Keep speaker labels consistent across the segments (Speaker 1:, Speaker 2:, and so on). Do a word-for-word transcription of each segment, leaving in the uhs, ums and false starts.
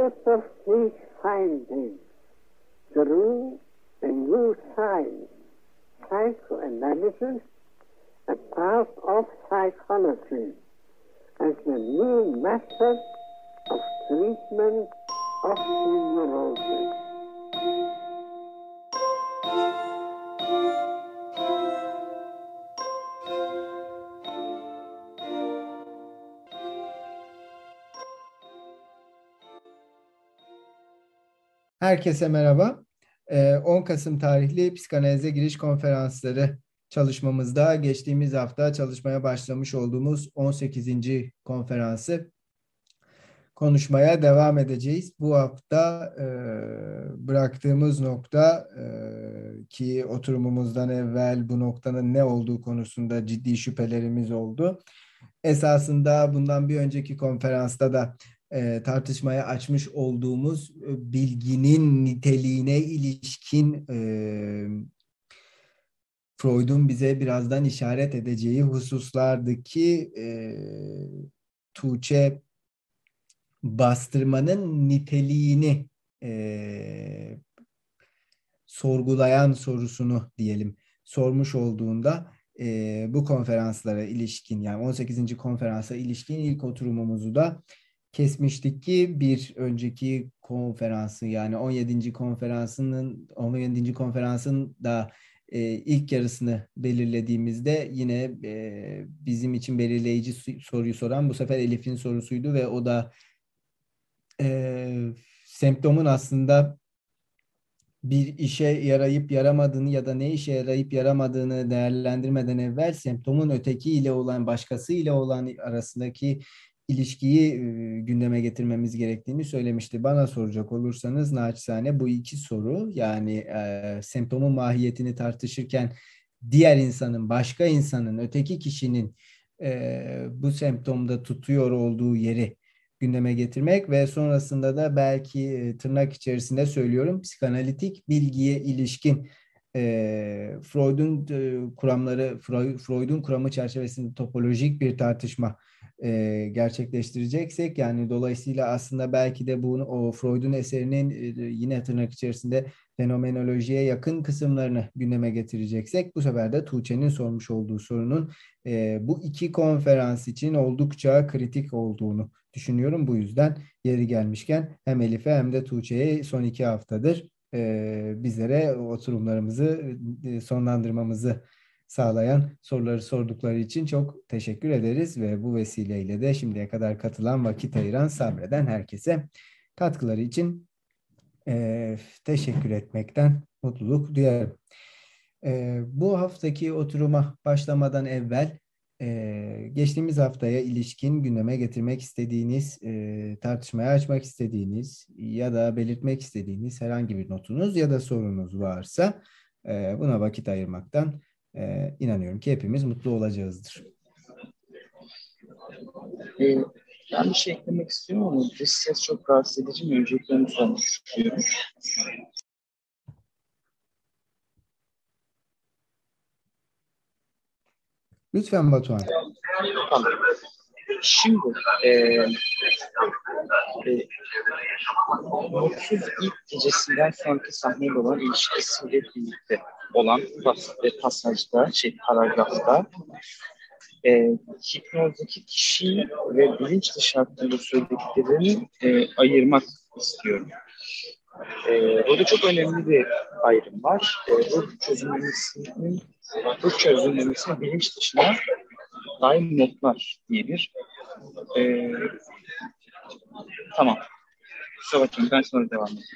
Speaker 1: Because of these findings, through a new science, psychoanalysis, a part of psychology, as a new method of treatment of the neurosis.
Speaker 2: Herkese merhaba. on Kasım tarihli psikanalize giriş konferansları çalışmamızda geçtiğimiz hafta çalışmaya başlamış olduğumuz on sekizinci konferansı konuşmaya devam edeceğiz. Bu hafta e, bıraktığımız nokta e, ki oturumumuzdan evvel bu noktanın ne olduğu konusunda ciddi şüphelerimiz oldu. Esasında bundan bir önceki konferansta da e, tartışmaya açmış olduğumuz e, bilginin niteliğine ilişkin e, Freud'un bize birazdan işaret edeceği hususlardaki e, Tuğçe bastırmanın niteliğini e, sorgulayan sorusunu diyelim sormuş olduğunda e, bu konferanslara ilişkin, yani on sekizinci konferansa ilişkin ilk oturumumuzu da kesmiştik ki bir önceki konferansı, yani on yedinci konferansının on yedinci konferansın da e, ilk yarısını belirlediğimizde yine e, bizim için belirleyici soruyu soran bu sefer Elif'in sorusuydu ve o da e, semptomun aslında bir işe yarayıp yaramadığını ya da ne işe yarayıp yaramadığını değerlendirmeden evvel semptomun öteki ile olan, başkası ile olan arasındaki ilişkiyi e, gündeme getirmemiz gerektiğini söylemişti. Bana soracak olursanız naçizane bu iki soru, yani e, semptomun mahiyetini tartışırken diğer insanın, başka insanın, öteki kişinin e, bu semptomda tutuyor olduğu yeri gündeme getirmek ve sonrasında da belki tırnak içerisinde söylüyorum, psikanalitik bilgiye ilişkin e, Freud'un e, kuramları, Freud'un kuramı çerçevesinde topolojik bir tartışma e, gerçekleştireceksek, yani dolayısıyla aslında belki de bunu, o Freud'un eserinin e, yine tırnak içerisinde fenomenolojiye yakın kısımlarını gündeme getireceksek, bu sefer de Tuğçe'nin sormuş olduğu sorunun e, bu iki konferans için oldukça kritik olduğunu düşünüyorum. Bu yüzden yeri gelmişken hem Elif'e hem de Tuğçe'ye son iki haftadır e, bizlere oturumlarımızı e, sonlandırmamızı sağlayan soruları sordukları için çok teşekkür ederiz ve bu vesileyle de şimdiye kadar katılan, vakit ayıran, sabreden herkese katkıları için e, teşekkür etmekten mutluluk duyarım. E, bu haftaki oturuma başlamadan evvel Ee, geçtiğimiz haftaya ilişkin gündeme getirmek istediğiniz, e, tartışmaya açmak istediğiniz ya da belirtmek istediğiniz herhangi bir notunuz ya da sorunuz varsa e, buna vakit ayırmaktan e, inanıyorum ki hepimiz mutlu olacağızdır.
Speaker 3: Ee, ben bir şey eklemek istiyorum ama dış ses çok rahatsız edici mi? Öncelikle onu sormak istiyorum.
Speaker 2: Lütfen Batuhan.
Speaker 3: Tamam. Şimdi e, e, mutsuz ilk gecesinden sonraki sahneyle olan ilişkisiyle birlikte olan pas, e, pasajda, şey paragrafta e, hipnozdaki kişi ve bilinç dışı hakkında söylediklerini e, ayırmak istiyorum. E, burada çok önemli bir ayrım var. E, ruh çözümlemesinin ruh çözümlemesinin bilinç dışına dair notlar diye bir e, tamam. Kusura bakmayın, ben sonra devam edeyim.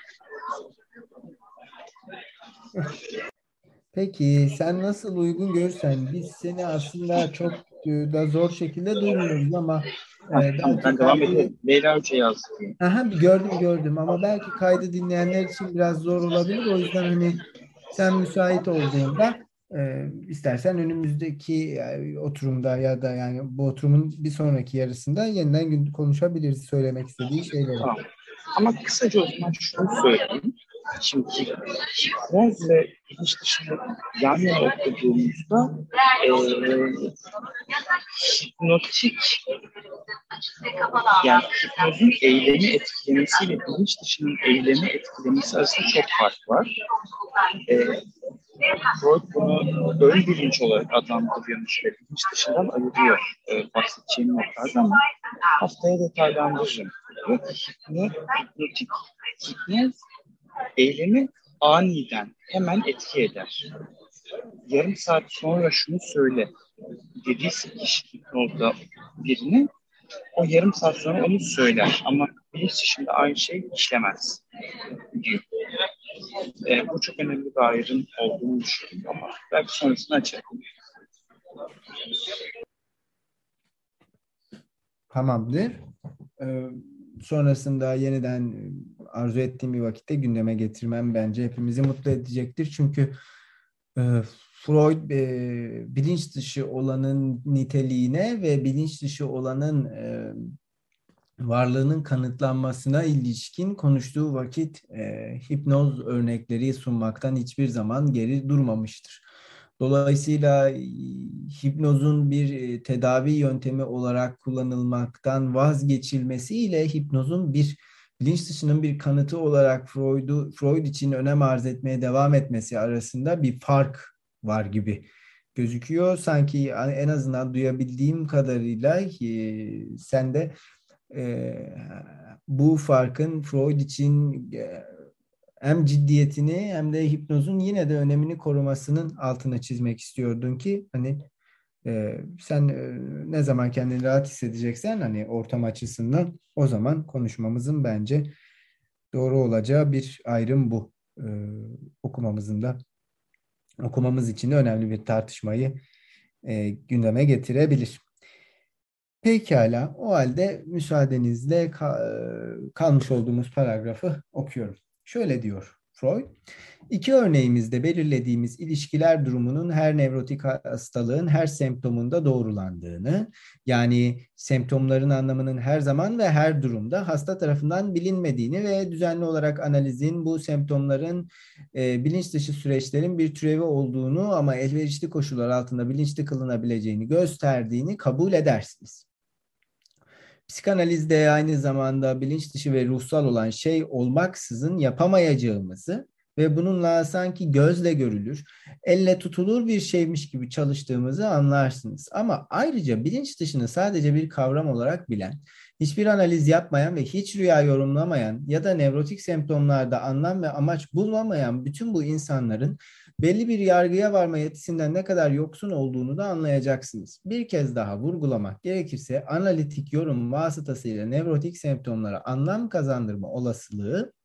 Speaker 2: Peki sen nasıl uygun görürsen, biz seni aslında çok da zor şekilde duymuyoruz ama e,
Speaker 3: Ha,
Speaker 2: belki
Speaker 3: tamam, ben devam
Speaker 2: kaydı,
Speaker 3: edeyim. Leyla Hoca yazdı.
Speaker 2: aha, bir gördüm gördüm ama belki kaydı dinleyenler için biraz zor olabilir. O yüzden hani sen müsait olduğunda e, istersen önümüzdeki e, oturumda ya da yani bu oturumun bir sonraki yarısında yeniden gün konuşabiliriz söylemek istediği şeyleri.
Speaker 3: Tamam. Ama kısaca o zaman şunu söyleyeyim. Şimdi hipnozle bilinç dışını yan yana okuduğumuzda e, hipnotik yani hipnozun eylemi etkilemesiyle bilinç dışının eylemi etkilemesi arasında çok fark var. E, Freud bunu ön bilinç olarak adlandırıyormuş ve bilinç dışından ayırıyor e, bahsedeceğim noktalarda ama haftaya detaylandırırım. Ve hipno, hipnotik, hipnoz eylemi aniden hemen etki eder. Yarım saat sonra şunu söyle dediyse kişi hipnozda birine o yarım saat sonra onu söyler ama bilinç dışında aynı şey işlemez diyor. E, bu çok önemli bir ayrım olduğunu düşünüyorum ama belki sonrasını açarım.
Speaker 2: Tamamdır. Ee, sonrasında yeniden arzu ettiğim bir vakitte gündeme getirmem bence hepimizi mutlu edecektir. Çünkü e, Freud e, bilinç dışı olanın niteliğine ve bilinç dışı olanın e, varlığının kanıtlanmasına ilişkin konuştuğu vakit e, hipnoz örnekleri sunmaktan hiçbir zaman geri durmamıştır. Dolayısıyla e, hipnozun bir e, tedavi yöntemi olarak kullanılmaktan vazgeçilmesiyle hipnozun bir bilinç dışının bir kanıtı olarak Freud'u Freud için önem arz etmeye devam etmesi arasında bir fark var gibi gözüküyor. Sanki en azından duyabildiğim kadarıyla e, sen de e, bu farkın Freud için e, hem ciddiyetini hem de hipnozun yine de önemini korumasının altına çizmek istiyordun ki hani e, sen e, ne zaman kendini rahat hissedeceksen hani ortam açısından o zaman konuşmamızın bence doğru olacağı bir ayrım bu. E, okumamızın da okumamız için de önemli bir tartışmayı e, gündeme getirebilir. Pekala, o halde müsaadenizle ka- kalmış olduğumuz paragrafı okuyorum. Şöyle diyor Freud. İki örneğimizde belirlediğimiz ilişkiler durumunun her nevrotik hastalığın her semptomunda doğrulandığını, yani semptomların anlamının her zaman ve her durumda hasta tarafından bilinmediğini ve düzenli olarak analizin bu semptomların e, bilinç dışı süreçlerin bir türevi olduğunu ama elverişli koşullar altında bilinçli kılınabileceğini gösterdiğini kabul edersiniz. Psikanalizde aynı zamanda bilinç dışı ve ruhsal olan şey olmaksızın yapamayacağımızı ve bununla sanki gözle görülür, elle tutulur bir şeymiş gibi çalıştığımızı anlarsınız. Ama ayrıca bilinç dışını sadece bir kavram olarak bilen, hiçbir analiz yapmayan ve hiç rüya yorumlamayan ya da nevrotik semptomlarda anlam ve amaç bulamayan bütün bu insanların belli bir yargıya varma yetisinden ne kadar yoksun olduğunu da anlayacaksınız. Bir kez daha vurgulamak gerekirse analitik yorum vasıtasıyla nevrotik semptomlara anlam kazandırma olasılığı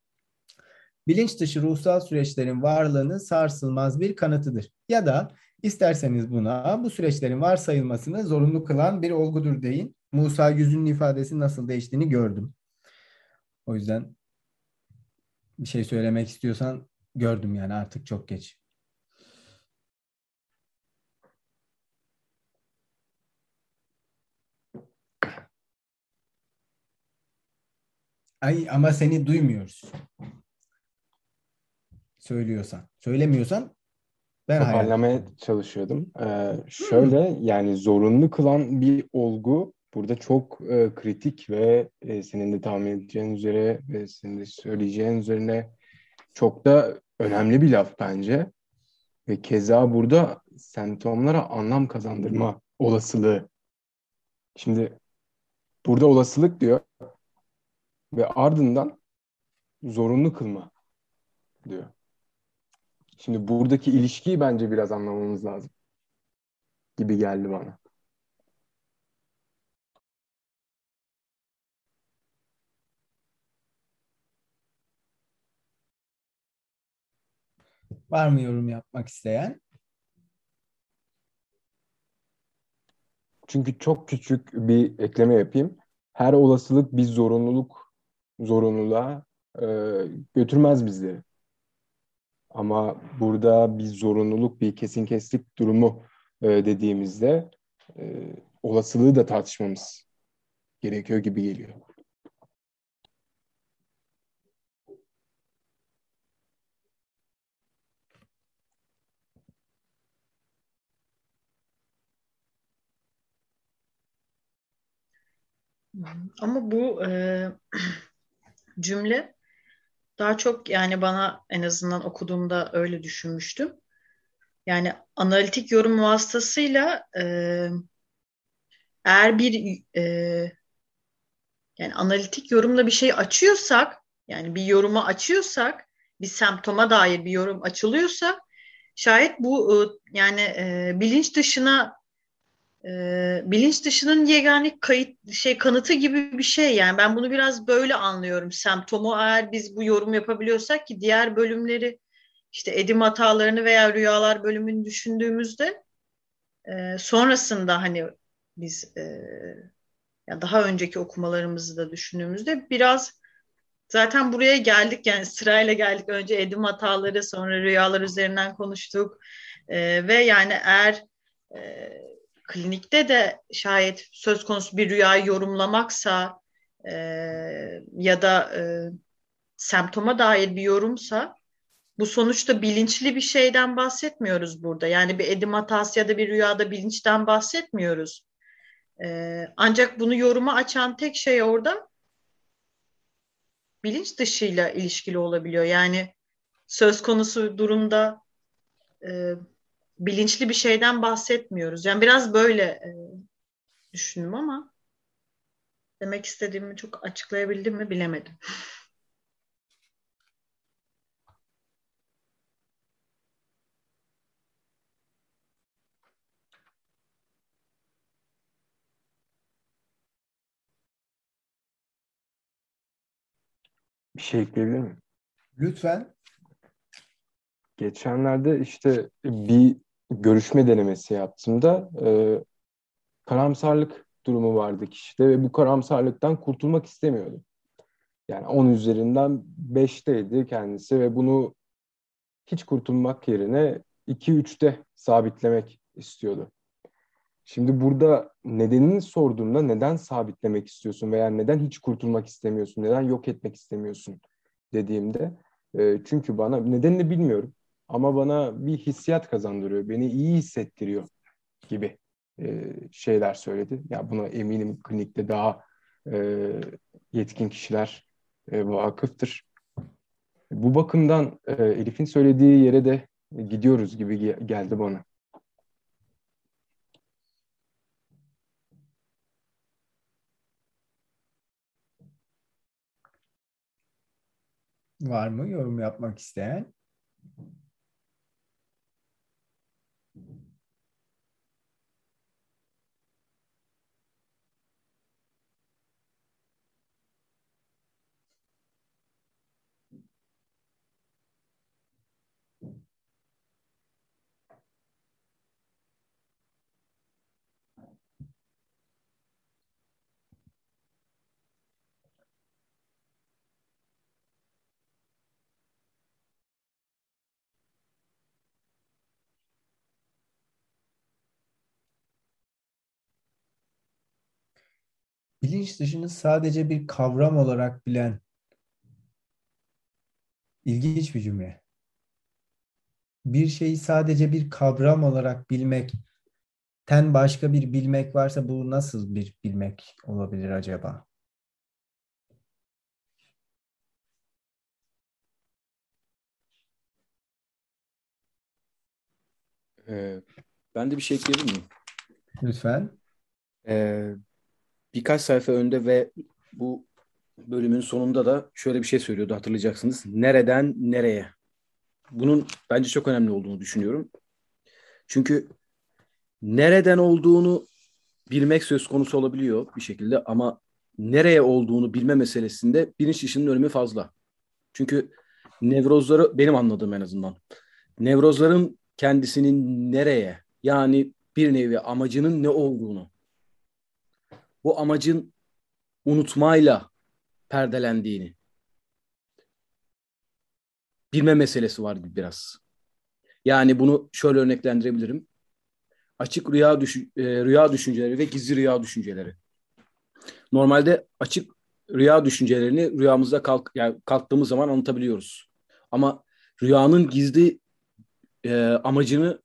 Speaker 2: bilinç dışı ruhsal süreçlerin varlığının sarsılmaz bir kanıtıdır. Ya da isterseniz buna bu süreçlerin varsayılmasını zorunlu kılan bir olgudur deyin. Musa yüzünün ifadesi nasıl değiştiğini gördüm. O yüzden bir şey söylemek istiyorsan gördüm yani artık çok geç. Ay ama seni duymuyoruz. Söylüyorsan. Söylemiyorsan ben hayal.
Speaker 4: Toparlamaya çalışıyordum. Ee,
Speaker 2: Hmm.
Speaker 4: şöyle yani zorunlu kılan bir olgu burada çok e, kritik ve e, senin de tahmin edeceğin üzere ve senin de söyleyeceğin üzerine çok da önemli bir laf bence. Ve keza burada semptomlara anlam kazandırma olasılığı. Şimdi burada olasılık diyor ve ardından zorunlu kılma diyor. Şimdi buradaki ilişkiyi bence biraz anlamamız lazım gibi geldi bana.
Speaker 2: Var mı yorum yapmak isteyen?
Speaker 4: Çünkü çok küçük bir ekleme yapayım. Her olasılık bir zorunluluk, zorunluluğa e, götürmez bizleri. Ama burada bir zorunluluk, bir kesin keslik durumu e, dediğimizde e, olasılığı da tartışmamız gerekiyor gibi geliyor.
Speaker 5: Ama bu e, cümle daha çok, yani bana en azından okuduğumda öyle düşünmüştüm. Yani analitik yorum vasıtasıyla e, eğer bir e, yani analitik yorumla bir şey açıyorsak, yani bir yorumu açıyorsak, bir semptoma dair bir yorum açılıyorsa, şayet bu e, yani e, bilinç dışına e, bilinç dışının yegane kayıt şey kanıtı gibi bir şey. Yani ben bunu biraz böyle anlıyorum. Semptomu eğer biz bu yorum yapabiliyorsak, ki diğer bölümleri, işte edim hatalarını veya rüyalar bölümünü düşündüğümüzde e, sonrasında hani biz e, ya daha önceki okumalarımızı da düşündüğümüzde biraz zaten buraya geldik, yani sırayla geldik. Önce edim hataları, sonra rüyalar üzerinden konuştuk. Ee, ve yani eğer e, klinikte de şayet söz konusu bir rüyayı yorumlamaksa e, ya da e, semptoma dair bir yorumsa, bu sonuçta bilinçli bir şeyden bahsetmiyoruz burada. Yani bir edim hatası ya da bir rüyada bilinçten bahsetmiyoruz. Ee, ancak bunu yoruma açan tek şey orada bilinç dışıyla ilişkili olabiliyor. Yani söz konusu durumda e, bilinçli bir şeyden bahsetmiyoruz. Yani biraz böyle e, düşündüm ama demek istediğimi çok açıklayabildim mi bilemedim.
Speaker 4: Bir şey ekleyebilir miyim?
Speaker 2: Lütfen.
Speaker 4: Geçenlerde işte bir görüşme denemesi yaptığımda e, karamsarlık durumu vardı kişide ve bu karamsarlıktan kurtulmak istemiyordu. Yani on üzerinden beşteydi kendisi ve bunu hiç kurtulmak yerine iki üçte sabitlemek istiyordu. Şimdi burada nedenini sorduğumda neden sabitlemek istiyorsun veya neden hiç kurtulmak istemiyorsun, neden yok etmek istemiyorsun dediğimde e, çünkü bana nedenini bilmiyorum ama bana bir hissiyat kazandırıyor, beni iyi hissettiriyor gibi e, şeyler söyledi. Ya buna eminim klinikte daha e, yetkin kişiler e, vakıftır. Bu bakımdan e, Elif'in söylediği yere de gidiyoruz gibi ge- geldi bana.
Speaker 2: Var mı yorum yapmak isteyen? Bilinç dışını sadece bir kavram olarak bilen ilginç bir cümle. Bir şeyi sadece bir kavram olarak bilmekten başka bir bilmek varsa bu nasıl bir bilmek olabilir acaba?
Speaker 6: Ee, Ben de bir şey ekleyebilir miyim?
Speaker 2: Lütfen.
Speaker 6: Ee, Birkaç sayfa önde ve bu bölümün sonunda da şöyle bir şey söylüyordu, hatırlayacaksınız. Nereden nereye? Bunun bence çok önemli olduğunu düşünüyorum. Çünkü nereden olduğunu bilmek söz konusu olabiliyor bir şekilde ama nereye olduğunu bilme meselesinde bilinç dışının önemi fazla. Çünkü nevrozları, benim anladığım en azından, nevrozların kendisinin nereye, yani bir nevi amacının ne olduğunu, bu amacın unutmayla perdelendiğini bilme meselesi var gibi biraz. Yani bunu şöyle örneklendirebilirim. Açık rüya düşün, e, rüya düşünceleri ve gizli rüya düşünceleri. Normalde açık rüya düşüncelerini rüyamızda kalk, yani kalktığımız zaman anlatabiliyoruz. Ama rüyanın gizli e, amacını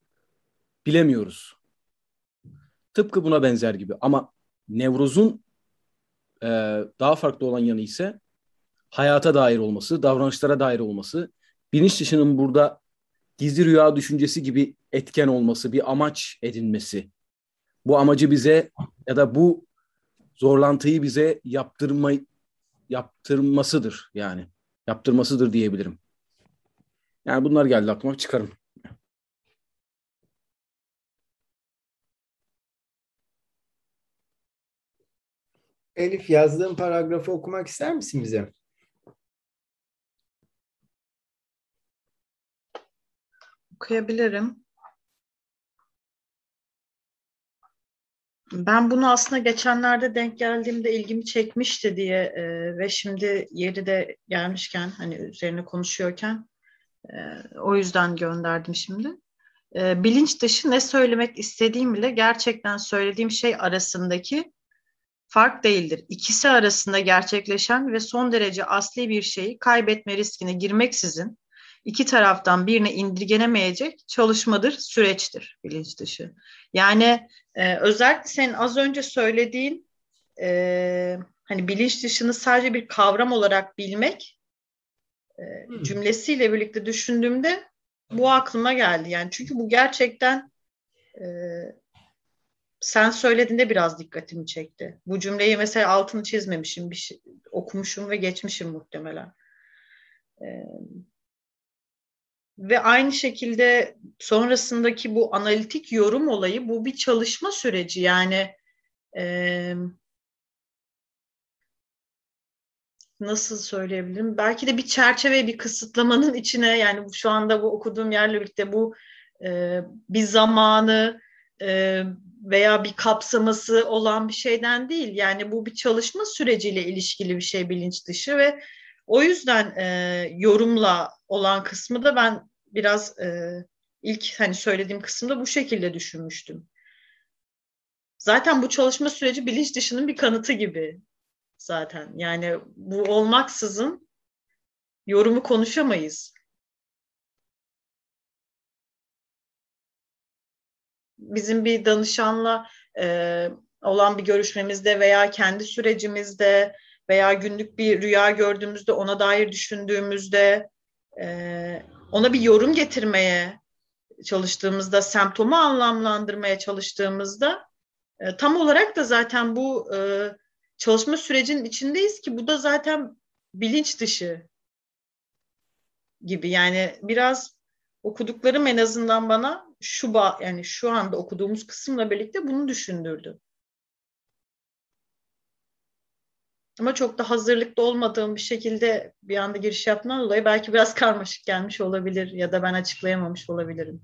Speaker 6: bilemiyoruz. Tıpkı buna benzer gibi. Ama nevrozun e, daha farklı olan yanı ise hayata dair olması, davranışlara dair olması, bilinç dışının burada gizli rüya düşüncesi gibi etken olması, bir amaç edinmesi. Bu amacı bize ya da bu zorlantıyı bize yaptırma, yaptırmasıdır yani. Yaptırmasıdır diyebilirim. Yani bunlar geldi aklıma, çıkarım.
Speaker 2: Elif, yazdığın paragrafı okumak ister misin bize?
Speaker 5: Okuyabilirim. Ben bunu aslında geçenlerde denk geldiğimde ilgimi çekmişti diye e, ve şimdi yeri de gelmişken hani üzerine konuşuyorken e, o yüzden gönderdim şimdi. E, bilinç dışı ne söylemek istediğim ile gerçekten söylediğim şey arasındaki fark değildir. İkisi arasında gerçekleşen ve son derece asli bir şeyi kaybetme riskine girmeksizin iki taraftan birine indirgenemeyecek çalışmadır, süreçtir bilinç dışı. Yani e, özellikle senin az önce söylediğin e, hani bilinç dışını sadece bir kavram olarak bilmek e,
Speaker 2: Hmm.
Speaker 5: cümlesiyle birlikte düşündüğümde bu aklıma geldi. Yani çünkü bu gerçekten e, sen söylediğinde biraz dikkatimi çekti. Bu cümleyi mesela altını çizmemişim, bir şey, okumuşum ve geçmişim muhtemelen. Ee, ve aynı şekilde sonrasındaki bu analitik yorum olayı, bu bir çalışma süreci. Yani e, nasıl söyleyebilirim? Belki de bir çerçeve, bir kısıtlamanın içine, yani şu anda bu okuduğum yerle birlikte bu e, bir zamanı e, veya bir kapsaması olan bir şeyden değil. Yani bu bir çalışma süreciyle ilişkili bir şey, bilinç dışı, ve o yüzden e, yorumla olan kısmı da ben biraz e, ilk hani söylediğim kısımda bu şekilde düşünmüştüm. Zaten bu çalışma süreci bilinç dışının bir kanıtı gibi zaten. Yani bu olmaksızın yorumu konuşamayız. Bizim bir danışanla e, olan bir görüşmemizde veya kendi sürecimizde veya günlük bir rüya gördüğümüzde, ona dair düşündüğümüzde e, ona bir yorum getirmeye çalıştığımızda, semptomu anlamlandırmaya çalıştığımızda e, tam olarak da zaten bu e, çalışma sürecinin içindeyiz ki bu da zaten bilinç dışı gibi. Yani biraz okuduklarım en azından bana şu ba- yani şu anda okuduğumuz kısımla birlikte bunu düşündürdü. Ama çok da hazırlıklı olmadığım bir şekilde bir anda giriş yaptığımdan dolayı belki biraz karmaşık gelmiş olabilir ya da ben açıklayamamış olabilirim.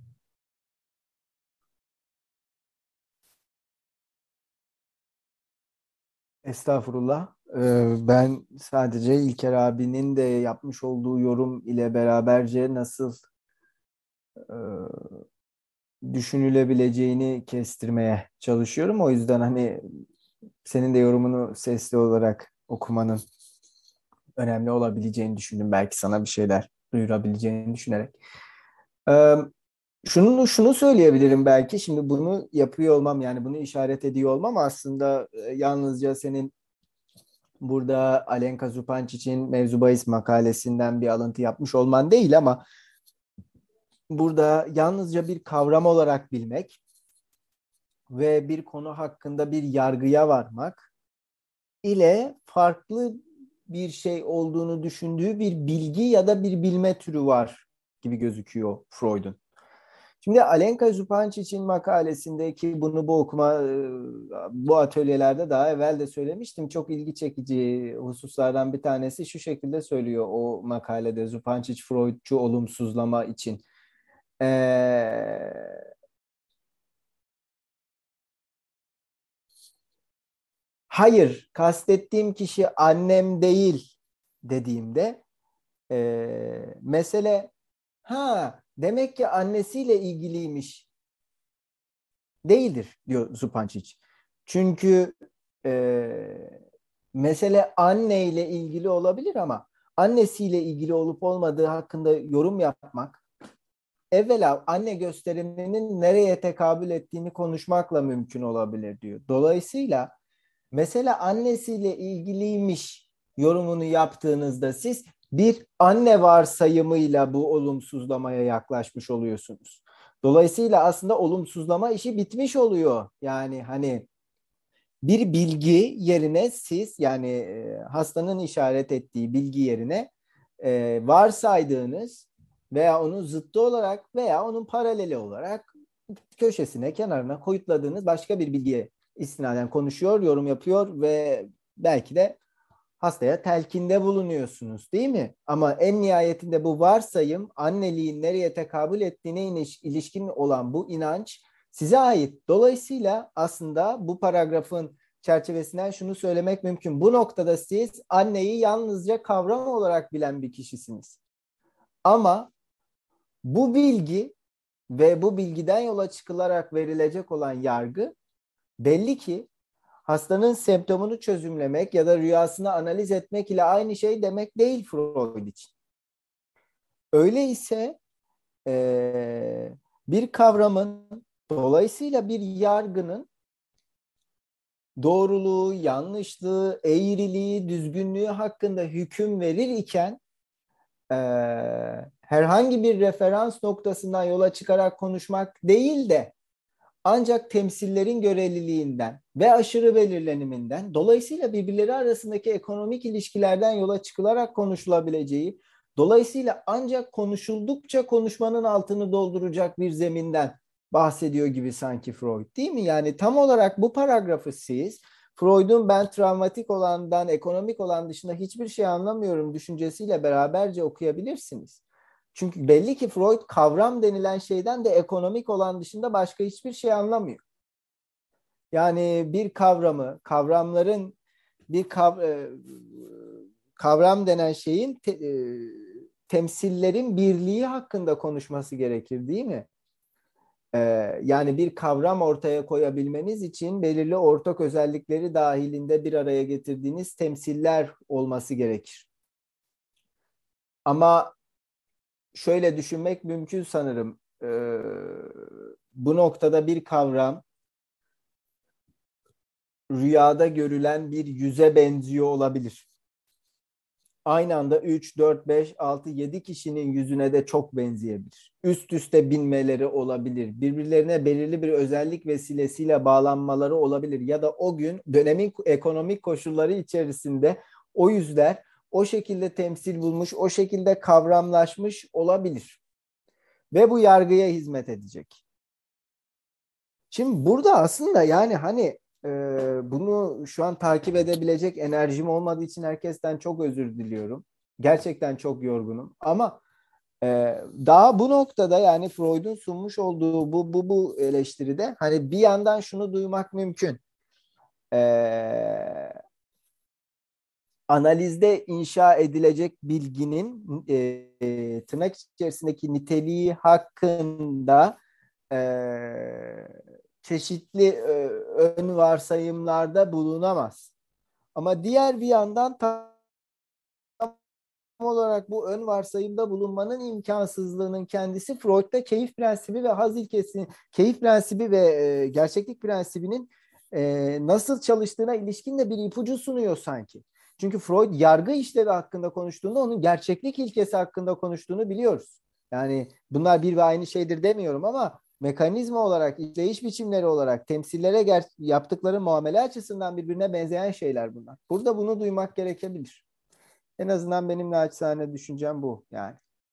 Speaker 2: Estağfurullah. Ee, ben sadece İlker abinin de yapmış olduğu yorum ile beraberce nasıl e, düşünülebileceğini kestirmeye çalışıyorum. O yüzden hani senin de yorumunu sesli olarak okumanın önemli olabileceğini düşündüm. Belki sana bir şeyler duyurabileceğini düşünerek. Ee, şunu şunu söyleyebilirim belki. Şimdi bunu yapıyor olmam, yani bunu işaret ediyor olmam aslında e, yalnızca senin burada Alenka Zupancic'in Mevzu Bahis makalesinden bir alıntı yapmış olman değil, ama burada yalnızca bir kavram olarak bilmek ve bir konu hakkında bir yargıya varmak ile farklı bir şey olduğunu düşündüğü bir bilgi ya da bir bilme türü var gibi gözüküyor Freud'un. Şimdi Alenka Zupancic'in makalesindeki, bunu bu okuma bu atölyelerde daha evvel de söylemiştim. Çok ilgi çekici hususlardan bir tanesi şu şekilde söylüyor o makalede Zupancic Freudçu olumsuzlama için. Ee, hayır, kastettiğim kişi annem değil dediğimde e, mesele ha demek ki annesiyle ilgiliymiş değildir diyor Zupancic. Çünkü e, mesele anneyle ilgili olabilir ama annesiyle ilgili olup olmadığı hakkında yorum yapmak, evvela anne gösteriminin nereye tekabül ettiğini konuşmakla mümkün olabilir diyor. Dolayısıyla Mesela annesiyle ilgiliymiş yorumunu yaptığınızda siz bir anne varsayımıyla bu olumsuzlamaya yaklaşmış oluyorsunuz. Dolayısıyla aslında olumsuzlama işi bitmiş oluyor. Yani hani bir bilgi yerine siz yani e, hastanın işaret ettiği bilgi yerine e, varsaydığınız veya onun zıttı olarak veya onun paraleli olarak köşesine, kenarına koyutladığınız başka bir bilgiye istinaden konuşuyor, yorum yapıyor ve belki de hastaya telkinde bulunuyorsunuz, değil mi? Ama en nihayetinde bu varsayım, anneliğin nereye tekabül ettiğine ilişkin olan bu inanç size ait. Dolayısıyla aslında bu paragrafın çerçevesinden şunu söylemek mümkün. Bu noktada siz anneyi yalnızca kavram olarak bilen bir kişisiniz. Ama bu bilgi ve bu bilgiden yola çıkılarak verilecek olan yargı belli ki hastanın semptomunu çözümlemek ya da rüyasını analiz etmek ile aynı şey demek değil Freud için. Öyleyse e, bir kavramın dolayısıyla bir yargının doğruluğu, yanlışlığı, eğriliği, düzgünlüğü hakkında hüküm verir iken e, herhangi bir referans noktasından yola çıkarak konuşmak değil de ancak temsillerin göreliliğinden ve aşırı belirleniminden, dolayısıyla birbirleri arasındaki ekonomik ilişkilerden yola çıkılarak konuşulabileceği, dolayısıyla ancak konuşuldukça konuşmanın altını dolduracak bir zeminden bahsediyor gibi sanki Freud, değil mi? Yani tam olarak bu paragrafı siz Freud'un ben travmatik olandan ekonomik olan dışında hiçbir şey anlamıyorum düşüncesiyle beraberce okuyabilirsiniz. Çünkü belli ki Freud kavram denilen şeyden de ekonomik olan dışında başka hiçbir şey anlamıyor. Yani bir kavramı, kavramların bir kav, e, kavram denen şeyin te, e, temsillerin birliği hakkında konuşması gerekir, değil mi? E, yani bir kavram ortaya koyabilmeniz için belirli ortak özellikleri dahilinde bir araya getirdiğiniz temsiller olması gerekir. Ama şöyle düşünmek mümkün sanırım. Ee, bu noktada bir kavram rüyada görülen bir yüze benziyor olabilir. Aynı anda üç, dört, beş, altı, yedi kişinin yüzüne de çok benzeyebilir. Üst üste binmeleri olabilir. Birbirlerine belirli bir özellik vesilesiyle bağlanmaları olabilir. Ya da o gün dönemin ekonomik koşulları içerisinde o yüzler o şekilde temsil bulmuş, o şekilde kavramlaşmış olabilir. Ve bu yargıya hizmet edecek. Şimdi burada aslında yani hani e, bunu şu an takip edebilecek enerjim olmadığı için herkesten çok özür diliyorum. Gerçekten çok yorgunum. Ama e, daha bu noktada yani Freud'un sunmuş olduğu bu bu bu eleştiride hani bir yandan şunu duymak mümkün. E, analizde inşa edilecek bilginin e, tırnak içerisindeki niteliği hakkında e, çeşitli e, ön varsayımlarda bulunamaz. Ama diğer bir yandan tam olarak bu ön varsayımda bulunmanın imkansızlığının kendisi Freud'da keyif prensibi ve haz ilkesi, keyif prensibi ve e, gerçeklik prensibinin e, nasıl çalıştığına ilişkin de bir ipucu sunuyor sanki. Çünkü Freud yargı işlevi hakkında konuştuğunda onun gerçeklik ilkesi hakkında konuştuğunu biliyoruz. Yani bunlar bir ve aynı şeydir demiyorum ama mekanizma olarak, işleyiş biçimleri olarak, temsillere ger- yaptıkları muamele açısından birbirine benzeyen şeyler bunlar. Burada bunu duymak gerekebilir. En azından benim naçizane düşüncem bu yani.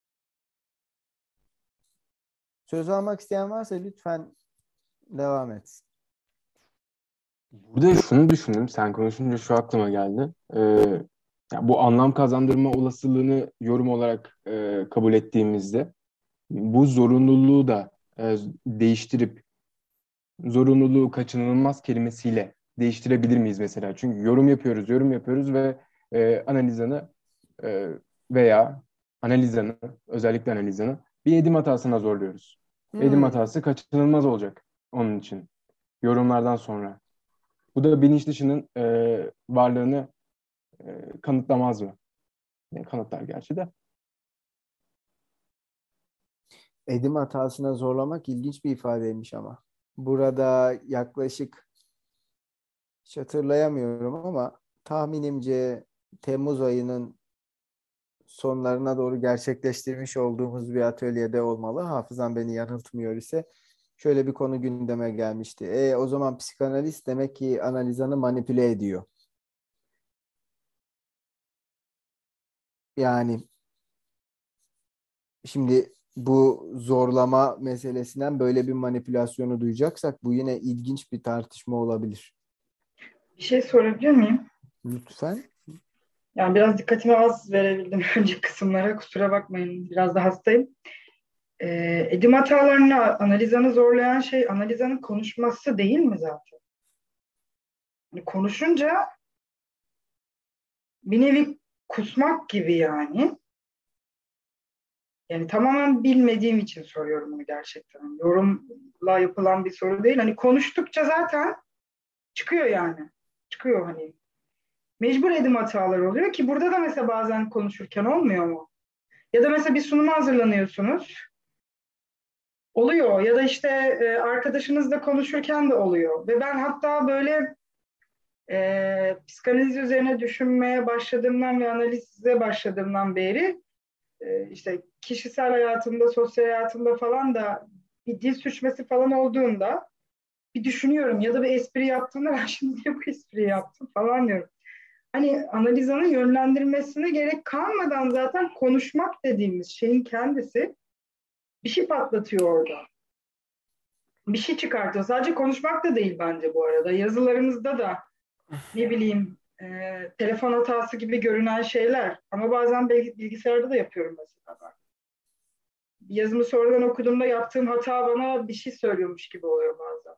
Speaker 2: Söz almak isteyen varsa lütfen devam etsin.
Speaker 4: Burada şunu düşündüm. Sen konuşunca şu aklıma geldi. Ee, ya bu anlam kazandırma olasılığını yorum olarak e, kabul ettiğimizde bu zorunluluğu da e, değiştirip zorunluluğu kaçınılmaz kelimesiyle değiştirebilir miyiz mesela? Çünkü yorum yapıyoruz, yorum yapıyoruz ve e, analizanı e, veya analizanı, özellikle analizanı bir edim hatasına zorluyoruz. Edim
Speaker 2: Hmm.
Speaker 4: hatası kaçınılmaz olacak onun için. Yorumlardan sonra. Bu da bilinç dışının e, varlığını e, kanıtlamaz mı? E, kanıtlar gerçi de.
Speaker 2: Edim hatasına zorlamak ilginç bir ifadeymiş ama. Burada yaklaşık hiç hatırlayamıyorum ama tahminimce Temmuz ayının sonlarına doğru gerçekleştirmiş olduğumuz bir atölyede olmalı. Hafızam beni yanıltmıyor ise şöyle bir konu gündeme gelmişti. E, o zaman psikanalist demek ki analizanı manipüle ediyor. Yani şimdi bu zorlama meselesinden böyle bir manipülasyonu duyacaksak bu yine ilginç bir tartışma olabilir.
Speaker 7: Bir şey sorabilir miyim?
Speaker 2: Lütfen.
Speaker 7: Yani biraz dikkatimi az verebildim önceki kısımlara. Kusura bakmayın. Biraz da hastayım. Ee, edim hatalarını analizanı zorlayan şey analizanın konuşması değil mi zaten? Yani konuşunca bir nevi kusmak gibi yani. Yani tamamen bilmediğim için soruyorum bunu gerçekten. Yani yorumla yapılan bir soru değil. Hani konuştukça zaten çıkıyor yani. Çıkıyor hani. Mecbur edim hataları oluyor ki burada da mesela bazen konuşurken olmuyor mu? Ya da mesela bir sunuma hazırlanıyorsunuz. Oluyor. Ya da işte e, arkadaşınızla konuşurken de oluyor. Ve ben hatta böyle e, psikanaliz üzerine düşünmeye başladığımdan ve analize başladığımdan beri e, işte kişisel hayatımda, sosyal hayatımda falan da bir dil sürçmesi falan olduğunda bir düşünüyorum. Ya da bir espri yaptığımda ben şimdi niye bu espriyi yaptım falan diyorum. Hani analizanın yönlendirmesine gerek kalmadan zaten konuşmak dediğimiz şeyin kendisi bir şey patlatıyor orada. Bir şey çıkartıyor. Sadece konuşmak da değil bence bu arada. Yazılarımızda da ne bileyim e, telefon hatası gibi görünen şeyler. Ama bazen bilgisayarda da yapıyorum mesela ben. Yazımı sonradan okuduğumda yaptığım hata bana bir şey söylüyormuş gibi oluyor bazen.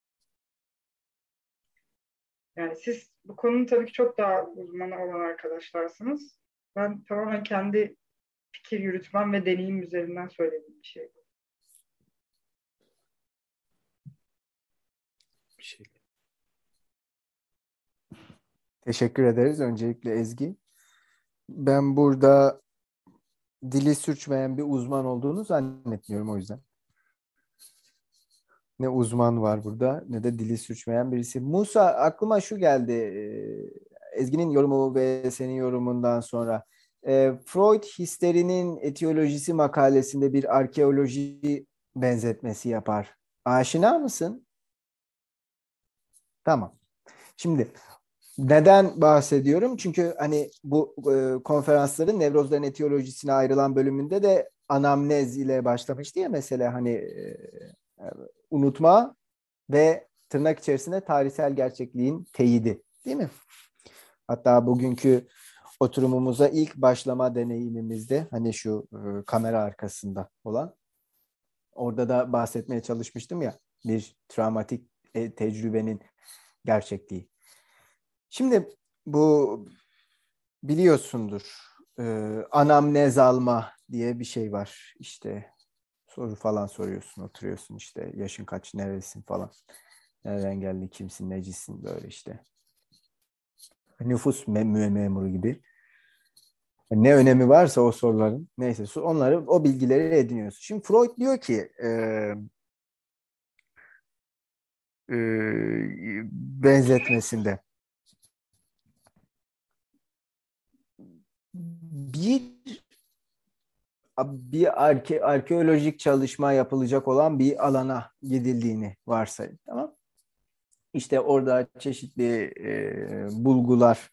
Speaker 7: Yani siz bu konunun tabii ki çok daha uzmanı olan arkadaşlarsınız. Ben tamamen kendi fikir yürütmem ve deneyim üzerinden söylediğim bir şey.
Speaker 6: Bir şey.
Speaker 2: Teşekkür ederiz öncelikle Ezgi. Ben burada dili sürçmeyen bir uzman olduğunu zannetmiyorum o yüzden. Ne uzman var burada ne de dili sürçmeyen birisi. Musa, aklıma şu geldi. Ezgi'nin yorumu ve senin yorumundan sonra. Freud histerinin etiyolojisi makalesinde bir arkeoloji benzetmesi yapar. Aşina mısın? Tamam. Şimdi neden bahsediyorum? Çünkü hani bu e, konferansların nevrozların etiyolojisine ayrılan bölümünde de anamnez ile başlamıştı ya mesela hani e, unutma ve tırnak içerisinde tarihsel gerçekliğin teyidi, değil mi? Hatta bugünkü oturumumuza ilk başlama deneyimimizde hani şu e, kamera arkasında olan orada da bahsetmeye çalışmıştım ya bir travmatik e, tecrübenin gerçekliği. Şimdi bu biliyorsundur e, anamnez alma diye bir şey var. İşte soru falan soruyorsun, oturuyorsun işte yaşın kaç, neresin falan. Nereden geldin, kimsin, necisin böyle işte. Nüfus mem- memuru gibi. Ne önemi varsa o soruların neyse onları o bilgileri ediniyorsun. Şimdi Freud diyor ki e, e, benzetmesinde bir bir arke, arkeolojik çalışma yapılacak olan bir alana gidildiğini varsayın. Tamam. İşte orada çeşitli e, bulgular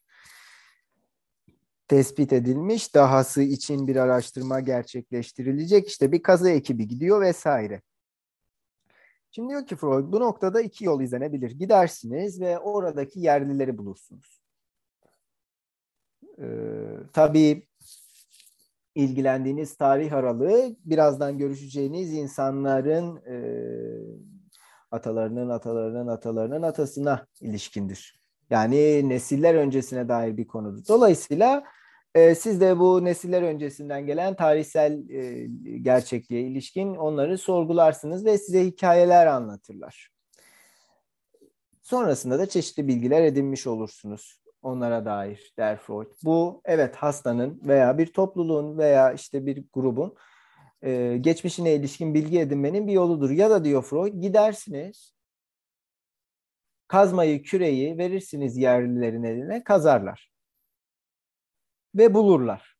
Speaker 2: tespit edilmiş. Dahası için bir araştırma gerçekleştirilecek. İşte bir kazı ekibi gidiyor vesaire. Şimdi diyor ki Freud bu noktada iki yol izlenebilir. Gidersiniz ve oradaki yerlileri bulursunuz. Ee, tabii ilgilendiğiniz tarih aralığı birazdan görüşeceğiniz insanların e, atalarının atalarının atalarının atasına ilişkindir. Yani nesiller öncesine dair bir konudur. Dolayısıyla e, siz de bu nesiller öncesinden gelen tarihsel e, gerçekliğe ilişkin onları sorgularsınız ve size hikayeler anlatırlar. Sonrasında da çeşitli bilgiler edinmiş olursunuz onlara dair der Freud. Bu evet hastanın veya bir topluluğun veya işte bir grubun e, geçmişine ilişkin bilgi edinmenin bir yoludur. Ya da diyor Freud gidersiniz Kazmayı, küreği verirsiniz yerlilerin eline, kazarlar. Ve bulurlar.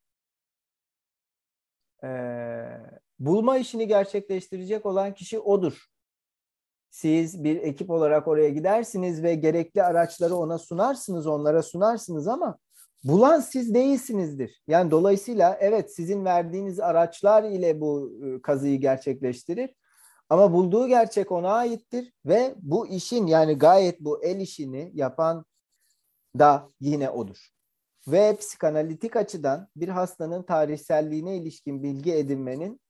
Speaker 2: Ee, bulma işini gerçekleştirecek olan kişi odur. Siz bir ekip olarak oraya gidersiniz ve gerekli araçları ona sunarsınız, onlara sunarsınız ama bulan siz değilsinizdir. Yani dolayısıyla evet sizin verdiğiniz araçlar ile bu kazıyı gerçekleştirir ama bulduğu gerçek ona aittir ve bu işin yani gayet bu el işini yapan da yine odur. Ve psikanalitik açıdan bir hastanın tarihselliğine ilişkin bilgi edinmenin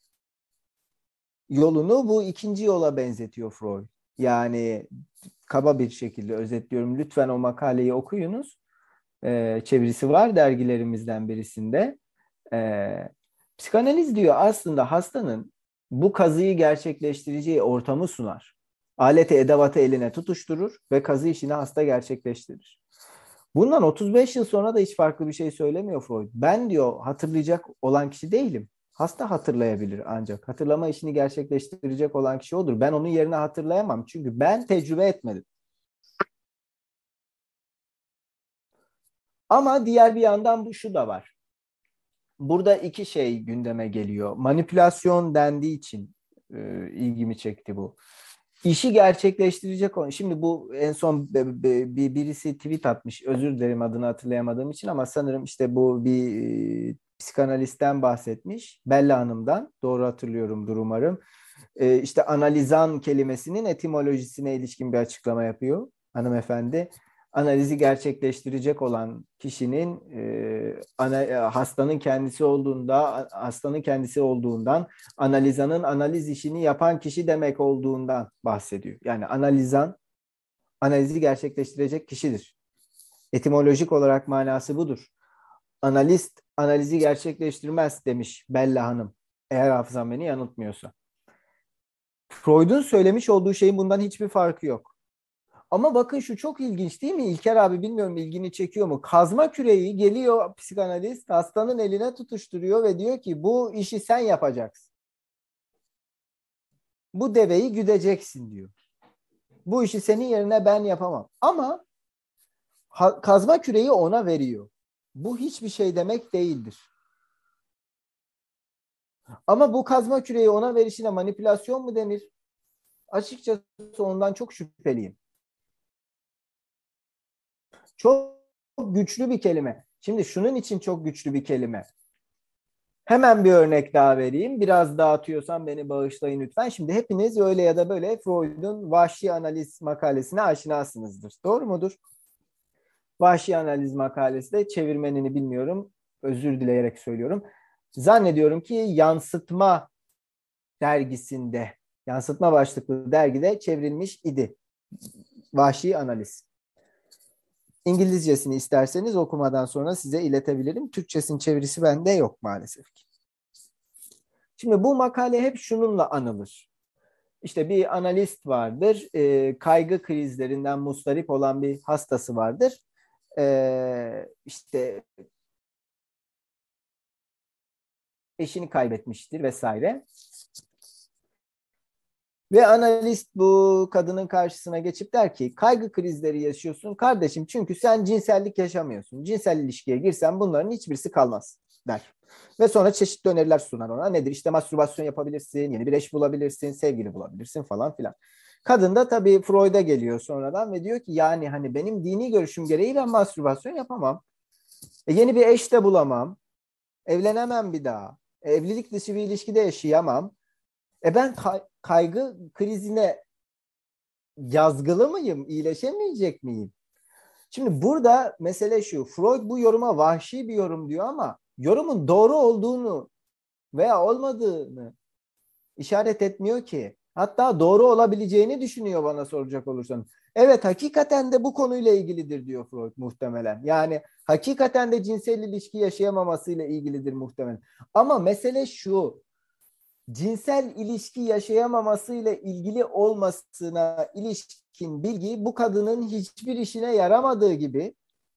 Speaker 2: yolunu bu ikinci yola benzetiyor Freud. Yani kaba bir şekilde özetliyorum. Lütfen o makaleyi okuyunuz. Ee, çevirisi var dergilerimizden birisinde. Ee, psikanaliz diyor aslında hastanın bu kazıyı gerçekleştireceği ortamı sunar. Aleti edevatı eline tutuşturur ve kazı işini hasta gerçekleştirir. Bundan otuz beş yıl sonra da hiç farklı bir şey söylemiyor Freud. Ben diyor hatırlayacak olan kişi değilim. Hasta hatırlayabilir ancak. Hatırlama işini gerçekleştirecek olan kişi odur. Ben onun yerine hatırlayamam. Çünkü ben tecrübe etmedim. Ama diğer bir yandan bu şu da var. Burada iki şey gündeme geliyor. Manipülasyon dendiği için e, ilgimi çekti bu. İşi gerçekleştirecek olan, şimdi bu en son bir birisi tweet atmış, özür dilerim adını hatırlayamadığım için ama sanırım işte bu bir e, psikanalistten bahsetmiş, Bella Hanım'dan, doğru hatırlıyorumdur umarım. E, işte analizan kelimesinin etimolojisine ilişkin bir açıklama yapıyor hanımefendi. Analizi gerçekleştirecek olan kişinin e, ana, e, hastanın kendisi olduğunda, hastanın kendisi olduğundan, analizanın analiz işini yapan kişi demek olduğundan bahsediyor. Yani analizan analizi gerçekleştirecek kişidir. Etimolojik olarak manası budur. Analist analizi gerçekleştirmez demiş Bella Hanım. Eğer hafızam beni yanıltmıyorsa. Freud'un söylemiş olduğu şeyin bundan hiçbir farkı yok. Ama bakın şu çok ilginç değil mi? İlker abi bilmiyorum ilgini çekiyor mu? Kazma küreği geliyor psikanalist hastanın eline tutuşturuyor ve diyor ki bu işi sen yapacaksın. Bu deveyi güdeceksin diyor. Bu işi senin yerine ben yapamam. Ama ha, kazma küreği ona veriyor. Bu hiçbir şey demek değildir. Ama bu kazma küreği ona verişine manipülasyon mu denir? Açıkçası ondan çok şüpheliyim. Çok güçlü bir kelime. Şimdi şunun için çok güçlü bir kelime. Hemen bir örnek daha vereyim. Biraz dağıtıyorsam beni bağışlayın lütfen. Şimdi hepiniz öyle ya da böyle Freud'un vahşi analiz makalesine aşinasınızdır. Doğru mudur? Vahşi analiz makalesi de çevirmenini bilmiyorum. Özür dileyerek söylüyorum. Zannediyorum ki Yansıtma dergisinde, Yansıtma başlıklı dergide çevrilmiş idi. Vahşi analiz. İngilizcesini isterseniz okumadan sonra size iletebilirim. Türkçesinin çevirisi bende yok maalesef ki. Şimdi bu makale hep şununla anılır. İşte bir analist vardır. E, kaygı krizlerinden mustarip olan bir hastası vardır. E, işte eşini kaybetmiştir vesaire. Ve analist bu kadının karşısına geçip der ki kaygı krizleri yaşıyorsun kardeşim çünkü sen cinsellik yaşamıyorsun. Cinsel ilişkiye girsen bunların hiçbirisi kalmaz der. Ve sonra çeşitli öneriler sunar ona. Nedir? İşte mastürbasyon yapabilirsin, yeni bir eş bulabilirsin, sevgili bulabilirsin falan filan. Kadın da tabii Freud'a geliyor sonradan ve diyor ki yani hani benim dini görüşüm gereği ben mastürbasyon yapamam. E, yeni bir eş de bulamam. Evlenemem bir daha. E, evlilik dışı bir ilişkide yaşayamam. E ben kay- kaygı krizine yazgılı mıyım? İyileşemeyecek miyim? Şimdi burada mesele şu. Freud bu yoruma vahşi bir yorum diyor ama yorumun doğru olduğunu veya olmadığını işaret etmiyor ki. Hatta doğru olabileceğini düşünüyor bana soracak olursan. Evet hakikaten de bu konuyla ilgilidir diyor Freud muhtemelen. Yani hakikaten de cinsel ilişki yaşayamamasıyla ilgilidir muhtemelen. Ama mesele şu. Cinsel ilişki yaşayamamasıyla ilgili olmasına ilişkin bilgi bu kadının hiçbir işine yaramadığı gibi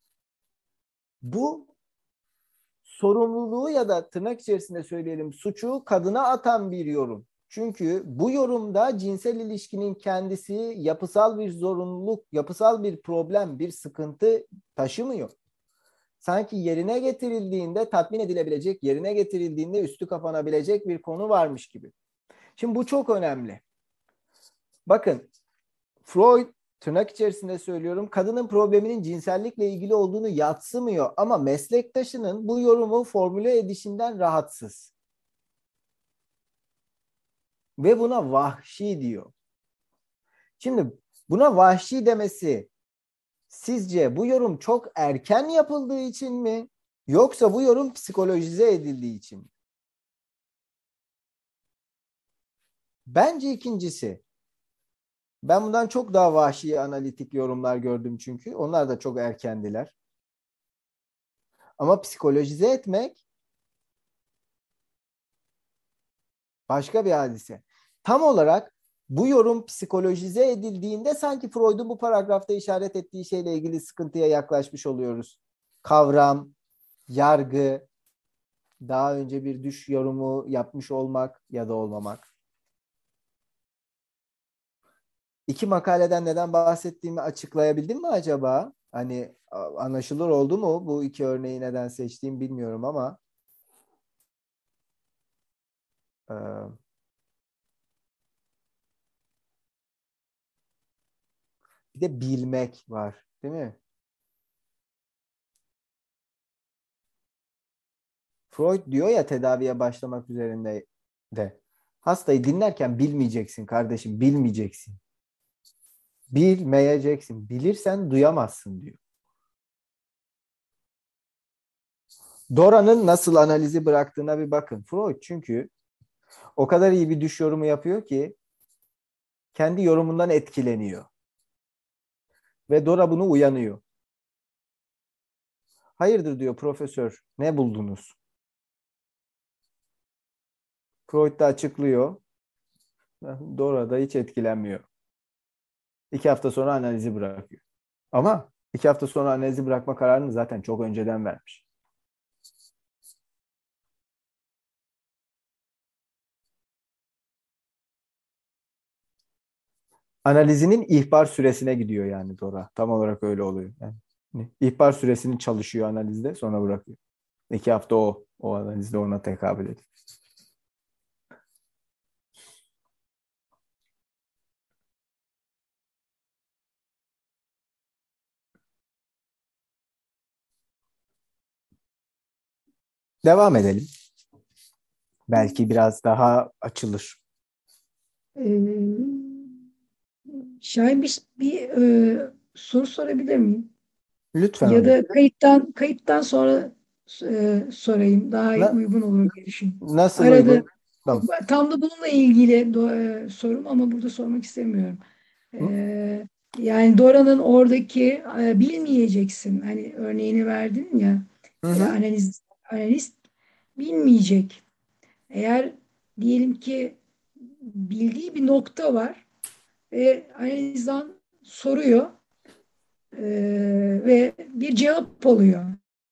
Speaker 2: bu sorumluluğu ya da tırnak içerisinde söyleyelim suçu kadına atan bir yorum. Çünkü bu yorumda cinsel ilişkinin kendisi yapısal bir zorunluluk, yapısal bir problem, bir sıkıntı taşımıyor. Sanki yerine getirildiğinde tatmin edilebilecek, yerine getirildiğinde üstü kapanabilecek bir konu varmış gibi. Şimdi bu çok önemli. Bakın, Freud, tırnak içerisinde söylüyorum, kadının probleminin cinsellikle ilgili olduğunu yadsımıyor ama meslektaşının bu yorumu formüle edişinden rahatsız. Ve buna vahşi diyor. Şimdi buna vahşi demesi sizce bu yorum çok erken yapıldığı için mi? Yoksa bu yorum psikolojize edildiği için mi? Bence ikincisi. Ben bundan çok daha vahşi analitik yorumlar gördüm çünkü. Onlar da çok erkendiler. Ama psikolojize etmek başka bir hadise. Tam olarak bu yorum psikolojize edildiğinde sanki Freud'un bu paragrafta işaret ettiği şeyle ilgili sıkıntıya yaklaşmış oluyoruz. Kavram, yargı, daha önce bir düş yorumu yapmış olmak ya da olmamak. İki makaleden neden bahsettiğimi açıklayabildim mi acaba? Hani anlaşılır oldu mu? Bu iki örneği neden seçtiğimi bilmiyorum ama e, bir de bilmek var, değil mi? Freud diyor ya tedaviye başlamak üzerinde de. Hastayı dinlerken bilmeyeceksin kardeşim, bilmeyeceksin. Bilmeyeceksin. Bilirsen duyamazsın diyor. Dora'nın nasıl analizi bıraktığına bir bakın. Freud çünkü o kadar iyi bir düş yorumu yapıyor ki kendi yorumundan etkileniyor. Ve Dora bunu uyanıyor. Hayırdır diyor profesör, ne buldunuz? Freud da açıklıyor. Dora da hiç etkilenmiyor. İki hafta sonra analizi bırakıyor. Ama iki hafta sonra analizi bırakma kararını zaten çok önceden vermiş. Analizinin ihbar süresine gidiyor yani Dora. Tam olarak öyle oluyor. Yani ihbar süresini çalışıyor analizde, sonra bırakıyor. İki hafta o. O analizde ona tekabül ediyor. Devam edelim. Belki biraz daha açılır.
Speaker 8: Ee, Şahin bir, bir e, soru sorabilir miyim?
Speaker 2: Lütfen
Speaker 8: Ya
Speaker 2: hocam.
Speaker 8: da kayıttan kayıttan sonra e, sorayım. Daha
Speaker 2: Na-
Speaker 8: uygun olur diye düşünüyorum.
Speaker 2: Nasıl
Speaker 8: Arada
Speaker 2: uygun? Tamam.
Speaker 8: tam da bununla ilgili do- e, sorum ama burada sormak istemiyorum.
Speaker 2: Hı?
Speaker 8: Ee, yani Dora'nın oradaki e, bilmeyeceksin. Hani örneğini verdin ya.
Speaker 2: Hı
Speaker 8: E,
Speaker 2: hı.
Speaker 8: analiz analist bilmeyecek. Eğer diyelim ki bildiği bir nokta var ve analizden soruyor e, ve bir cevap oluyor.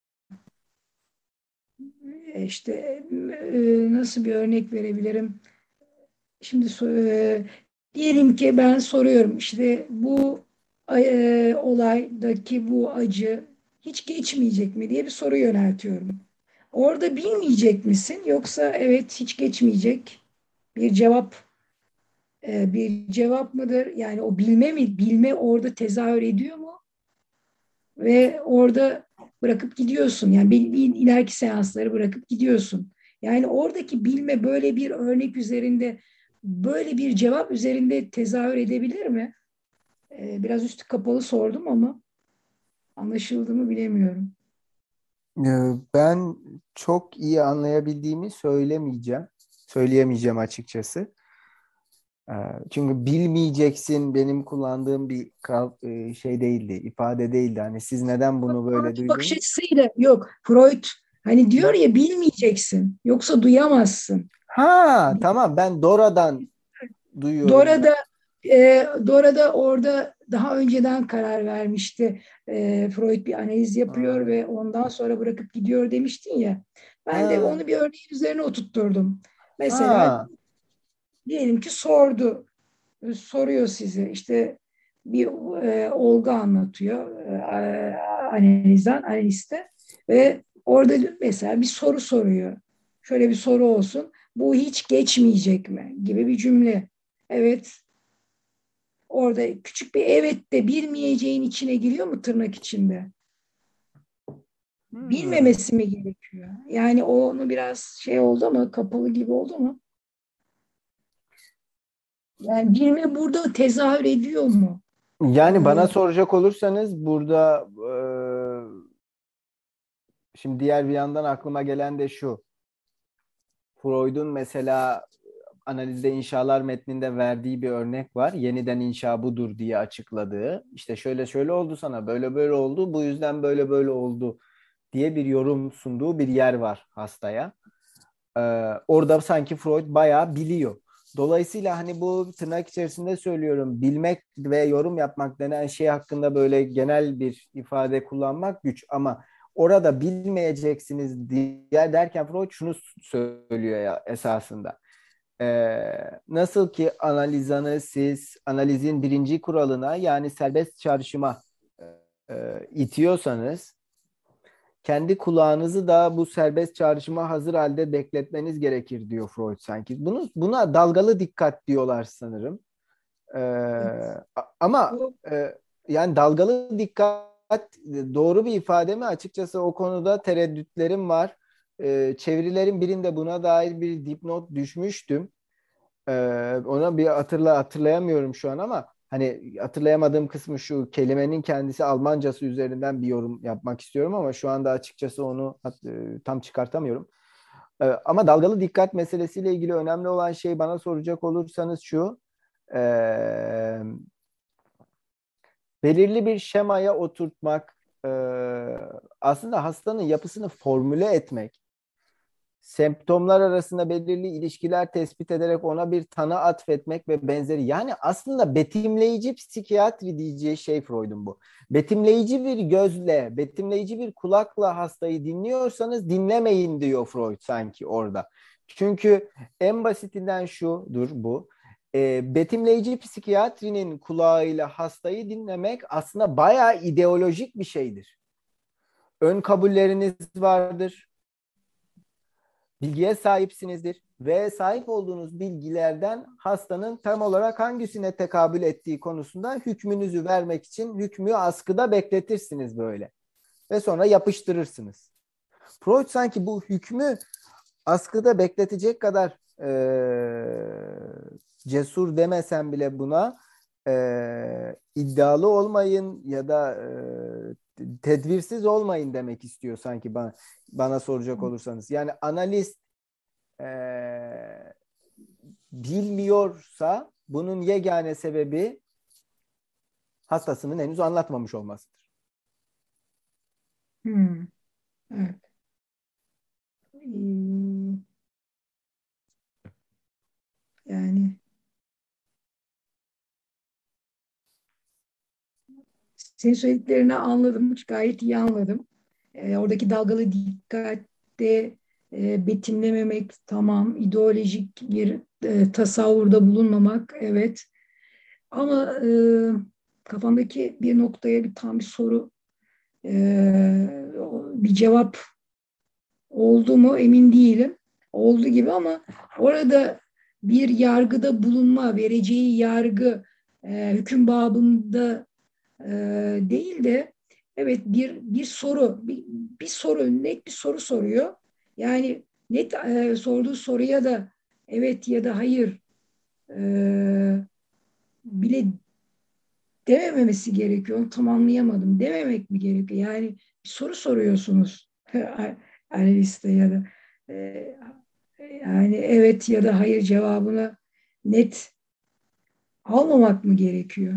Speaker 8: E, İşte e, nasıl bir örnek verebilirim? Şimdi so- e, diyelim ki ben soruyorum işte bu e, olaydaki bu acı hiç geçmeyecek mi diye bir soru yöneltiyorum. Orada bilmeyecek misin yoksa evet hiç geçmeyecek bir cevap e, bir cevap mıdır? Yani o bilme mi? Bilme orada tezahür ediyor mu? Ve orada bırakıp gidiyorsun. Yani bir, bir ileriki seansları bırakıp gidiyorsun. Yani oradaki bilme böyle bir örnek üzerinde, böyle bir cevap üzerinde tezahür edebilir mi? E, biraz üstü kapalı sordum ama anlaşıldı mı bilemiyorum.
Speaker 2: Ee, Ben çok iyi anlayabildiğimi söylemeyeceğim. Söyleyemeyeceğim açıkçası. Ee, Çünkü bilmeyeceksin benim kullandığım bir kav- e, şey değildi, ifade değildi. Hani siz neden bunu böyle
Speaker 8: Freud bakış
Speaker 2: duydunuz?
Speaker 8: açısıyla yok. Freud hani diyor ya bilmeyeceksin yoksa duyamazsın.
Speaker 2: Ha, tamam, ben Dora'dan duyuyorum.
Speaker 8: Dora da e, Dora da orada daha önceden karar vermişti. E, Freud bir analiz yapıyor
Speaker 2: Ha,
Speaker 8: ve ondan sonra bırakıp gidiyor demiştin ya. Ben de
Speaker 2: ha,
Speaker 8: onu bir örneğin üzerine oturtturdum. Mesela
Speaker 2: ha.
Speaker 8: Diyelim ki sordu, soruyor size işte bir e, olgu anlatıyor e, analizden, analiste ve orada mesela bir soru soruyor. Şöyle bir soru olsun. Bu hiç geçmeyecek mi? Gibi bir cümle. Evet. Orada küçük bir evet de bilmeyeceğin içine giriyor mu tırnak içinde?
Speaker 2: Hmm.
Speaker 8: Bilmemesi mi gerekiyor? Yani onu biraz şey oldu ama kapalı gibi oldu mu? Yani bilme burada tezahür ediyor mu?
Speaker 2: Yani bana
Speaker 8: Ee,
Speaker 2: soracak olursanız burada e, şimdi diğer bir yandan aklıma gelen de şu. Freud'un mesela analizde inşalar metninde verdiği bir örnek var. Yeniden inşa budur diye açıkladığı. İşte şöyle şöyle oldu sana, böyle böyle oldu, bu yüzden böyle böyle oldu diye bir yorum sunduğu bir yer var hastaya. Ee, orada sanki Freud bayağı biliyor. Dolayısıyla hani bu tırnak içerisinde söylüyorum, bilmek ve yorum yapmak denen şey hakkında böyle genel bir ifade kullanmak güç ama orada bilmeyeceksiniz diye derken Freud şunu söylüyor ya esasında. Ee, nasıl ki analizanı siz analizin birinci kuralına yani serbest çağrışıma e, itiyorsanız kendi kulağınızı da bu serbest çağrışıma hazır halde bekletmeniz gerekir diyor Freud sanki. Bunu, buna dalgalı dikkat diyorlar sanırım. Ee, ama
Speaker 8: bu
Speaker 2: e, yani dalgalı dikkat doğru bir ifade mi? Açıkçası o konuda tereddütlerim var. Ee, çevirilerin birinde buna dair bir dipnot düşmüştüm. Ee, ona bir hatırla hatırlayamıyorum şu an ama hani hatırlayamadığım kısmı şu kelimenin kendisi Almancası üzerinden bir yorum yapmak istiyorum ama şu anda açıkçası onu e, tam çıkartamıyorum. Ee, ama dalgalı dikkat meselesiyle ilgili önemli olan şey bana soracak olursanız şu e, belirli bir şemaya oturtmak e, aslında hastanın yapısını formüle etmek semptomlar arasında belirli ilişkiler tespit ederek ona bir tanı atfetmek ve benzeri. Yani aslında betimleyici psikiyatri diyeceği şey Freud'un bu. Betimleyici bir gözle, betimleyici bir kulakla hastayı dinliyorsanız dinlemeyin diyor Freud sanki orada. Çünkü en basitinden şudur bu. E, betimleyici psikiyatrinin kulağıyla hastayı dinlemek aslında bayağı ideolojik bir şeydir. Ön kabulleriniz vardır, bilgiye sahipsinizdir ve sahip olduğunuz bilgilerden hastanın tam olarak hangisine tekabül ettiği konusunda hükmünüzü vermek için hükmü askıda bekletirsiniz böyle ve sonra yapıştırırsınız. Freud sanki bu hükmü askıda bekletecek kadar e, cesur demesem bile buna e, iddialı olmayın ya da e, tedbirsiz olmayın demek istiyor sanki bana, bana soracak olursanız. Yani analist e, bilmiyorsa bunun yegane sebebi hastasının henüz anlatmamış olmasıdır.
Speaker 8: hmm, evet. Hmm, yani senin söylediklerini anladım. Gayet iyi anladım. E, oradaki dalgalı dikkatte e, betimlememek tamam. İdeolojik bir e, tasavvurda bulunmamak evet. Ama e, kafamdaki bir noktaya bir tam bir soru e, bir cevap oldu mu emin değilim. Oldu gibi ama orada bir yargıda bulunma, vereceği yargı e, hüküm babında e, değil de evet bir bir soru, bir, bir soru, net bir soru soruyor. Yani net e, sorduğu soruya da evet ya da hayır e, bile demememesi gerekiyor. Onu tam anlayamadım. Dememek mi gerekiyor? Yani bir soru soruyorsunuz. Analiste ya da e, yani evet ya da hayır cevabını net almamak mı gerekiyor?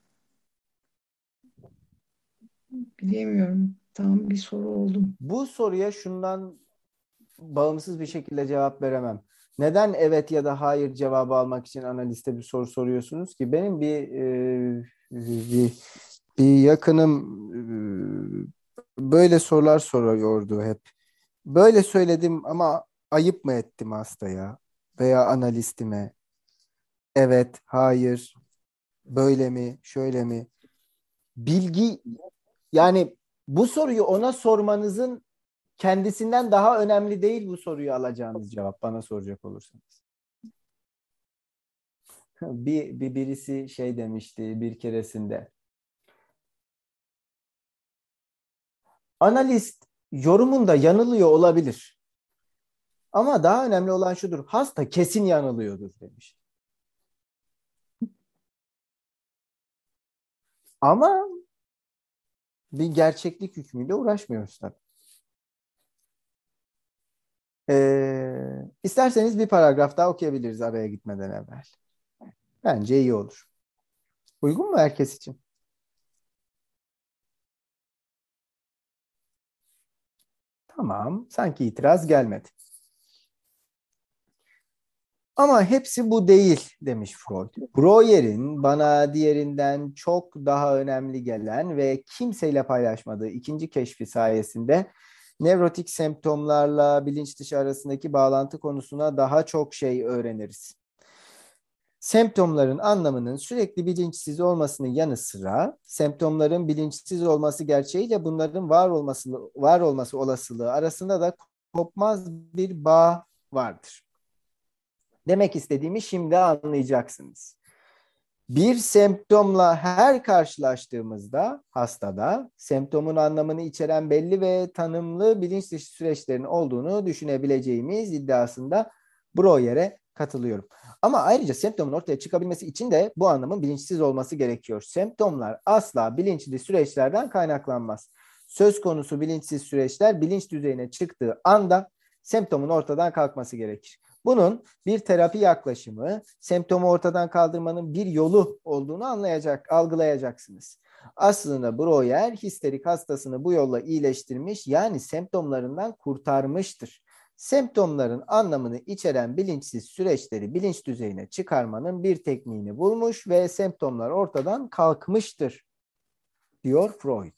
Speaker 8: Bilemiyorum. Tam bir soru oldum.
Speaker 2: Bu soruya şundan bağımsız bir şekilde cevap veremem. Neden evet ya da hayır cevabı almak için analiste bir soru soruyorsunuz ki? Benim bir e, bir, bir yakınım e, böyle sorular soruyordu hep. Böyle söyledim ama ayıp mı ettim hastaya veya analistime? evet, hayır, böyle mi, şöyle mi? Bilgi, yani bu soruyu ona sormanızın kendisinden daha önemli değil bu soruyu alacağınız cevap, bana soracak olursanız. Bir, bir birisi şey demişti bir keresinde. Analist yorumunda yanılıyor olabilir. Ama daha önemli olan şudur. Hasta kesin yanılıyordur demiş. Ama bir gerçeklik hükmüyle uğraşmıyoruz tabii. Ee, isterseniz bir paragraf daha okuyabiliriz araya gitmeden evvel. Bence iyi olur. Uygun mu herkes için? Tamam. Sanki itiraz gelmedi. Ama hepsi bu değil demiş Freud. Breuer'in bana diğerinden çok daha önemli gelen ve kimseyle paylaşmadığı ikinci keşfi sayesinde nevrotik semptomlarla bilinç dışı arasındaki bağlantı konusuna daha çok şey öğreniriz. Semptomların anlamının sürekli bilinçsiz olmasının yanı sıra semptomların bilinçsiz olması gerçeğiyle bunların var olması, var olması olasılığı arasında da kopmaz bir bağ vardır. Demek istediğimi şimdi anlayacaksınız. Bir semptomla her karşılaştığımızda hastada semptomun anlamını içeren belli ve tanımlı bilinç dışı süreçlerin olduğunu düşünebileceğimiz iddiasında Breuer'e katılıyorum. Ama ayrıca semptomun ortaya çıkabilmesi için de bu anlamın bilinçsiz olması gerekiyor. Semptomlar asla bilinçli süreçlerden kaynaklanmaz. Söz konusu bilinçsiz süreçler bilinç düzeyine çıktığı anda semptomun ortadan kalkması gerekir. Bunun bir terapi yaklaşımı, semptomu ortadan kaldırmanın bir yolu olduğunu anlayacak, algılayacaksınız. Aslında Breuer histerik hastasını bu yolla iyileştirmiş, yani semptomlarından kurtarmıştır. Semptomların anlamını içeren bilinçsiz süreçleri bilinç düzeyine çıkarmanın bir tekniğini bulmuş ve semptomlar ortadan kalkmıştır, diyor Freud.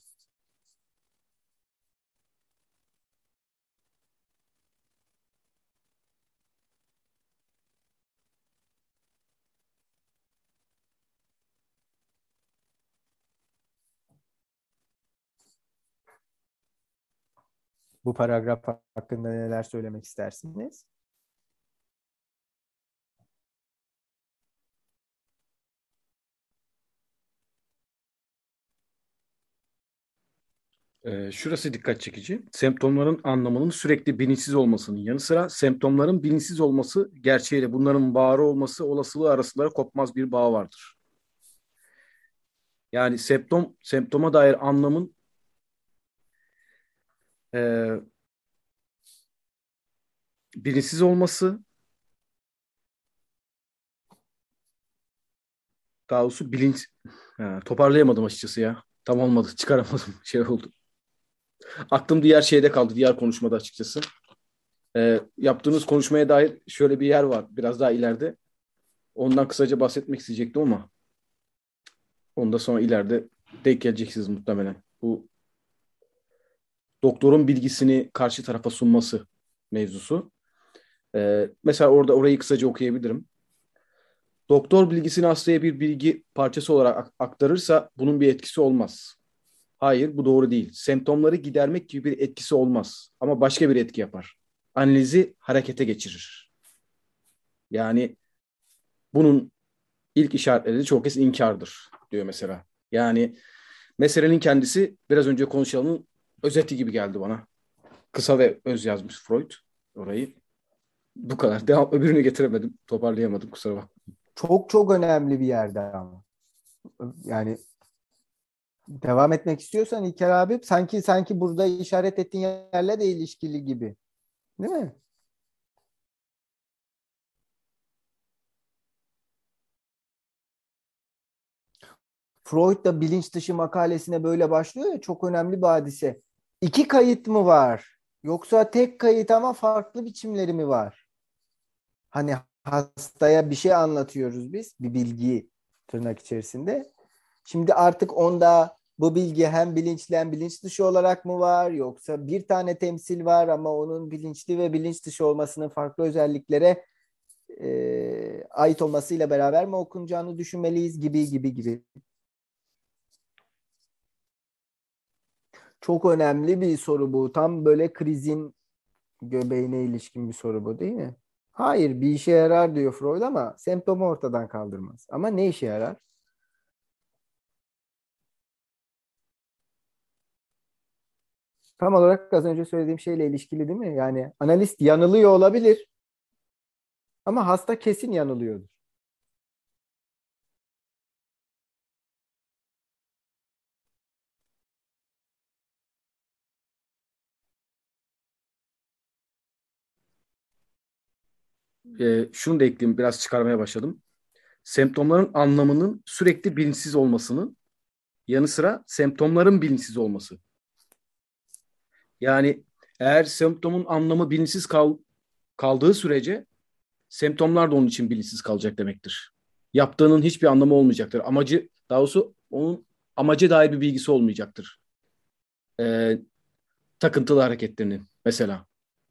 Speaker 2: Bu paragraf hakkında neler söylemek istersiniz?
Speaker 6: Ee, şurası dikkat çekici. Semptomların anlamının sürekli bilinçsiz olmasının yanı sıra semptomların bilinçsiz olması gerçeğiyle bunların var olması olasılığı arasında kopmaz bir bağ vardır. Yani semptom semptoma dair anlamın e, bilinçsiz olması, daha doğrusu bilinç, ha, toparlayamadım açıkçası ya. Tam olmadı, çıkaramadım, şey oldu. Aklım diğer şeyde kaldı, diğer konuşmada açıkçası. Ee, yaptığınız konuşmaya dair şöyle bir yer var, biraz daha ileride. Ondan kısaca bahsetmek isteyecektim ama onu da sonra ileride denk geleceksiniz muhtemelen. Bu doktorun bilgisini karşı tarafa sunması mevzusu. Ee, mesela orada orayı kısaca okuyabilirim. Doktor bilgisini hastaya bir bilgi parçası olarak aktarırsa bunun bir etkisi olmaz. Hayır, bu doğru değil. Semptomları gidermek gibi bir etkisi olmaz. Ama başka bir etki yapar. Analizi harekete geçirir. Yani bunun ilk işaretleri çok kez inkardır diyor mesela. Yani meselenin kendisi biraz önce konuşanın özeti gibi geldi bana. Kısa ve öz yazmış Freud orayı. Bu kadar. Devam öbürünü getiremedim. Toparlayamadım, kusura bakma.
Speaker 2: Çok çok önemli bir yerde ama. Yani devam etmek istiyorsan İlker abi, sanki sanki burada işaret ettiğin yerle de ilişkili gibi. Değil mi? Freud da bilinç dışı makalesine böyle başlıyor ya, çok önemli bir hadise. İki kayıt mı var? Yoksa tek kayıt ama farklı biçimleri mi var? Hani hastaya bir şey anlatıyoruz biz, bir bilgi tırnak içerisinde. Şimdi artık onda bu bilgi hem bilinçli hem bilinç dışı olarak mı var? Yoksa bir tane temsil var ama onun bilinçli ve bilinç dışı olmasının farklı özelliklere e, ait olmasıyla beraber mi okunacağını düşünmeliyiz gibi gibi gibi. Çok önemli bir soru bu. Tam böyle krizin göbeğine ilişkin bir soru bu, değil mi? Hayır, bir işe yarar diyor Freud ama semptomu ortadan kaldırmaz. Ama ne işe yarar? Tam olarak az önce söylediğim şeyle ilişkili, değil mi? Yani analist yanılıyor olabilir ama hasta kesin yanılıyordur.
Speaker 6: Ee, şunu da ekleyeyim, biraz çıkarmaya başladım. Semptomların anlamının sürekli bilinçsiz olmasının yanı sıra semptomların bilinçsiz olması. Yani eğer semptomun anlamı bilinçsiz kal kaldığı sürece semptomlar da onun için bilinçsiz kalacak demektir. Yaptığının hiçbir anlamı olmayacaktır. Amacı, daha doğrusu onun amaca dair bir bilgisi olmayacaktır. Ee, takıntılı hareketlerinin mesela.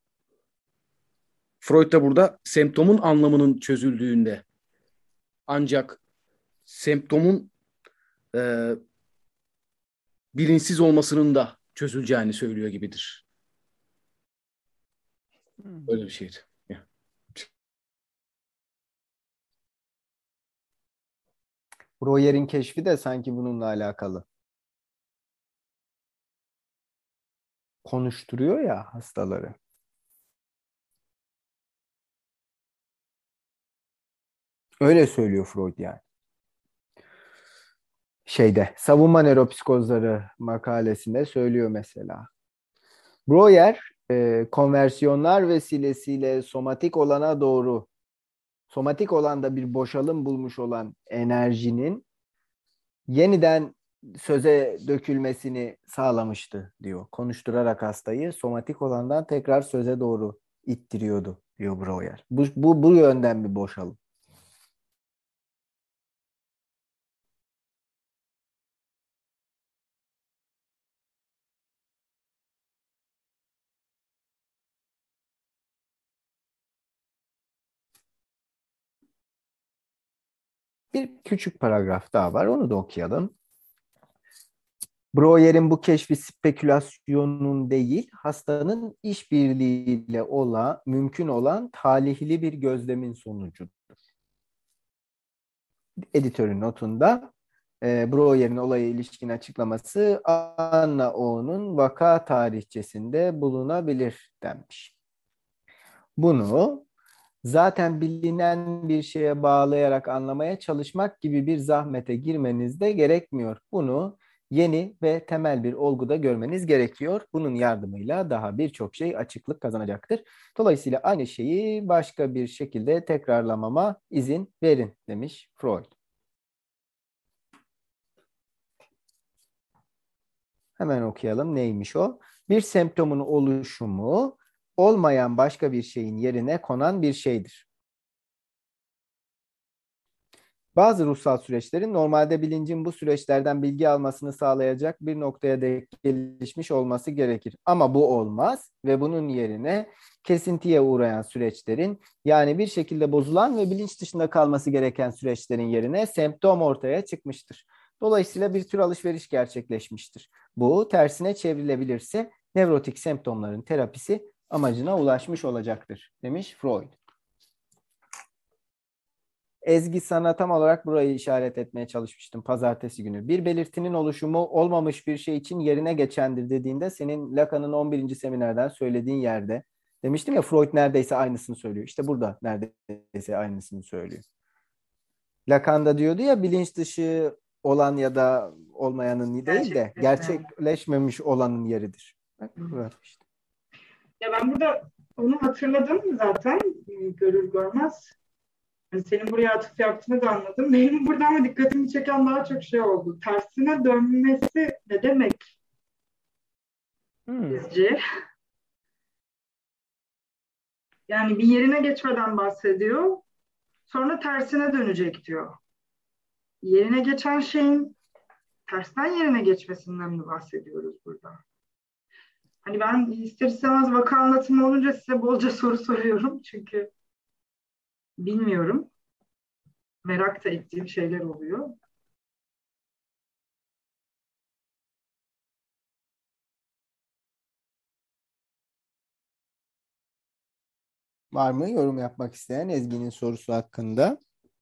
Speaker 6: Freud da burada semptomun anlamının çözüldüğünde ancak semptomun e, bilinçsiz olmasının da çözüleceğini söylüyor gibidir.
Speaker 2: Hmm.
Speaker 6: Öyle bir şeydi.
Speaker 2: Breuer'in keşfi de sanki bununla alakalı. Konuşturuyor ya hastaları. Öyle söylüyor Freud yani. Şeyde, savunma nöropsikozları makalesinde söylüyor mesela. Breuer, e, konversiyonlar vesilesiyle somatik olana doğru, somatik olanda bir boşalım bulmuş olan enerjinin yeniden söze dökülmesini sağlamıştı diyor. Konuşturarak hastayı somatik olandan tekrar söze doğru ittiriyordu diyor Breuer. Bu, bu, bu yönden bir boşalım. Bir küçük paragraf daha var. Onu da okuyalım. Breuer'in bu keşfi spekülasyonun değil, hastanın işbirliğiyle olan, mümkün olan talihli bir gözlemin sonucudur. Editörün notunda e, Breuer'in olaya ilişkin açıklaması Anna O'nun vaka tarihçesinde bulunabilir denmiş. Bunu zaten bilinen bir şeye bağlayarak anlamaya çalışmak gibi bir zahmete girmeniz de gerekmiyor. Bunu yeni ve temel bir olguda görmeniz gerekiyor. Bunun yardımıyla daha birçok şey açıklık kazanacaktır. Dolayısıyla aynı şeyi başka bir şekilde tekrarlamama izin verin demiş Freud. Hemen okuyalım. Neymiş o? Bir semptomun oluşumu olmayan başka bir şeyin yerine konan bir şeydir. Bazı ruhsal süreçlerin normalde bilincin bu süreçlerden bilgi almasını sağlayacak bir noktaya dek gelişmiş olması gerekir. Ama bu olmaz ve bunun yerine kesintiye uğrayan süreçlerin, yani bir şekilde bozulan ve bilinç dışında kalması gereken süreçlerin yerine semptom ortaya çıkmıştır. Dolayısıyla bir tür alışveriş gerçekleşmiştir. Bu tersine çevrilebilirse nevrotik semptomların terapisi amacına ulaşmış olacaktır demiş Freud. Ezgi, sana tam olarak burayı işaret etmeye çalışmıştım pazartesi günü. Bir belirtinin oluşumu olmamış bir şey için yerine geçendir dediğinde senin Lacan'ın on birinci seminerden söylediğin yerde demiştim ya, Freud neredeyse aynısını söylüyor. İşte burada neredeyse aynısını söylüyor. Lacan da diyordu ya, bilinç dışı olan ya da olmayanın değil de gerçekleşmemiş olanın yeridir. Bak burası işte.
Speaker 7: Ya ben burada onu hatırladım zaten görür görmez. Yani senin buraya atıf yaptığını da anladım. Benim burada ama dikkatimi çeken daha çok şey oldu. Tersine dönmesi ne demek
Speaker 2: Hmm.
Speaker 7: sizce? Yani bir yerine geçmeden bahsediyor. Sonra tersine dönecek diyor. Yerine geçen şeyin tersten yerine geçmesinden mi bahsediyoruz burada? Hani ben ister istemez vaka anlatımı olunca size bolca soru soruyorum. Çünkü bilmiyorum. Merak da ettiğim şeyler oluyor.
Speaker 2: Var mı yorum yapmak isteyen Ezgi'nin sorusu hakkında?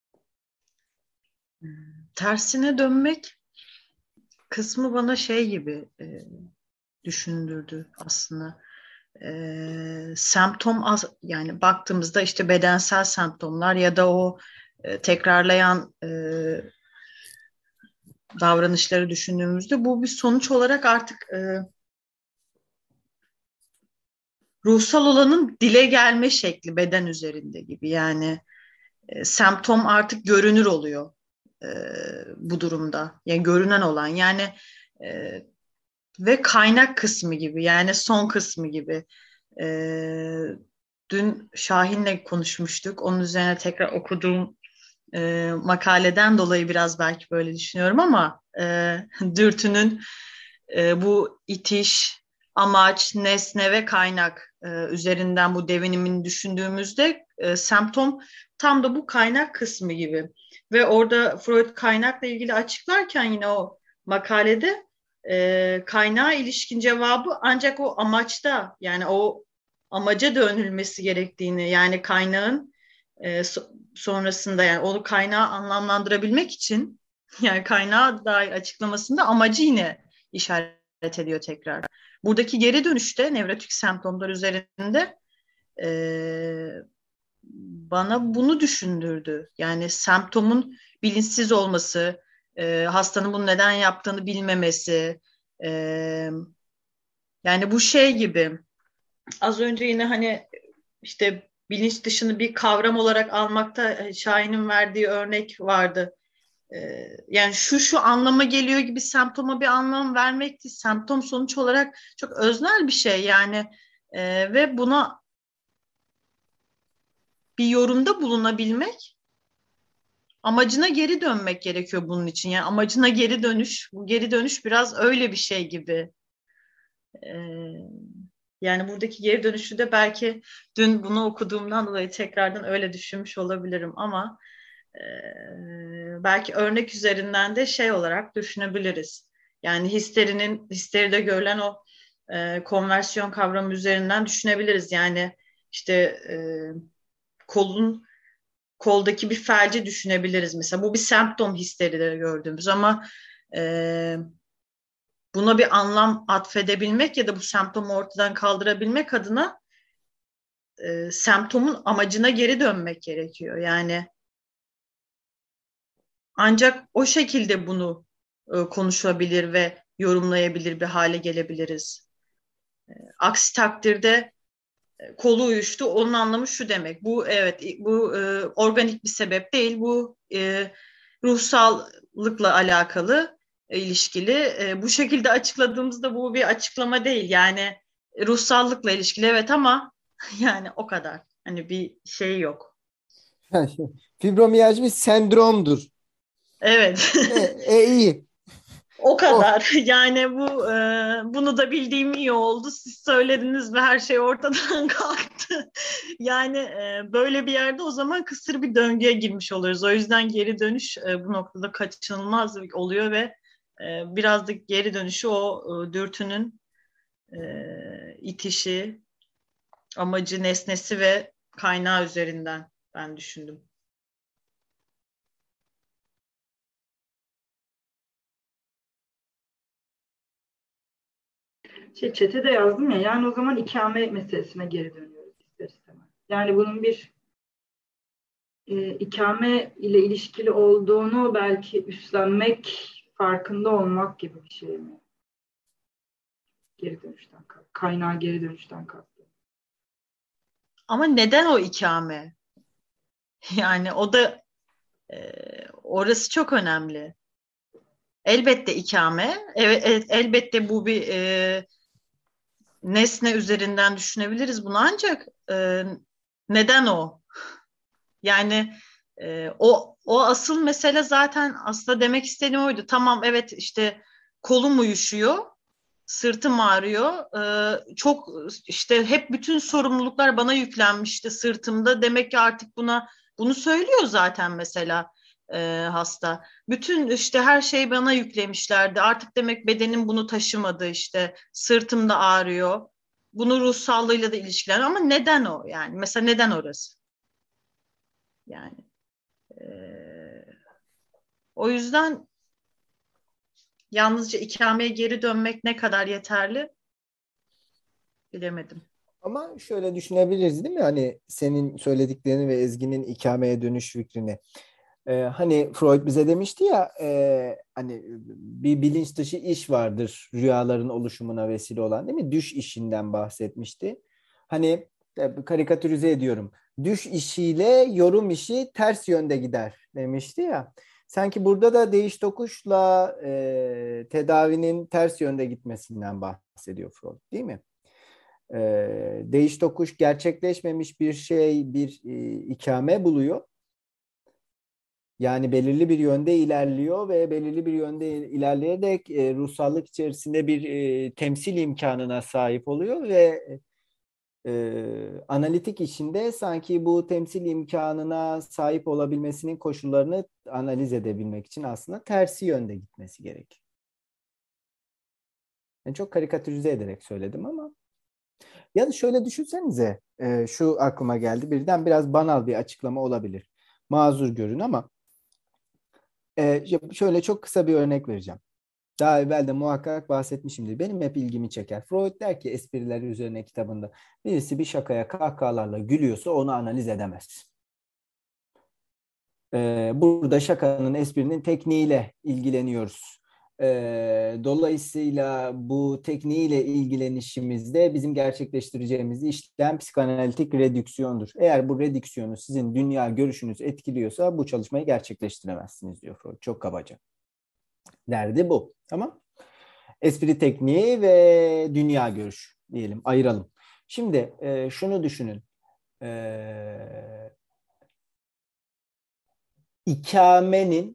Speaker 5: Tersine dönmek kısmı bana şey gibi e, düşündürdü aslında. E, semptom az, yani baktığımızda işte bedensel semptomlar ya da o e, tekrarlayan e, davranışları düşündüğümüzde bu bir sonuç olarak artık e, ruhsal olanın dile gelme şekli beden üzerinde gibi. Yani e, semptom artık görünür oluyor e, bu durumda. Yani görünen olan yani e, ve kaynak kısmı gibi yani son kısmı gibi. E, dün Şahin'le konuşmuştuk. Onun üzerine tekrar okuduğum e, makaleden dolayı biraz belki böyle düşünüyorum ama e, dürtünün e, bu itiş, amaç, nesne ve kaynak e, üzerinden bu devinimini düşündüğümüzde e, semptom tam da bu kaynak kısmı gibi. Ve orada Freud kaynakla ilgili açıklarken yine o makalede e, kaynağa ilişkin cevabı ancak o amaçta yani o amaca dönülmesi gerektiğini yani kaynağın e, so- sonrasında yani onu kaynağı anlamlandırabilmek için yani kaynağa dair açıklamasında amacı yine işaret ediyor tekrar. Buradaki geri dönüşte nevrotik semptomlar üzerinde e, bana bunu düşündürdü. Yani semptomun bilinçsiz olması, e, hastanın bunu neden yaptığını bilmemesi, e, yani bu şey gibi az önce yine hani işte bilinç dışını bir kavram olarak almakta Şahin'in verdiği örnek vardı. Ee, yani şu şu anlama geliyor gibi semptoma bir anlam vermek değil. Semptom sonuç olarak çok öznel bir şey yani e, ve buna bir yorumda bulunabilmek amacına geri dönmek gerekiyor bunun için. Yani amacına geri dönüş, bu geri dönüş biraz öyle bir şey gibi. Ee, yani buradaki geri dönüşü de belki dün bunu okuduğumdan dolayı tekrardan öyle düşünmüş olabilirim ama e, belki örnek üzerinden de şey olarak düşünebiliriz. Yani histerinin, histeride görülen o e, konversiyon kavramı üzerinden düşünebiliriz. Yani işte e, kolun koldaki bir felci düşünebiliriz mesela. Bu bir semptom histeride gördüğümüz ama e, buna bir anlam atfedebilmek ya da bu semptomu ortadan kaldırabilmek adına e, semptomun amacına geri dönmek gerekiyor. Yani ancak o şekilde bunu e, konuşabilir ve yorumlayabilir bir hale gelebiliriz. E, aksi takdirde e, kolu uyuştu. Onun anlamı şu demek. Bu evet bu e, organik bir sebep değil. Bu e, ruhsallıkla alakalı e, ilişkili. E, bu şekilde açıkladığımızda bu bir açıklama değil. Yani ruhsallıkla ilişkili evet ama yani o kadar. Hani bir şey yok.
Speaker 2: Fibromiyalji bir sendromdur.
Speaker 5: Evet.
Speaker 2: E, e iyi.
Speaker 5: O
Speaker 2: Oh.
Speaker 5: kadar. Yani bu e, bunu da bildiğim iyi oldu. Siz söylediniz ve her şey ortadan kalktı. Yani e, böyle bir yerde o zaman kısır bir döngüye girmiş oluruz. O yüzden geri dönüş e, bu noktada kaçınılmaz oluyor ve e, biraz da geri dönüşü o e, dürtünün e, itişi, amacı, nesnesi ve kaynağı üzerinden ben düşündüm.
Speaker 7: Şey, chat'e de yazdım ya, yani o zaman ikame meselesine geri dönüyoruz ister istemez. Yani bunun bir e, ikame ile ilişkili olduğunu belki üstlenmek, farkında olmak gibi bir şey mi? Geri dönüşten kalk. Kaynağı geri dönüşten kalktı.
Speaker 5: Ama neden o ikame? Yani o da e, orası çok önemli. Elbette ikame, evet, elbette bu bir e, nesne üzerinden düşünebiliriz bunu ancak e, neden o? Yani e, o o asıl mesele zaten aslında demek istediğim oydu. Tamam evet işte kolum uyuşuyor, sırtım ağrıyor. E, çok işte hep bütün sorumluluklar bana yüklenmişti sırtımda. Demek ki artık buna Bunu söylüyor zaten mesela e, hasta. Bütün işte her şeyi bana yüklemişlerdi. Artık demek bedenim bunu taşımadı işte. Sırtım da ağrıyor. Bunu ruh sağlığıyla da ilişkiler ama neden o yani? Mesela neden orası? Yani e, o yüzden yalnızca ikameye geri dönmek ne kadar yeterli bilemedim.
Speaker 2: Ama şöyle düşünebiliriz değil mi? Hani senin söylediklerini ve Ezgi'nin ikameye dönüş fikrini. Ee, hani Freud bize demişti ya e, hani bir bilinç dışı iş vardır rüyaların oluşumuna vesile olan değil mi? Düş işinden bahsetmişti. Hani e, karikatürize ediyorum. Düş işiyle yorum işi ters yönde gider demişti ya. Sanki burada da değiş tokuşla e, tedavinin ters yönde gitmesinden bahsediyor Freud değil mi? E, değiş tokuş gerçekleşmemiş bir şey bir e, ikame buluyor. Yani belirli bir yönde ilerliyor ve belirli bir yönde ilerleyerek e, ruhsallık içerisinde bir e, temsil imkanına sahip oluyor ve e, analitik işinde sanki bu temsil imkanına sahip olabilmesinin koşullarını analiz edebilmek için aslında tersi yönde gitmesi gerekiyor. Yani çok karikatürize ederek söyledim ama ya da şöyle düşünsenize e, şu aklıma geldi birden biraz banal bir açıklama olabilir. Mazur görün ama Ee, şöyle çok kısa bir örnek vereceğim. Daha evvel de muhakkak bahsetmişimdir. Benim hep ilgimi çeker. Freud der ki espriler üzerine kitabında birisi bir şakaya kahkahalarla gülüyorsa onu analiz edemez. Ee, burada şakanın, esprinin tekniğiyle ilgileniyoruz. Ee, dolayısıyla bu tekniğiyle ilgilenişimizde bizim gerçekleştireceğimiz işlem psikanalitik redüksiyondur. Eğer bu redüksiyonu sizin dünya görüşünüz etkiliyorsa bu çalışmayı gerçekleştiremezsiniz diyor Freud. Çok kabaca. Derdi bu. Tamam. Espri tekniği ve dünya görüşü diyelim. Ayıralım. Şimdi e, şunu düşünün. E, ikamenin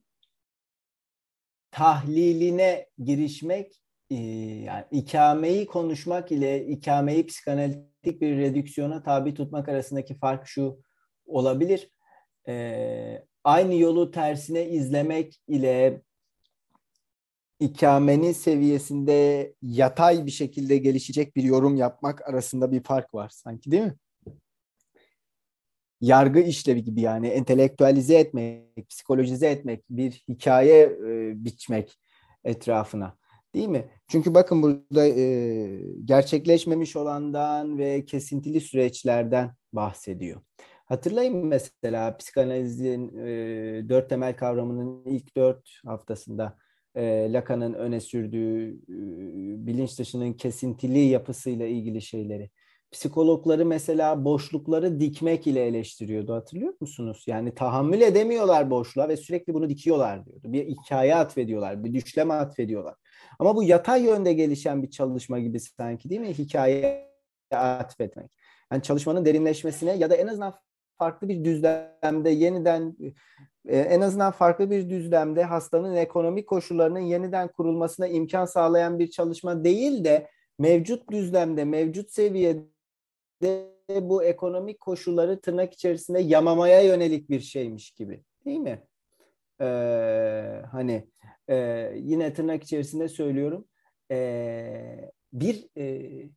Speaker 2: tahliline girişmek, e, yani ikameyi konuşmak ile ikameyi psikanalitik bir redüksiyona tabi tutmak arasındaki fark şu olabilir. E, aynı yolu tersine izlemek ile ikamenin seviyesinde yatay bir şekilde gelişecek bir yorum yapmak arasında bir fark var sanki değil mi? Yargı işlevi gibi yani entelektüelize etmek, psikolojize etmek, bir hikaye e, biçmek etrafına değil mi? Çünkü bakın burada e, gerçekleşmemiş olandan ve kesintili süreçlerden bahsediyor. Hatırlayın mesela psikanalizin e, dört temel kavramının ilk dört haftasında e, Lacan'ın öne sürdüğü e, bilinç dışının kesintili yapısıyla ilgili şeyleri. Psikologları mesela boşlukları dikmek ile eleştiriyordu. Hatırlıyor musunuz? Yani tahammül edemiyorlar boşluğa ve sürekli bunu dikiyorlar diyordu. Bir hikaye atfediyorlar, bir düşleme atfediyorlar. Ama bu yatay yönde gelişen bir çalışma gibi sanki değil mi? Hikaye atfetmek. Yani çalışmanın derinleşmesine ya da en azından farklı bir düzlemde yeniden en azından farklı bir düzlemde hastanın ekonomik koşullarının yeniden kurulmasına imkan sağlayan bir çalışma değil de mevcut düzlemde, mevcut seviyede bu ekonomik koşulları tırnak içerisinde yamamaya yönelik bir şeymiş gibi. Değil mi? Ee, hani e, yine tırnak içerisinde söylüyorum. Ee, bir e,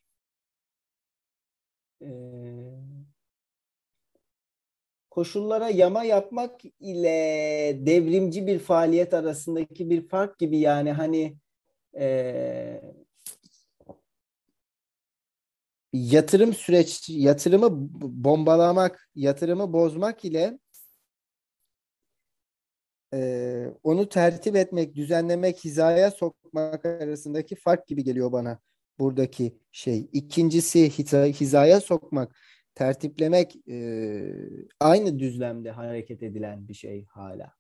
Speaker 2: e, koşullara yama yapmak ile devrimci bir faaliyet arasındaki bir fark gibi yani hani e, yatırım süreç, yatırımı bombalamak, yatırımı bozmak ile e, onu tertip etmek, düzenlemek, hizaya sokmak arasındaki fark gibi geliyor bana buradaki şey. İkincisi hiza, hizaya sokmak, tertiplemek e, aynı düzlemde hareket edilen bir şey hala.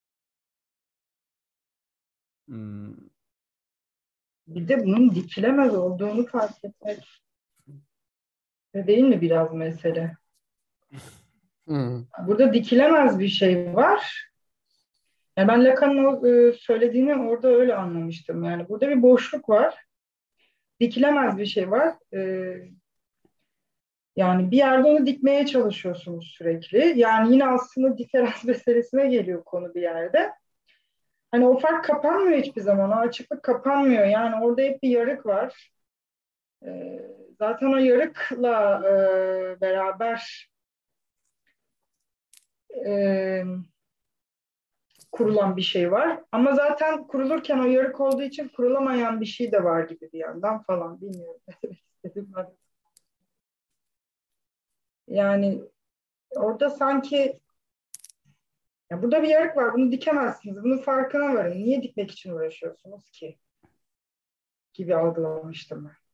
Speaker 2: Hmm.
Speaker 7: Bir de bunun dikilemez olduğunu fark etmek değil mi biraz mesele?
Speaker 2: Hmm.
Speaker 7: Burada dikilemez bir şey var. Yani ben Lacan'ın o, e, söylediğini orada öyle anlamıştım. Yani burada bir boşluk var. Dikilemez bir şey var. E, Yani bir yerde onu dikmeye çalışıyorsunuz sürekli. Yani yine aslında diferans meselesine geliyor konu bir yerde. Hani o fark kapanmıyor hiçbir zaman. O açıklık kapanmıyor. Yani orada hep bir yarık var. Ee, zaten o yarıkla e, beraber e, kurulan bir şey var. Ama zaten kurulurken o yarık olduğu için kurulamayan bir şey de var gibi bir yandan falan. Bilmiyorum ne demek istedim ben. Yani orada sanki ya burada bir yarık var. Bunu dikemezsiniz. Bunun farkına varın. Niye dikmek için uğraşıyorsunuz ki? Gibi algılamıştım ben.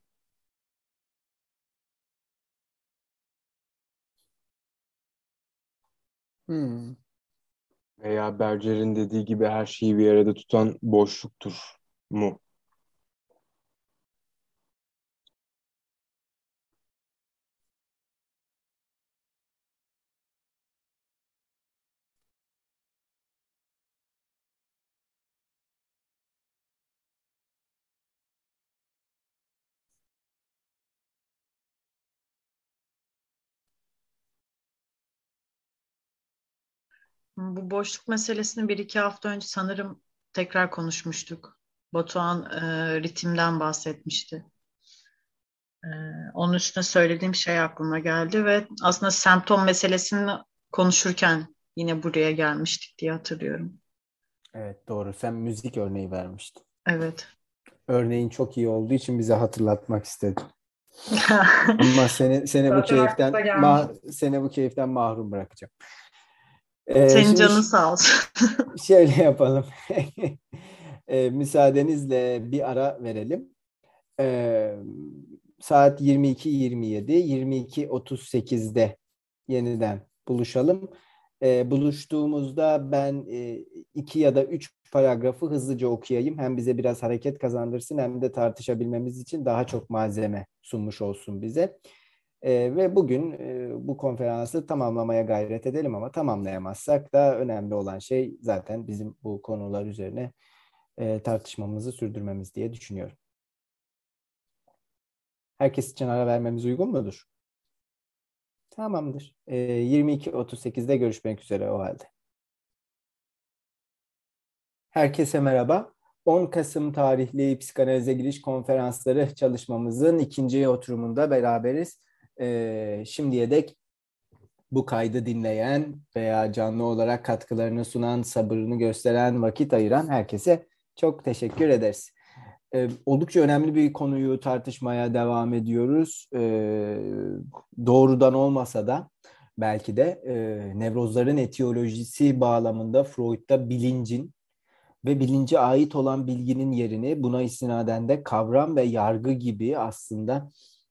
Speaker 2: Hmm.
Speaker 4: Veya Berger'in dediği gibi her şeyi bir arada tutan boşluktur mu?
Speaker 5: Bu boşluk meselesini bir iki hafta önce sanırım tekrar konuşmuştuk. Batuhan e, ritimden bahsetmişti. E, onun üstüne söylediğim şey aklıma geldi ve aslında semptom meselesini konuşurken yine buraya gelmiştik diye hatırlıyorum.
Speaker 2: Evet, doğru. Sen müzik örneği vermiştin.
Speaker 5: Evet.
Speaker 2: Örneğin çok iyi olduğu için bize hatırlatmak istedim. Ama seni seni bu
Speaker 7: Zaten aklımda
Speaker 2: keyiften
Speaker 7: gelmiş.
Speaker 2: ma seni bu keyiften mahrum bırakacağım. Ee,
Speaker 5: Senin
Speaker 2: şimdi
Speaker 5: canın
Speaker 2: ş-
Speaker 5: sağ olsun.
Speaker 2: şöyle yapalım. Ee, müsaadenizle bir ara verelim. Ee, saat yirmi iki yirmi yedi, yirmi iki otuz sekizde yeniden buluşalım. Ee, buluştuğumuzda ben e, iki ya da üç paragrafı hızlıca okuyayım. Hem bize biraz hareket kazandırsın hem de tartışabilmemiz için daha çok malzeme sunmuş olsun bize. Ee, ve bugün e, bu konferansı tamamlamaya gayret edelim ama tamamlayamazsak da önemli olan şey zaten bizim bu konular üzerine e, tartışmamızı sürdürmemiz diye düşünüyorum. Herkes için ara vermemiz uygun mudur? Tamamdır. Ee, yirmi iki otuz sekizde görüşmek üzere o halde. Herkese merhaba. on Kasım tarihli psikanalize giriş konferansları çalışmamızın ikinci oturumunda beraberiz. Ee, şimdiye dek bu kaydı dinleyen veya canlı olarak katkılarını sunan, sabırını gösteren, vakit ayıran herkese çok teşekkür ederiz. Ee, oldukça önemli bir konuyu tartışmaya devam ediyoruz. Ee, doğrudan olmasa da belki de e, nevrozların etiyolojisi bağlamında Freud'da bilincin ve bilince ait olan bilginin yerini buna istinaden de kavram ve yargı gibi aslında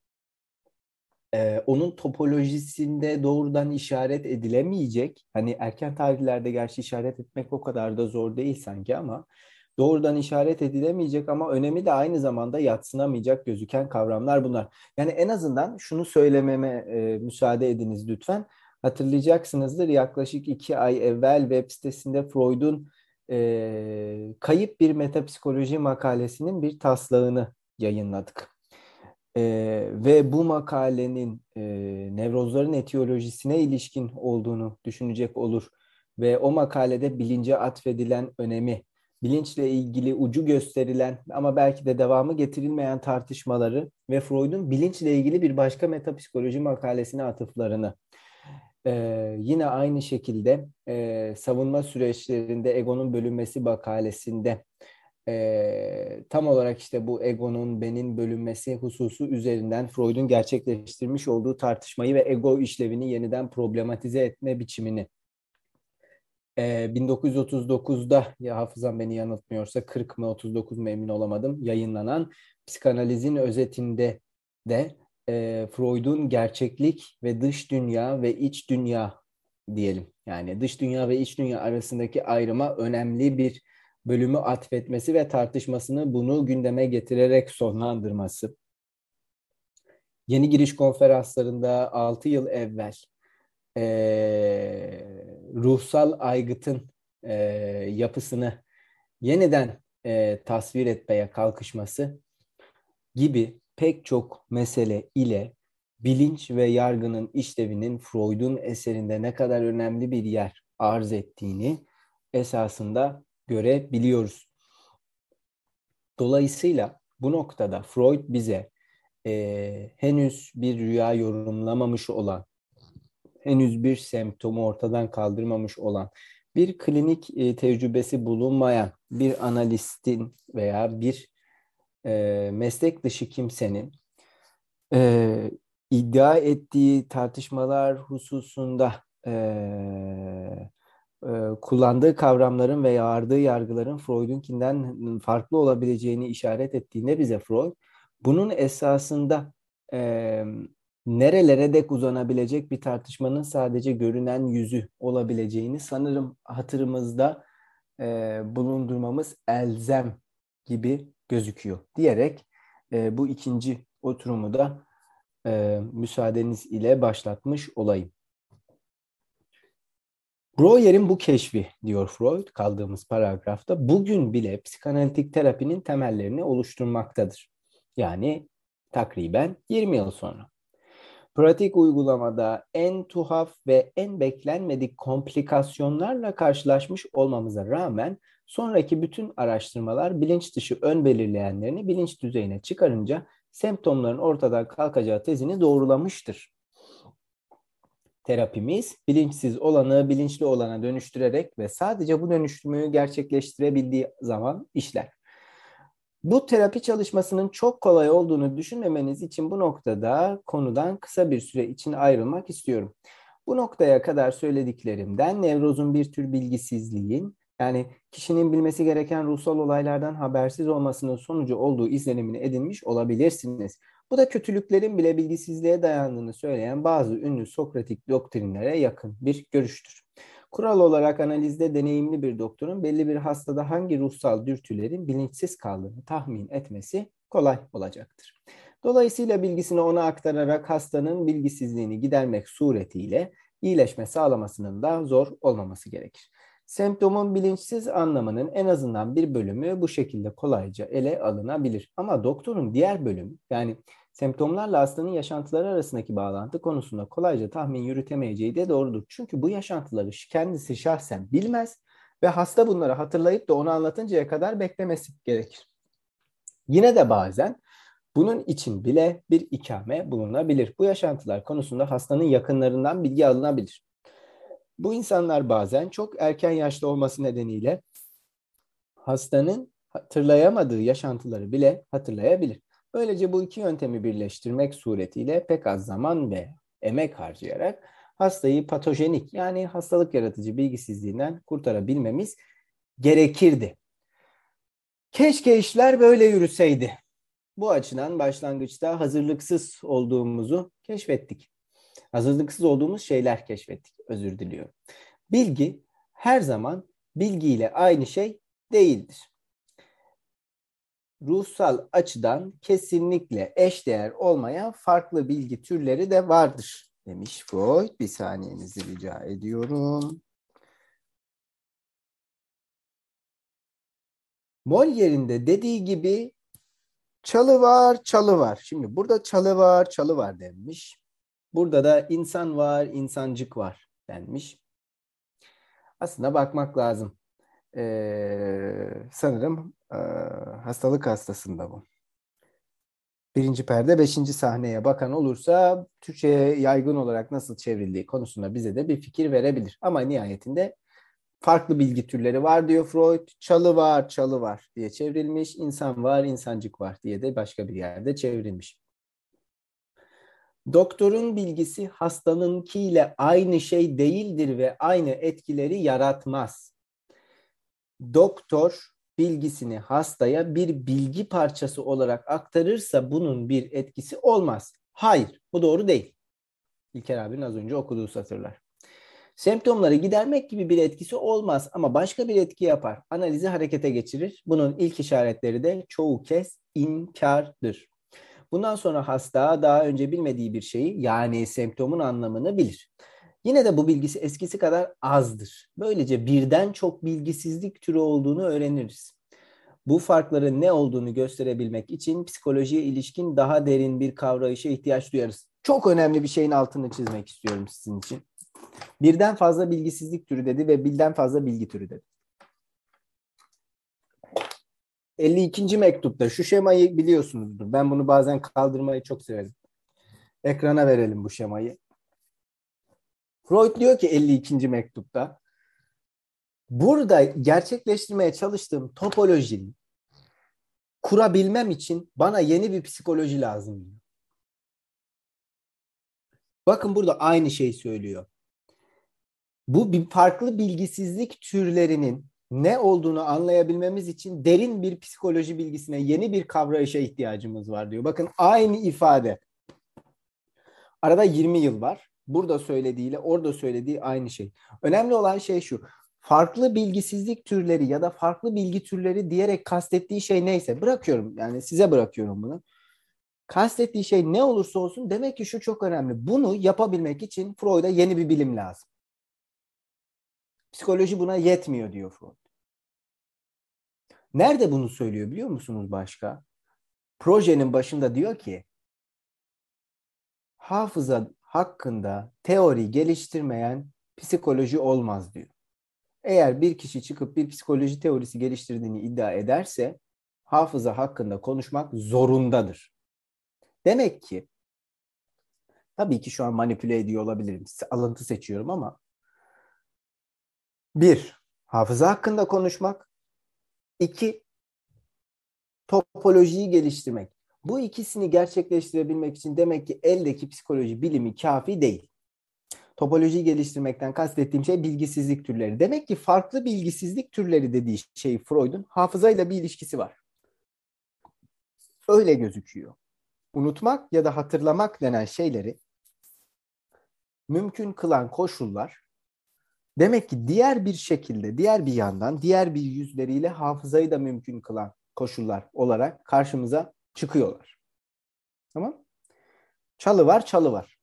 Speaker 2: e, onun topolojisinde doğrudan işaret edilemeyecek. Hani erken tarihlerde gerçi işaret etmek o kadar da zor değil sanki ama doğrudan işaret edilemeyecek ama önemi de aynı zamanda yadsınamayacak gözüken kavramlar bunlar. Yani en azından şunu söylememe e, müsaade ediniz lütfen. Hatırlayacaksınızdır yaklaşık iki ay evvel web sitesinde Freud'un e, Kayıp Bir Metapsikoloji makalesinin bir taslağını yayınladık. Ee, ve bu makalenin e, nevrozların etiyolojisine ilişkin olduğunu düşünecek olur ve o makalede bilince atfedilen önemi, bilinçle ilgili ucu gösterilen ama belki de devamı getirilmeyen tartışmaları ve Freud'un bilinçle ilgili bir başka metapsikoloji makalesine atıflarını, ee, yine aynı şekilde e, savunma süreçlerinde egonun bölünmesi makalesinde e, tam olarak işte bu egonun benin bölünmesi hususu üzerinden Freud'un gerçekleştirmiş olduğu tartışmayı ve ego işlevini yeniden problematize etme biçimini e, bin dokuz yüz otuz dokuzda ya hafızam beni yanıltmıyorsa kırk mı otuz dokuz mu emin olamadım yayınlanan psikanalizin özetinde de e, Freud'un gerçeklik ve dış dünya ve iç dünya diyelim. Yani dış dünya ve iç dünya arasındaki ayrıma önemli bir bölümü atfetmesi ve tartışmasını bunu gündeme getirerek sonlandırması. Yeni giriş konferanslarında altı yıl evvel e, ruhsal aygıtın e, yapısını yeniden e, tasvir etmeye kalkışması gibi pek çok mesele ile bilinç ve yargının işlevinin Freud'un eserinde ne kadar önemli bir yer arz ettiğini esasında görebiliyoruz. Dolayısıyla bu noktada Freud bize e, henüz bir rüya yorumlamamış olan, henüz bir semptomu ortadan kaldırmamış olan, bir klinik e, tecrübesi bulunmayan bir analistin veya bir e, meslek dışı kimsenin e, iddia ettiği tartışmalar hususunda e, e, kullandığı kavramların ve yardığı yargıların Freud'unkinden farklı olabileceğini işaret ettiğinde bize Freud, bunun esasında e, nerelere dek uzanabilecek bir tartışmanın sadece görünen yüzü olabileceğini sanırım hatırımızda e, bulundurmamız elzem gibi gözüküyor diyerek e, bu ikinci oturumu da e, müsaadeniz ile başlatmış olayım. Breuer'in bu keşfi, diyor Freud kaldığımız paragrafta, bugün bile psikanalitik terapinin temellerini oluşturmaktadır. Yani takriben yirmi yıl sonra. Pratik uygulamada en tuhaf ve en beklenmedik komplikasyonlarla karşılaşmış olmamıza rağmen sonraki bütün araştırmalar bilinç dışı ön belirleyenlerini bilinç düzeyine çıkarınca semptomların ortadan kalkacağı tezini doğrulamıştır. Terapimiz bilinçsiz olanı bilinçli olana dönüştürerek ve sadece bu dönüşümü gerçekleştirebildiği zaman işler. Bu terapi çalışmasının çok kolay olduğunu düşünmemeniz için bu noktada konudan kısa bir süre için ayrılmak istiyorum. Bu noktaya kadar söylediklerimden nevrozun bir tür bilgisizliğin, yani kişinin bilmesi gereken ruhsal olaylardan habersiz olmasının sonucu olduğu izlenimini edinmiş olabilirsiniz. Bu da kötülüklerin bile bilgisizliğe dayandığını söyleyen bazı ünlü Sokratik doktrinlere yakın bir görüştür. Kural olarak analizde deneyimli bir doktorun belli bir hastada hangi ruhsal dürtülerin bilinçsiz kaldığını tahmin etmesi kolay olacaktır. Dolayısıyla bilgisini ona aktararak hastanın bilgisizliğini gidermek suretiyle iyileşme sağlamasının da zor olmaması gerekir. Semptomun bilinçsiz anlamının en azından bir bölümü bu şekilde kolayca ele alınabilir. Ama doktorun diğer bölümü, yani semptomlarla hastanın yaşantıları arasındaki bağlantı konusunda kolayca tahmin yürütemeyeceği de doğrudur. Çünkü bu yaşantıları kendisi şahsen bilmez ve hasta bunları hatırlayıp da onu anlatıncaya kadar beklemesi gerekir. Yine de bazen bunun için bile bir ikame bulunabilir. Bu yaşantılar konusunda hastanın yakınlarından bilgi alınabilir. Bu insanlar bazen çok erken yaşta olması nedeniyle hastanın hatırlayamadığı yaşantıları bile hatırlayabilir. Böylece bu iki yöntemi birleştirmek suretiyle pek az zaman ve emek harcayarak hastayı patojenik, yani hastalık yaratıcı bilgisizliğinden kurtarabilmemiz gerekirdi. Keşke işler böyle yürüseydi. Bu açıdan başlangıçta hazırlıksız olduğumuzu keşfettik. Hazırlıksız olduğumuz şeyler keşfettik, özür diliyorum. Bilgi her zaman bilgiyle aynı şey değildir. Ruhsal açıdan kesinlikle eşdeğer olmayan farklı bilgi türleri de vardır demiş Freud. Bir saniyenizi rica ediyorum. Molière'in de dediği gibi çalı var, çalı var. Şimdi burada çalı var, çalı var denmiş. Burada da insan var, insancık var denmiş. Aslında bakmak lazım. Ee, sanırım e, hastalık hastasında bu. Birinci perde beşinci sahneye bakan olursa Türkçe'ye yaygın olarak nasıl çevrildiği konusunda bize de bir fikir verebilir. Ama nihayetinde farklı bilgi türleri var diyor Freud. Çalı var, çalı var diye çevrilmiş. İnsan var, insancık var diye de başka bir yerde çevrilmiş. Doktorun bilgisi hastanınkiyle aynı şey değildir ve aynı etkileri yaratmaz. Doktor bilgisini hastaya bir bilgi parçası olarak aktarırsa bunun bir etkisi olmaz. Hayır, bu doğru değil. İlker abinin az önce okuduğu satırlar. Semptomları gidermek gibi bir etkisi olmaz ama başka bir etki yapar. Analizi harekete geçirir. Bunun ilk işaretleri de çoğu kez inkardır. Bundan sonra hasta daha önce bilmediği bir şeyi, yani semptomun anlamını bilir. Yine de bu bilgisi eskisi kadar azdır. Böylece birden çok bilgisizlik türü olduğunu öğreniriz. Bu farkların ne olduğunu gösterebilmek için psikolojiye ilişkin daha derin bir kavrayışa ihtiyaç duyarız. Çok önemli bir şeyin altını çizmek istiyorum sizin için. Birden fazla bilgisizlik türü dedi ve birden fazla bilgi türü dedi. elli ikinci mektupta şu şemayı biliyorsunuzdur. Ben bunu bazen kaldırmayı çok severim. Ekrana verelim bu şemayı. Freud diyor ki elli ikinci mektupta, burada gerçekleştirmeye çalıştığım topolojiyi kurabilmem için bana yeni bir psikoloji lazım diyor. Bakın burada aynı şeyi söylüyor. Bu bir farklı bilgisizlik türlerinin ne olduğunu anlayabilmemiz için derin bir psikoloji bilgisine, yeni bir kavrayışa ihtiyacımız var diyor. Bakın aynı ifade. Arada yirmi yıl var. Burada söylediğiyle orada söylediği aynı şey. Önemli olan şey şu. Farklı bilgisizlik türleri ya da farklı bilgi türleri diyerek kastettiği şey neyse bırakıyorum. Yani size bırakıyorum bunu. Kastettiği şey ne olursa olsun demek ki şu çok önemli. Bunu yapabilmek için Freud'a yeni bir bilim lazım. Psikoloji buna yetmiyor diyor Freud. Nerede bunu söylüyor biliyor musunuz başka? Projenin başında diyor ki hafıza hakkında teori geliştirmeyen psikoloji olmaz diyor. Eğer bir kişi çıkıp bir psikoloji teorisi geliştirdiğini iddia ederse hafıza hakkında konuşmak zorundadır. Demek ki tabii ki şu an manipüle ediyor olabilirim. Alıntı seçiyorum ama bir, hafıza hakkında konuşmak. İki, topolojiyi geliştirmek. Bu ikisini gerçekleştirebilmek için demek ki eldeki psikoloji bilimi kafi değil. Topolojiyi geliştirmekten kastettiğim şey bilgisizlik türleri. Demek ki farklı bilgisizlik türleri dediği şey Freud'un hafızayla bir ilişkisi var. Öyle gözüküyor. Unutmak ya da hatırlamak denen şeyleri mümkün kılan koşullar demek ki diğer bir şekilde, diğer bir yandan, diğer bir yüzleriyle hafızayı da mümkün kılan koşullar olarak karşımıza çıkıyorlar. Tamam? Çalı var, çalı var.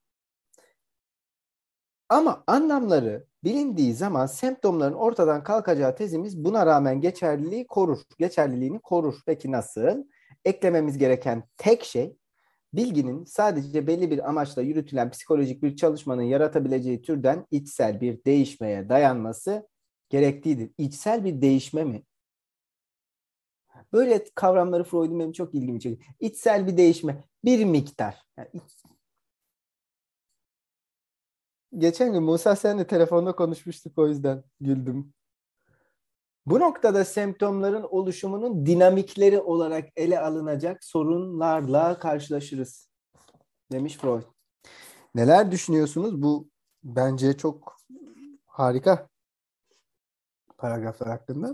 Speaker 2: Ama anlamları bilindiği zaman semptomların ortadan kalkacağı tezimiz buna rağmen geçerliliği korur. Geçerliliğini korur. Peki nasıl? Eklememiz gereken tek şey bilginin sadece belli bir amaçla yürütülen psikolojik bir çalışmanın yaratabileceği türden içsel bir değişmeye dayanması gerektiğidir. İçsel bir değişme mi? Böyle kavramları Freud'un benim çok ilgimi çekiyor. İçsel bir değişme, bir miktar. Yani iç... Geçen gün Musa senle telefonda konuşmuştuk, o yüzden güldüm. Bu noktada semptomların oluşumunun dinamikleri olarak ele alınacak sorunlarla karşılaşırız demiş Freud. Neler düşünüyorsunuz? Bu bence çok harika paragraflar hakkında.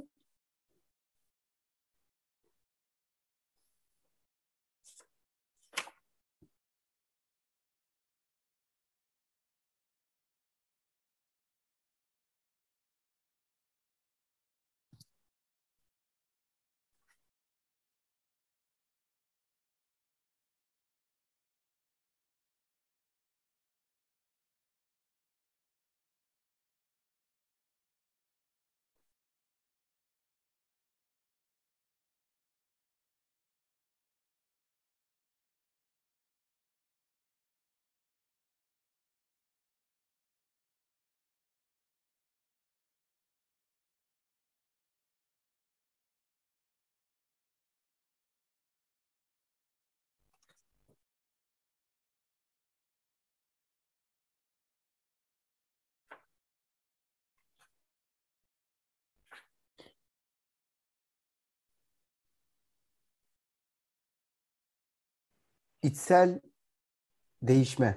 Speaker 2: İçsel değişme.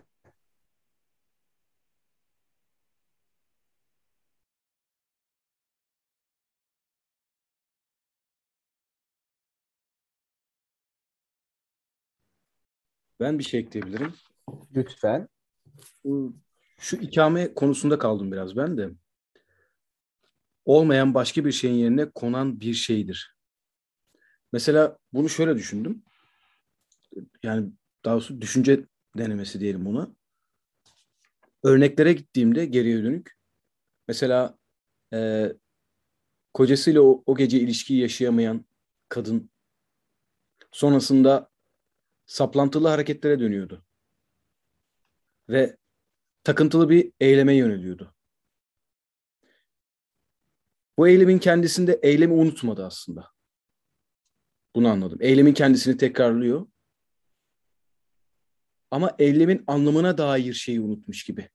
Speaker 6: Ben bir şey ekleyebilirim.
Speaker 2: Lütfen.
Speaker 6: Şu ikame konusunda kaldım biraz ben de. Olmayan başka bir şeyin yerine konan bir şeydir. Mesela bunu şöyle düşündüm. Yani daha doğrusu düşünce denemesi diyelim buna. Örneklere gittiğimde geriye dönük. Mesela e, kocasıyla o, o gece ilişkiyi yaşayamayan kadın sonrasında saplantılı hareketlere dönüyordu. ve takıntılı bir eyleme yöneliyordu. Bu eylemin kendisinde eylemi unutmadı aslında. Bunu anladım. Eylemin kendisini tekrarlıyor. Ama eylemin anlamına dair şeyi unutmuş gibi.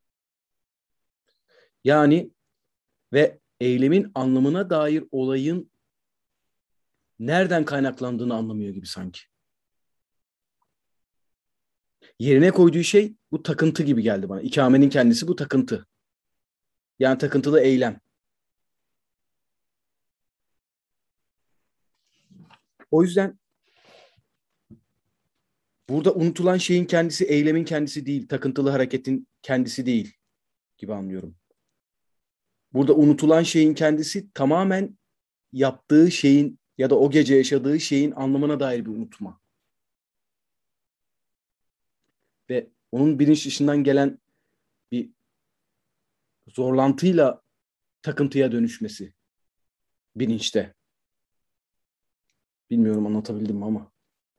Speaker 6: Yani ve eylemin anlamına dair olayın nereden kaynaklandığını anlamıyor gibi sanki. Yerine koyduğu şey bu takıntı gibi geldi bana. İkamenin kendisi bu takıntı. Yani takıntılı eylem. O yüzden burada unutulan şeyin kendisi eylemin kendisi değil, takıntılı hareketin kendisi değil gibi anlıyorum. Burada unutulan şeyin kendisi tamamen yaptığı şeyin ya da o gece yaşadığı şeyin anlamına dair bir unutma. Ve onun bilinç dışından gelen bir zorlantıyla takıntıya dönüşmesi bilinçte. Bilmiyorum anlatabildim mi ama.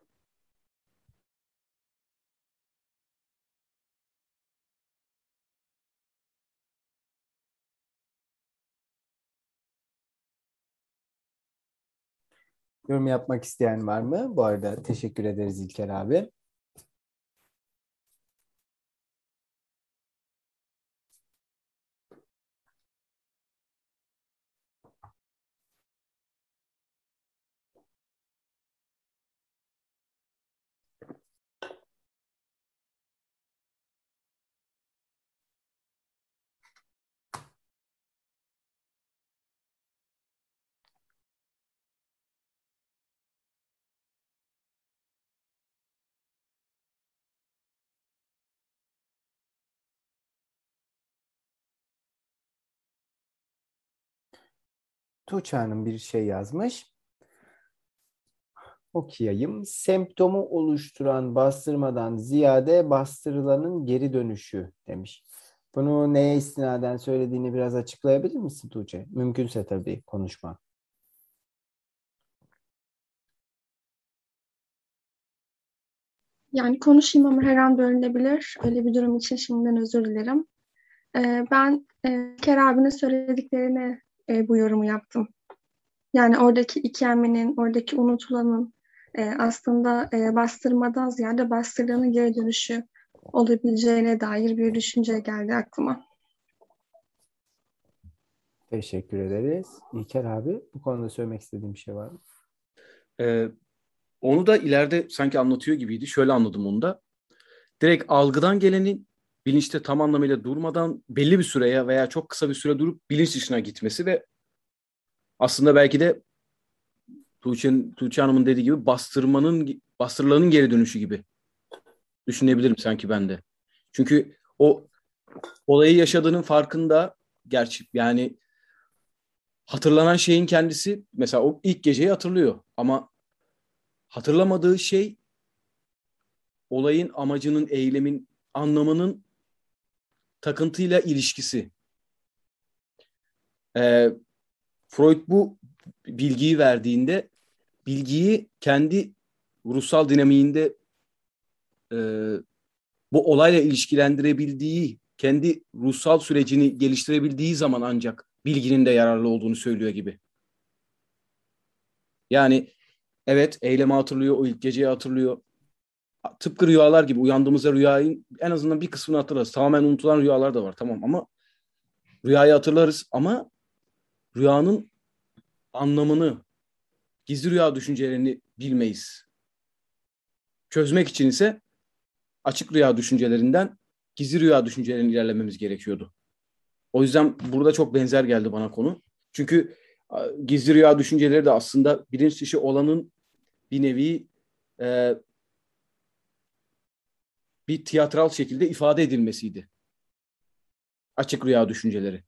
Speaker 2: Yorum yapmak isteyen var mı? Bu arada teşekkür ederiz İlker abi. Tuğçe Hanım bir şey yazmış. Okuyayım. Semptomu oluşturan bastırmadan ziyade bastırılanın geri dönüşü demiş. Bunu neye istinaden söylediğini biraz açıklayabilir misin Tuğçe? Mümkünse tabii konuşma.
Speaker 9: Yani konuşayım ama her an bölünebilir. Öyle bir durum için şimdiden özür dilerim. Ee, ben e, Kerem abinin söylediklerine e, bu yorumu yaptım. Yani oradaki ikaminin, oradaki unutulanın e, aslında e, bastırmadan ziyade bastırılanın geri dönüşü olabileceğine dair bir düşünce geldi aklıma.
Speaker 2: Teşekkür ederiz. İlker abi bu konuda söylemek istediğim bir şey var mı?
Speaker 6: Ee, onu da ileride sanki anlatıyor gibiydi. Şöyle anladım onu da. Direkt algıdan gelenin bilinçte tam anlamıyla durmadan belli bir süreye veya çok kısa bir süre durup bilinç dışına gitmesi ve aslında belki de Tuğçe, Tuğçe Hanım'ın dediği gibi bastırmanın, bastırılanın geri dönüşü gibi düşünebilirim sanki ben de. Çünkü o olayı yaşadığının farkında gerçi yani hatırlanan şeyin kendisi mesela o ilk geceyi hatırlıyor ama hatırlamadığı şey olayın amacının, eylemin, anlamının takıntıyla ilişkisi. Ee, Freud bu bilgiyi verdiğinde bilgiyi kendi ruhsal dinamiğinde e, bu olayla ilişkilendirebildiği, kendi ruhsal sürecini geliştirebildiği zaman ancak bilginin de yararlı olduğunu söylüyor gibi. Yani evet eylemi hatırlıyor, o ilk geceyi hatırlıyor. Tıpkı rüyalar gibi uyandığımızda rüyayı en azından bir kısmını hatırlarız. Tamamen unutulan rüyalar da var tamam ama rüyayı hatırlarız ama rüyanın anlamını, gizli rüya düşüncelerini bilmeyiz. Çözmek için ise açık rüya düşüncelerinden gizli rüya düşüncelerine ilerlememiz gerekiyordu. O yüzden burada çok benzer geldi bana konu. Çünkü gizli rüya düşünceleri de aslında bilinç dışı olanın bir nevi e, bir tiyatral şekilde ifade edilmesiydi. Açık rüya düşünceleri.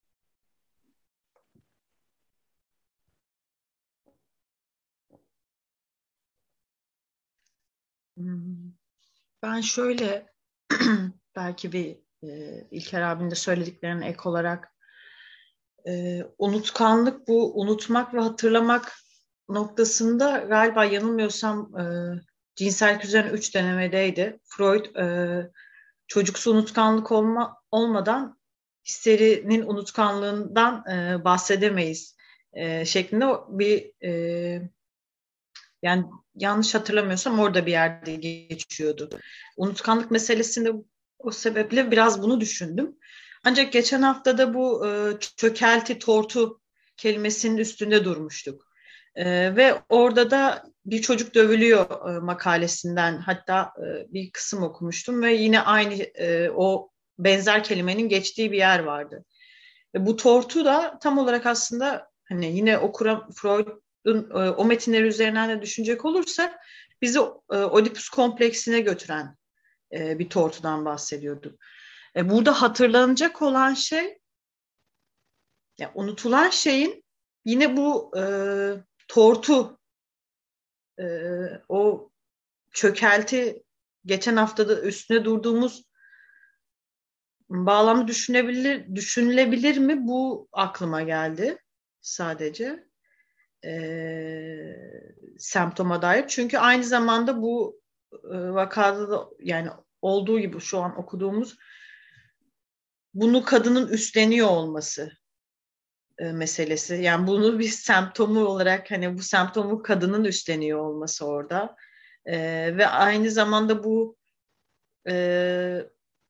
Speaker 5: Ben şöyle belki bir e, İlker abinin de söylediklerine ek olarak e, unutkanlık bu unutmak ve hatırlamak noktasında galiba yanılmıyorsam e, cinsellik üzerine üç denemedeydi. Freud e, çocuksu unutkanlık olma, olmadan histerinin unutkanlığından e, bahsedemeyiz e, şeklinde bir e, yani yanlış hatırlamıyorsam orada bir yerde geçiyordu. Unutkanlık meselesinde o sebeple biraz bunu düşündüm. Ancak geçen hafta da bu e, çökelti, tortu kelimesinin üstünde durmuştuk. E, ve orada da bir çocuk dövülüyor e, makalesinden hatta e, bir kısım okumuştum ve yine aynı e, o benzer kelimenin geçtiği bir yer vardı. Ve bu tortu da tam olarak aslında hani yine okura, Freud'un e, o metinleri üzerinden de düşünecek olursak bizi e, Oedipus kompleksine götüren e, bir tortudan bahsediyordu. E, burada hatırlanacak olan şey, ya unutulan şeyin yine bu e, tortu, e, o çökelti, geçen haftada üstüne durduğumuz bağlamı düşünebilir, düşünülebilir mi? Bu aklıma geldi sadece e, semptoma dair. Çünkü aynı zamanda bu e, vakada da yani olduğu gibi şu an okuduğumuz bunu kadının üstleniyor olması e, meselesi. Yani bunu bir semptomu olarak hani bu semptomu kadının üstleniyor olması orada. E, ve aynı zamanda bu e,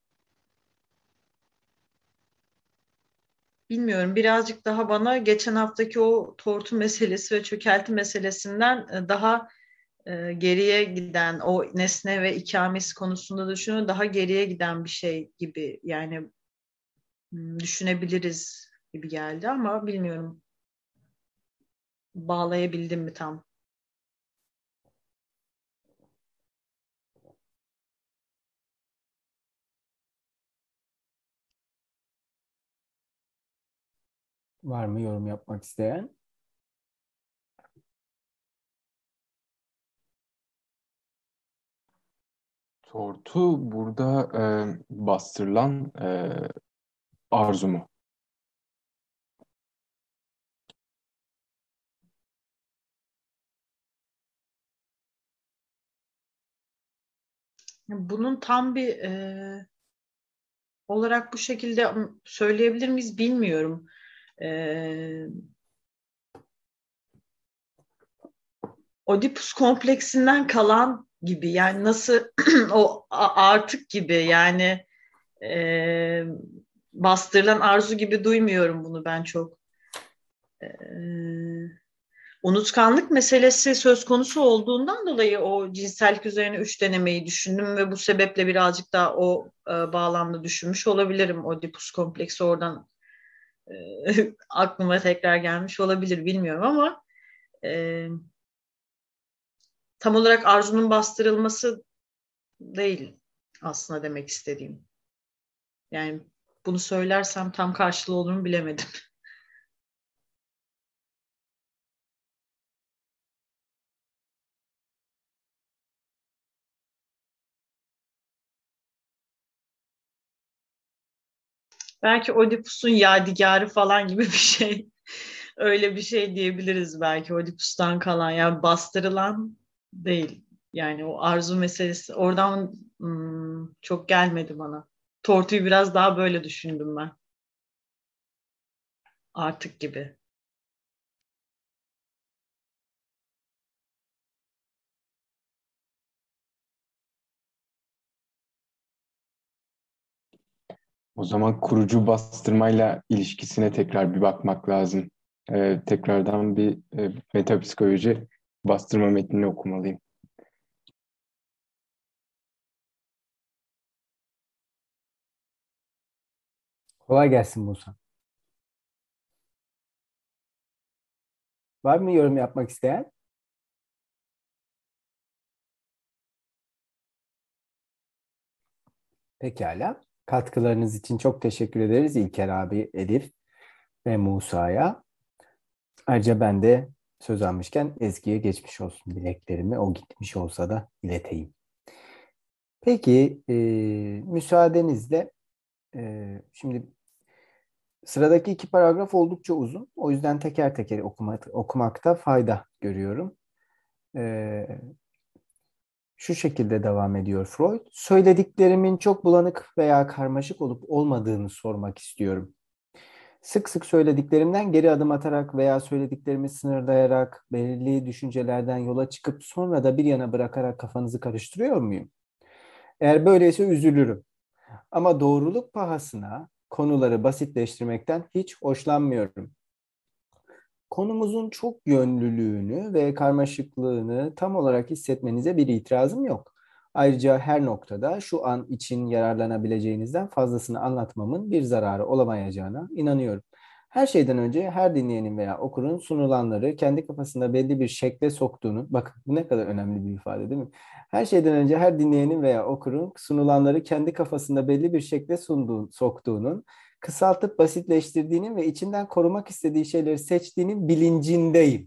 Speaker 5: bilmiyorum birazcık daha bana geçen haftaki o tortu meselesi ve çökelti meselesinden e, daha e, geriye giden o nesne ve ikamesi konusunda düşünüyorum daha geriye giden bir şey gibi yani hmm, düşünebiliriz gibi geldi ama bilmiyorum bağlayabildim mi tam.
Speaker 2: Var mı yorum yapmak isteyen?
Speaker 4: Tortu burada e, bastırılan e, arzu mu?
Speaker 5: Bunun tam bir e, olarak bu şekilde söyleyebilir miyiz bilmiyorum. E, Oedipus kompleksinden kalan gibi yani nasıl o artık gibi yani e, bastırılan arzu gibi duymuyorum bunu ben çok. E, unutkanlık meselesi söz konusu olduğundan dolayı o cinsellik üzerine üç denemeyi düşündüm ve bu sebeple birazcık daha o e, bağlamda düşünmüş olabilirim. Oedipus kompleksi oradan e, aklıma tekrar gelmiş olabilir bilmiyorum ama e, tam olarak arzunun bastırılması değil aslında demek istediğim. Yani bunu söylersem tam karşılığı olur mu bilemedim. Belki Oedipus'un yadigarı falan gibi bir şey. Öyle bir şey diyebiliriz belki Oedipus'tan kalan. Yani bastırılan değil. Yani o arzu meselesi oradan hmm, çok gelmedi bana. Tortuyu biraz daha böyle düşündüm ben. Artık gibi.
Speaker 4: O zaman kurucu bastırmayla ilişkisine tekrar bir bakmak lazım. Ee, tekrardan bir e, metapsikoloji bastırma metnini okumalıyım.
Speaker 2: Kolay gelsin Musa. Var mı yorum yapmak isteyen? Pekala. Katkılarınız için çok teşekkür ederiz İlker abi, Elif ve Musa'ya. Ayrıca ben de söz almışken Ezgi'ye geçmiş olsun dileklerimi o gitmiş olsa da ileteyim. Peki e, müsaadenizle e, şimdi sıradaki iki paragraf oldukça uzun. O yüzden teker teker okumak, okumakta fayda görüyorum. E, Şu şekilde devam ediyor Freud. Söylediklerimin çok bulanık veya karmaşık olup olmadığını sormak istiyorum. Sık sık söylediklerimden geri adım atarak veya söylediklerimi sınırlayarak, belirli düşüncelerden yola çıkıp sonra da bir yana bırakarak kafanızı karıştırıyor muyum? Eğer böyleyse üzülürüm. Ama doğruluk pahasına konuları basitleştirmekten hiç hoşlanmıyorum. Konumuzun çok yönlülüğünü ve karmaşıklığını tam olarak hissetmenize bir itirazım yok. Ayrıca her noktada şu an için yararlanabileceğinizden fazlasını anlatmamın bir zararı olamayacağına inanıyorum. Her şeyden önce her dinleyenin veya okurun sunulanları kendi kafasında belli bir şekle soktuğunu, bakın bu ne kadar önemli bir ifade değil mi? Her şeyden önce her dinleyenin veya okurun sunulanları kendi kafasında belli bir şekle sunduğu, soktuğunun, kısaltıp basitleştirdiğinin ve içinden korumak istediği şeyleri seçtiğinin bilincindeyim.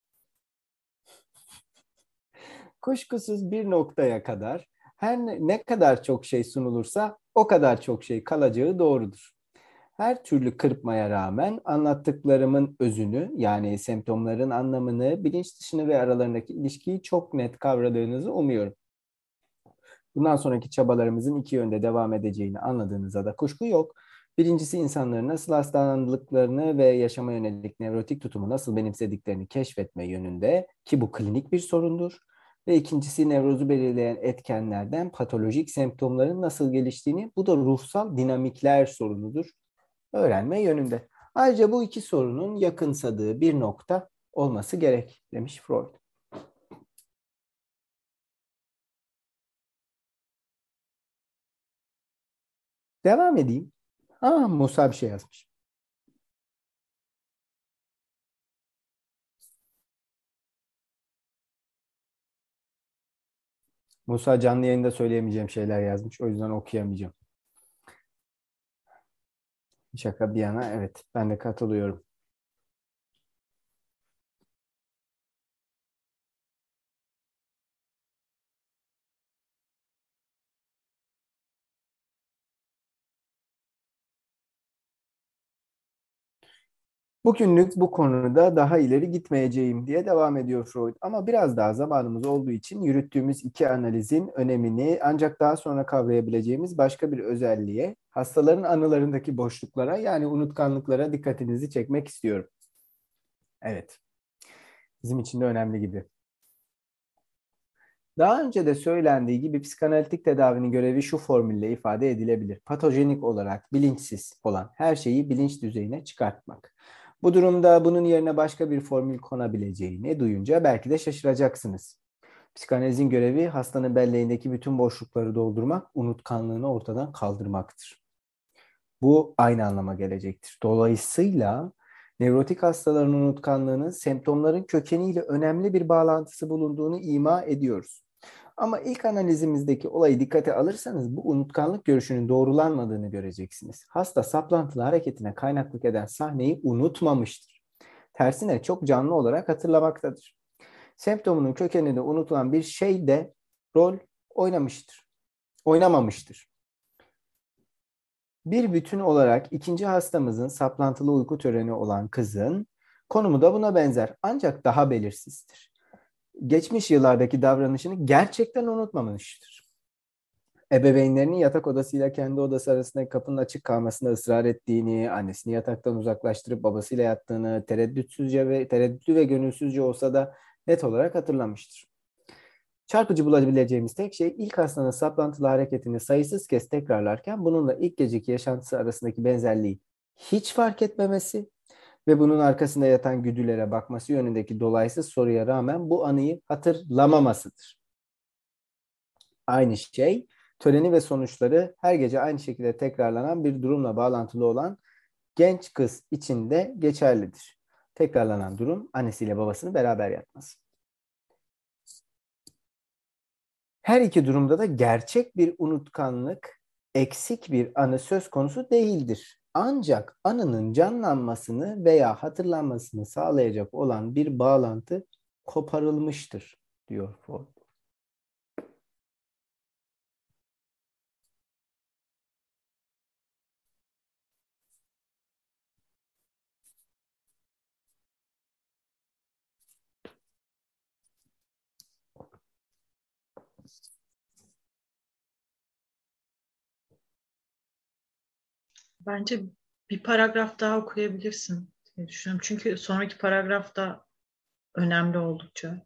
Speaker 2: Kuşkusuz bir noktaya kadar her ne, ne kadar çok şey sunulursa o kadar çok şey kalacağı doğrudur. Her türlü kırpmaya rağmen anlattıklarımın özünü, yani semptomların anlamını, bilinç dışını ve aralarındaki ilişkiyi çok net kavradığınızı umuyorum. Bundan sonraki çabalarımızın iki yönde devam edeceğini anladığınıza da kuşku yok. Birincisi, insanların nasıl hastalandıklarını ve yaşama yönelik nevrotik tutumu nasıl benimsediklerini keşfetme yönünde, ki bu klinik bir sorundur. Ve ikincisi, nevrozu belirleyen etkenlerden patolojik semptomların nasıl geliştiğini, bu da ruhsal dinamikler sorunudur, öğrenme yönünde. Ayrıca bu iki sorunun yakınsadığı bir nokta olması gerek, demiş Freud. Devam edeyim. Aa, Musa bir şey yazmış. Musa canlı yayında söyleyemeyeceğim şeyler yazmış. O yüzden okuyamayacağım. Şaka bir yana, evet, ben de katılıyorum. Bugünlük bu konuda daha ileri gitmeyeceğim diye devam ediyor Freud. Ama biraz daha zamanımız olduğu için yürüttüğümüz iki analizin önemini ancak daha sonra kavrayabileceğimiz başka bir özelliğe, hastaların anılarındaki boşluklara, yani unutkanlıklara dikkatinizi çekmek istiyorum. Evet, bizim için de önemli gibi. Daha önce de söylendiği gibi psikanalitik tedavinin görevi şu formülle ifade edilebilir: patojenik olarak bilinçsiz olan her şeyi bilinç düzeyine çıkartmak. Bu durumda bunun yerine başka bir formül konabileceğini duyunca belki de şaşıracaksınız. Psikanalizin görevi hastanın belleğindeki bütün boşlukları doldurmak, unutkanlığını ortadan kaldırmaktır. Bu aynı anlama gelecektir. Dolayısıyla nevrotik hastaların unutkanlığının semptomların kökeniyle önemli bir bağlantısı bulunduğunu ima ediyoruz. Ama ilk analizimizdeki olayı dikkate alırsanız bu unutkanlık görüşünün doğrulanmadığını göreceksiniz. Hasta saplantılı hareketine kaynaklık eden sahneyi unutmamıştır. Tersine çok canlı olarak hatırlamaktadır. Semptomunun kökeninde unutulan bir şey de rol oynamıştır, oynamamıştır. Bir bütün olarak ikinci hastamızın saplantılı uyku töreni olan kızın konumu da buna benzer, ancak daha belirsizdir. Geçmiş yıllardaki davranışını gerçekten unutmamıştır. Ebeveynlerinin yatak odasıyla kendi odası arasındaki kapının açık kalmasında ısrar ettiğini, annesini yataktan uzaklaştırıp babasıyla yattığını, tereddütsüzce ve tereddütlü ve gönülsüzce olsa da net olarak hatırlamıştır. Çarpıcı bulabileceğimiz tek şey, ilk hastanın saplantılı hareketini sayısız kez tekrarlarken bununla ilk geceki yaşantısı arasındaki benzerliği hiç fark etmemesi ve bunun arkasında yatan güdülere bakması yönündeki dolaysız soruya rağmen bu anıyı hatırlamamasıdır. Aynı şey, töreni ve sonuçları her gece aynı şekilde tekrarlanan bir durumla bağlantılı olan genç kız için de geçerlidir. Tekrarlanan durum, annesiyle babasını beraber yatması. Her iki durumda da gerçek bir unutkanlık, eksik bir anı söz konusu değildir. Ancak anının canlanmasını veya hatırlanmasını sağlayacak olan bir bağlantı koparılmıştır, diyor Freud.
Speaker 5: Bence bir paragraf daha okuyabilirsin diye düşünüyorum. Çünkü sonraki paragraf da önemli oldukça.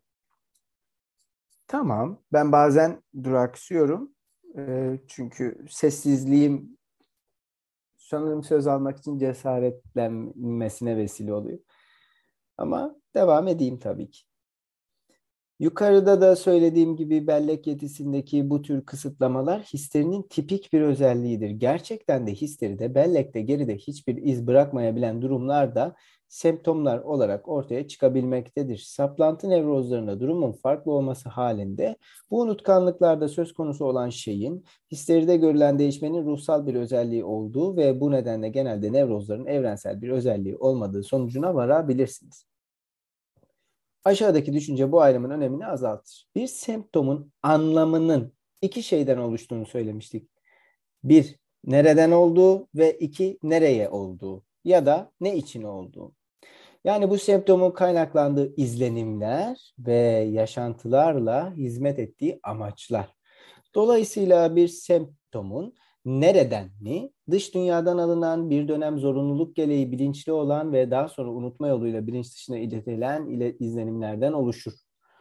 Speaker 2: Tamam. Ben bazen duraksıyorum. Ee, çünkü sessizliğim sanırım söz almak için cesaretlenmesine vesile oluyor. Ama devam edeyim tabii ki. Yukarıda da söylediğim gibi bellek yetisindeki bu tür kısıtlamalar histerinin tipik bir özelliğidir. Gerçekten de histeride bellekte geride hiçbir iz bırakmayabilen durumlar da semptomlar olarak ortaya çıkabilmektedir. Saplantı nevrozlarında durumun farklı olması halinde bu unutkanlıklarda söz konusu olan şeyin histeride görülen değişmenin ruhsal bir özelliği olduğu ve bu nedenle genelde nevrozların evrensel bir özelliği olmadığı sonucuna varabilirsiniz. Aşağıdaki düşünce bu ayrımın önemini azaltır. Bir semptomun anlamının iki şeyden oluştuğunu söylemiştik. Bir, nereden olduğu ve iki, nereye olduğu ya da ne için olduğu. Yani bu semptomun kaynaklandığı izlenimler ve yaşantılarla hizmet ettiği amaçlar. Dolayısıyla bir semptomun nereden mi, dış dünyadan alınan bir dönem zorunluluk gereği bilinçli olan ve daha sonra unutma yoluyla bilinç dışına iletilen ile izlenimlerden oluşur.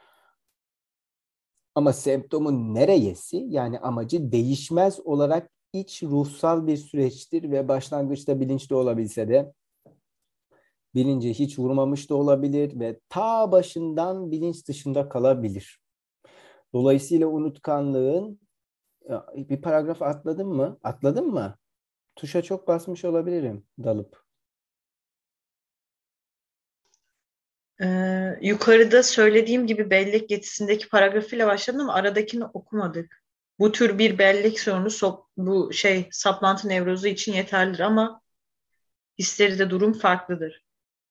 Speaker 2: Ama semptomun nereyesi, yani amacı değişmez olarak iç ruhsal bir süreçtir ve başlangıçta bilinçli olabilse de bilince hiç vurmamış da olabilir ve ta başından bilinç dışında kalabilir. Dolayısıyla unutkanlığın, bir paragraf atladım mı? Atladım mı? Tuşa çok basmış olabilirim dalıp.
Speaker 5: Ee, yukarıda söylediğim gibi bellek yetisindeki paragrafıyla başladım ama aradakini okumadık. Bu tür bir bellek sorunu so- bu şey saplantı nevrozu için yeterlidir ama histeride durum farklıdır.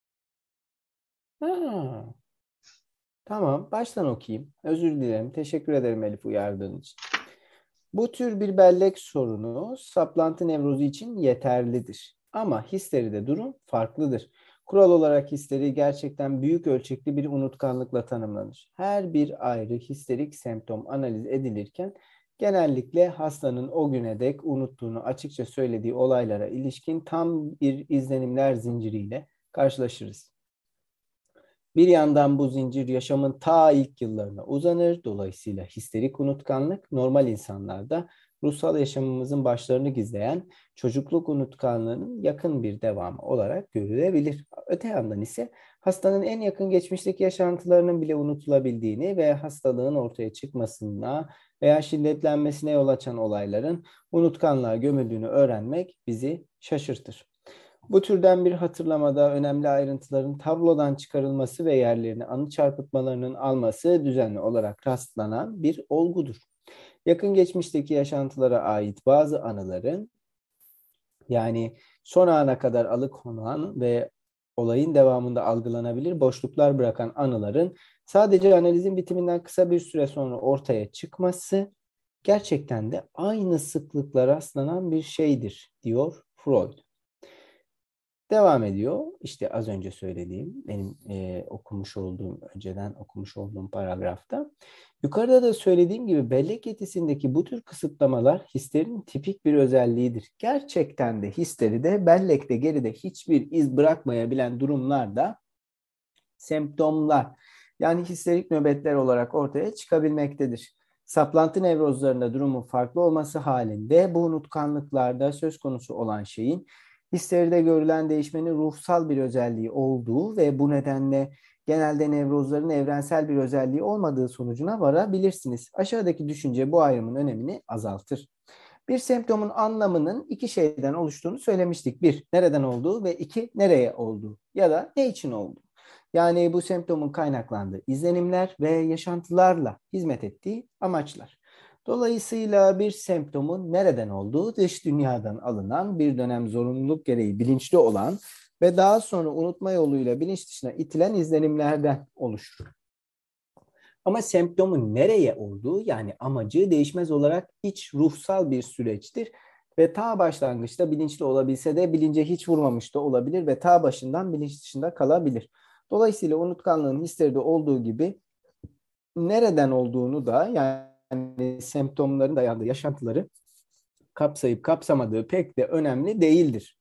Speaker 2: Ha, tamam, baştan okuyayım. Özür dilerim. Teşekkür ederim Elif uyardığın için. Bu tür bir bellek sorunu saplantı nevrozu için yeterlidir. Ama histeride durum farklıdır. Kural olarak histeri gerçekten büyük ölçekli bir unutkanlıkla tanımlanır. Her bir ayrı histerik semptom analiz edilirken genellikle hastanın o güne dek unuttuğunu açıkça söylediği olaylara ilişkin tam bir izlenimler zinciriyle karşılaşırız. Bir yandan bu zincir yaşamın ta ilk yıllarına uzanır. Dolayısıyla histerik unutkanlık normal insanlarda ruhsal yaşamımızın başlarını gizleyen çocukluk unutkanlığının yakın bir devamı olarak görülebilir. Öte yandan ise hastanın en yakın geçmişteki yaşantılarının bile unutulabildiğini ve hastalığın ortaya çıkmasına veya şiddetlenmesine yol açan olayların unutkanlığa gömüldüğünü öğrenmek bizi şaşırtır. Bu türden bir hatırlamada önemli ayrıntıların tablodan çıkarılması ve yerlerini anı çarpıtmalarının alması düzenli olarak rastlanan bir olgudur. Yakın geçmişteki yaşantılara ait bazı anıların, yani son ana kadar alıkonulan ve olayın devamında algılanabilir boşluklar bırakan anıların sadece analizin bitiminden kısa bir süre sonra ortaya çıkması gerçekten de aynı sıklıkla rastlanan bir şeydir, diyor Freud. Devam ediyor. İşte az önce söylediğim, benim e, okumuş olduğum, önceden okumuş olduğum paragrafta. Yukarıda da söylediğim gibi bellek yetisindeki bu tür kısıtlamalar histerinin tipik bir özelliğidir. Gerçekten de histeride bellekte geride hiçbir iz bırakmayabilen durumlarda semptomlar, yani histerik nöbetler olarak ortaya çıkabilmektedir. Saplantı nevrozlarında durumun farklı olması halinde bu unutkanlıklarda söz konusu olan şeyin histeride görülen değişmenin ruhsal bir özelliği olduğu ve bu nedenle genelde nevrozların evrensel bir özelliği olmadığı sonucuna varabilirsiniz. Aşağıdaki düşünce bu ayrımın önemini azaltır. Bir semptomun anlamının iki şeyden oluştuğunu söylemiştik. Bir, nereden olduğu ve iki, nereye olduğu ya da ne için olduğu. Yani bu semptomun kaynaklandığı izlenimler ve yaşantılarla hizmet ettiği amaçlar. Dolayısıyla bir semptomun nereden olduğu dış dünyadan alınan bir dönem zorunluluk gereği bilinçli olan ve daha sonra unutma yoluyla bilinç dışına itilen izlenimlerden oluşur. Ama semptomun nereye olduğu, yani amacı değişmez olarak iç ruhsal bir süreçtir ve ta başlangıçta bilinçli olabilse de bilince hiç vurmamış da olabilir ve ta başından bilinç dışında kalabilir. Dolayısıyla unutkanlığın histeride olduğu gibi nereden olduğunu da, yani semptomların dayandığı yaşantıları kapsayıp kapsamadığı pek de önemli değildir.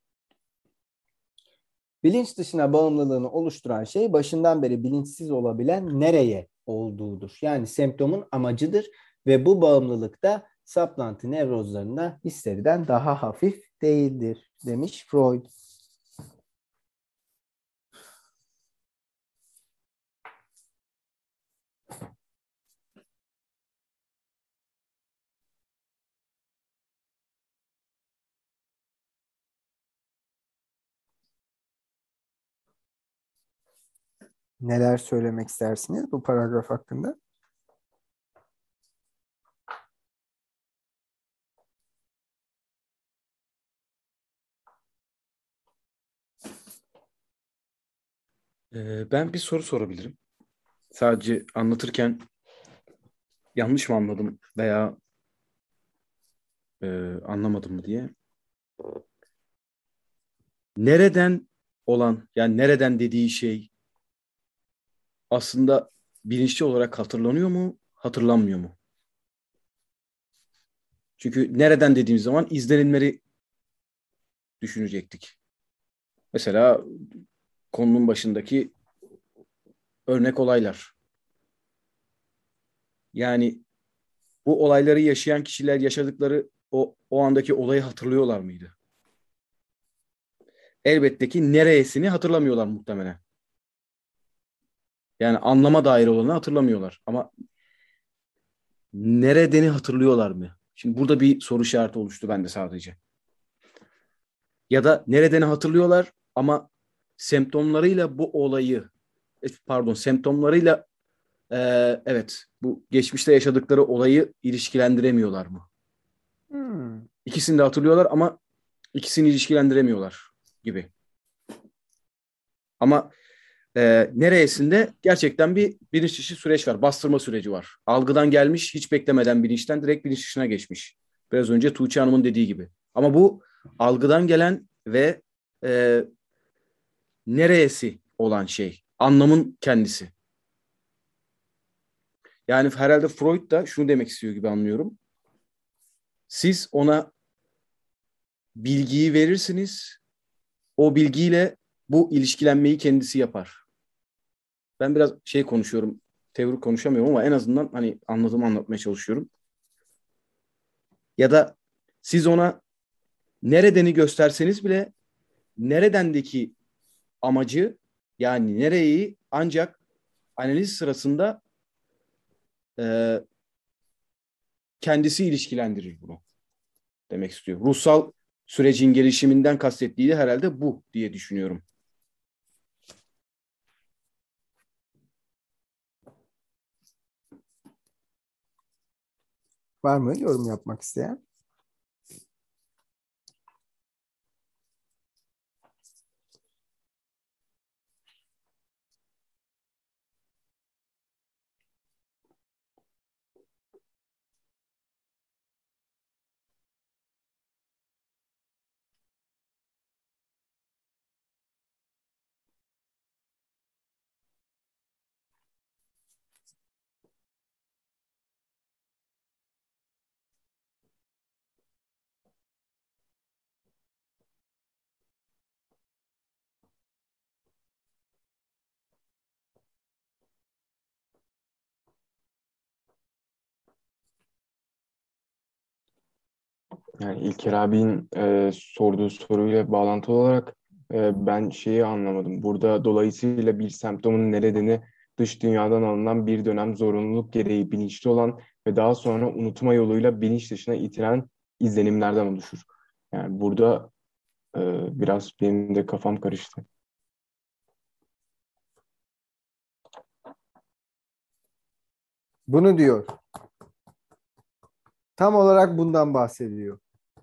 Speaker 2: Bilinç dışına bağımlılığını oluşturan şey başından beri bilinçsiz olabilen nereye olduğudur. Yani semptomun amacıdır ve bu bağımlılık da saplantı nevrozlarında histeriden daha hafif değildir demiş Freud. Neler söylemek istersiniz bu paragraf hakkında?
Speaker 6: Ee, ben bir soru sorabilirim. Sadece anlatırken yanlış mı anladım veya e, anlamadım mı diye. Nereden olan, yani nereden dediği şey aslında bilinçli olarak hatırlanıyor mu, hatırlanmıyor mu? Çünkü nereden dediğimiz zaman izlenimleri düşünecektik. Mesela konunun başındaki örnek olaylar. Yani bu olayları yaşayan kişiler yaşadıkları o, o andaki olayı hatırlıyorlar mıydı? Elbette ki neresini hatırlamıyorlar muhtemelen. Yani anlama dair olanı hatırlamıyorlar. Ama neredeni hatırlıyorlar mı? Şimdi burada bir soru işareti oluştu bende sadece. Ya da neredeni hatırlıyorlar ama semptomlarıyla bu olayı, pardon semptomlarıyla e, evet bu geçmişte yaşadıkları olayı ilişkilendiremiyorlar mı?
Speaker 2: Hmm.
Speaker 6: İkisini de hatırlıyorlar ama ikisini ilişkilendiremiyorlar gibi. Ama e, neresinde gerçekten bir bilinç dışı süreç var. Bastırma süreci var. Algıdan gelmiş, hiç beklemeden bilinçten direkt bilinç dışına geçmiş. Biraz önce Tuğçe Hanım'ın dediği gibi. Ama bu algıdan gelen ve e, neresi olan şey. Anlamın kendisi. Yani herhalde Freud da şunu demek istiyor gibi anlıyorum. Siz ona bilgiyi verirsiniz. O bilgiyle bu ilişkilenmeyi kendisi yapar. Ben biraz şey konuşuyorum. Teorik konuşamıyorum ama en azından hani anladığımı anlatmaya çalışıyorum. Ya da siz ona neredeni gösterseniz bile neredendeki amacı, yani nereyi ancak analiz sırasında e, kendisi ilişkilendirir bunu demek istiyor. Ruhsal sürecin gelişiminden kastettiği de herhalde bu diye düşünüyorum.
Speaker 2: Var mı yorum yapmak isteyen?
Speaker 4: Yani İlker abinin e, sorduğu soruyla bağlantılı olarak e, ben şeyi anlamadım. Burada dolayısıyla bir semptomun neredeni dış dünyadan alınan bir dönem zorunluluk gereği bilinçli olan ve daha sonra unutma yoluyla bilinç dışına itiren izlenimlerden oluşur. Yani burada e, biraz benim de kafam karıştı.
Speaker 2: Bunu diyor. Tam olarak bundan bahsediyor.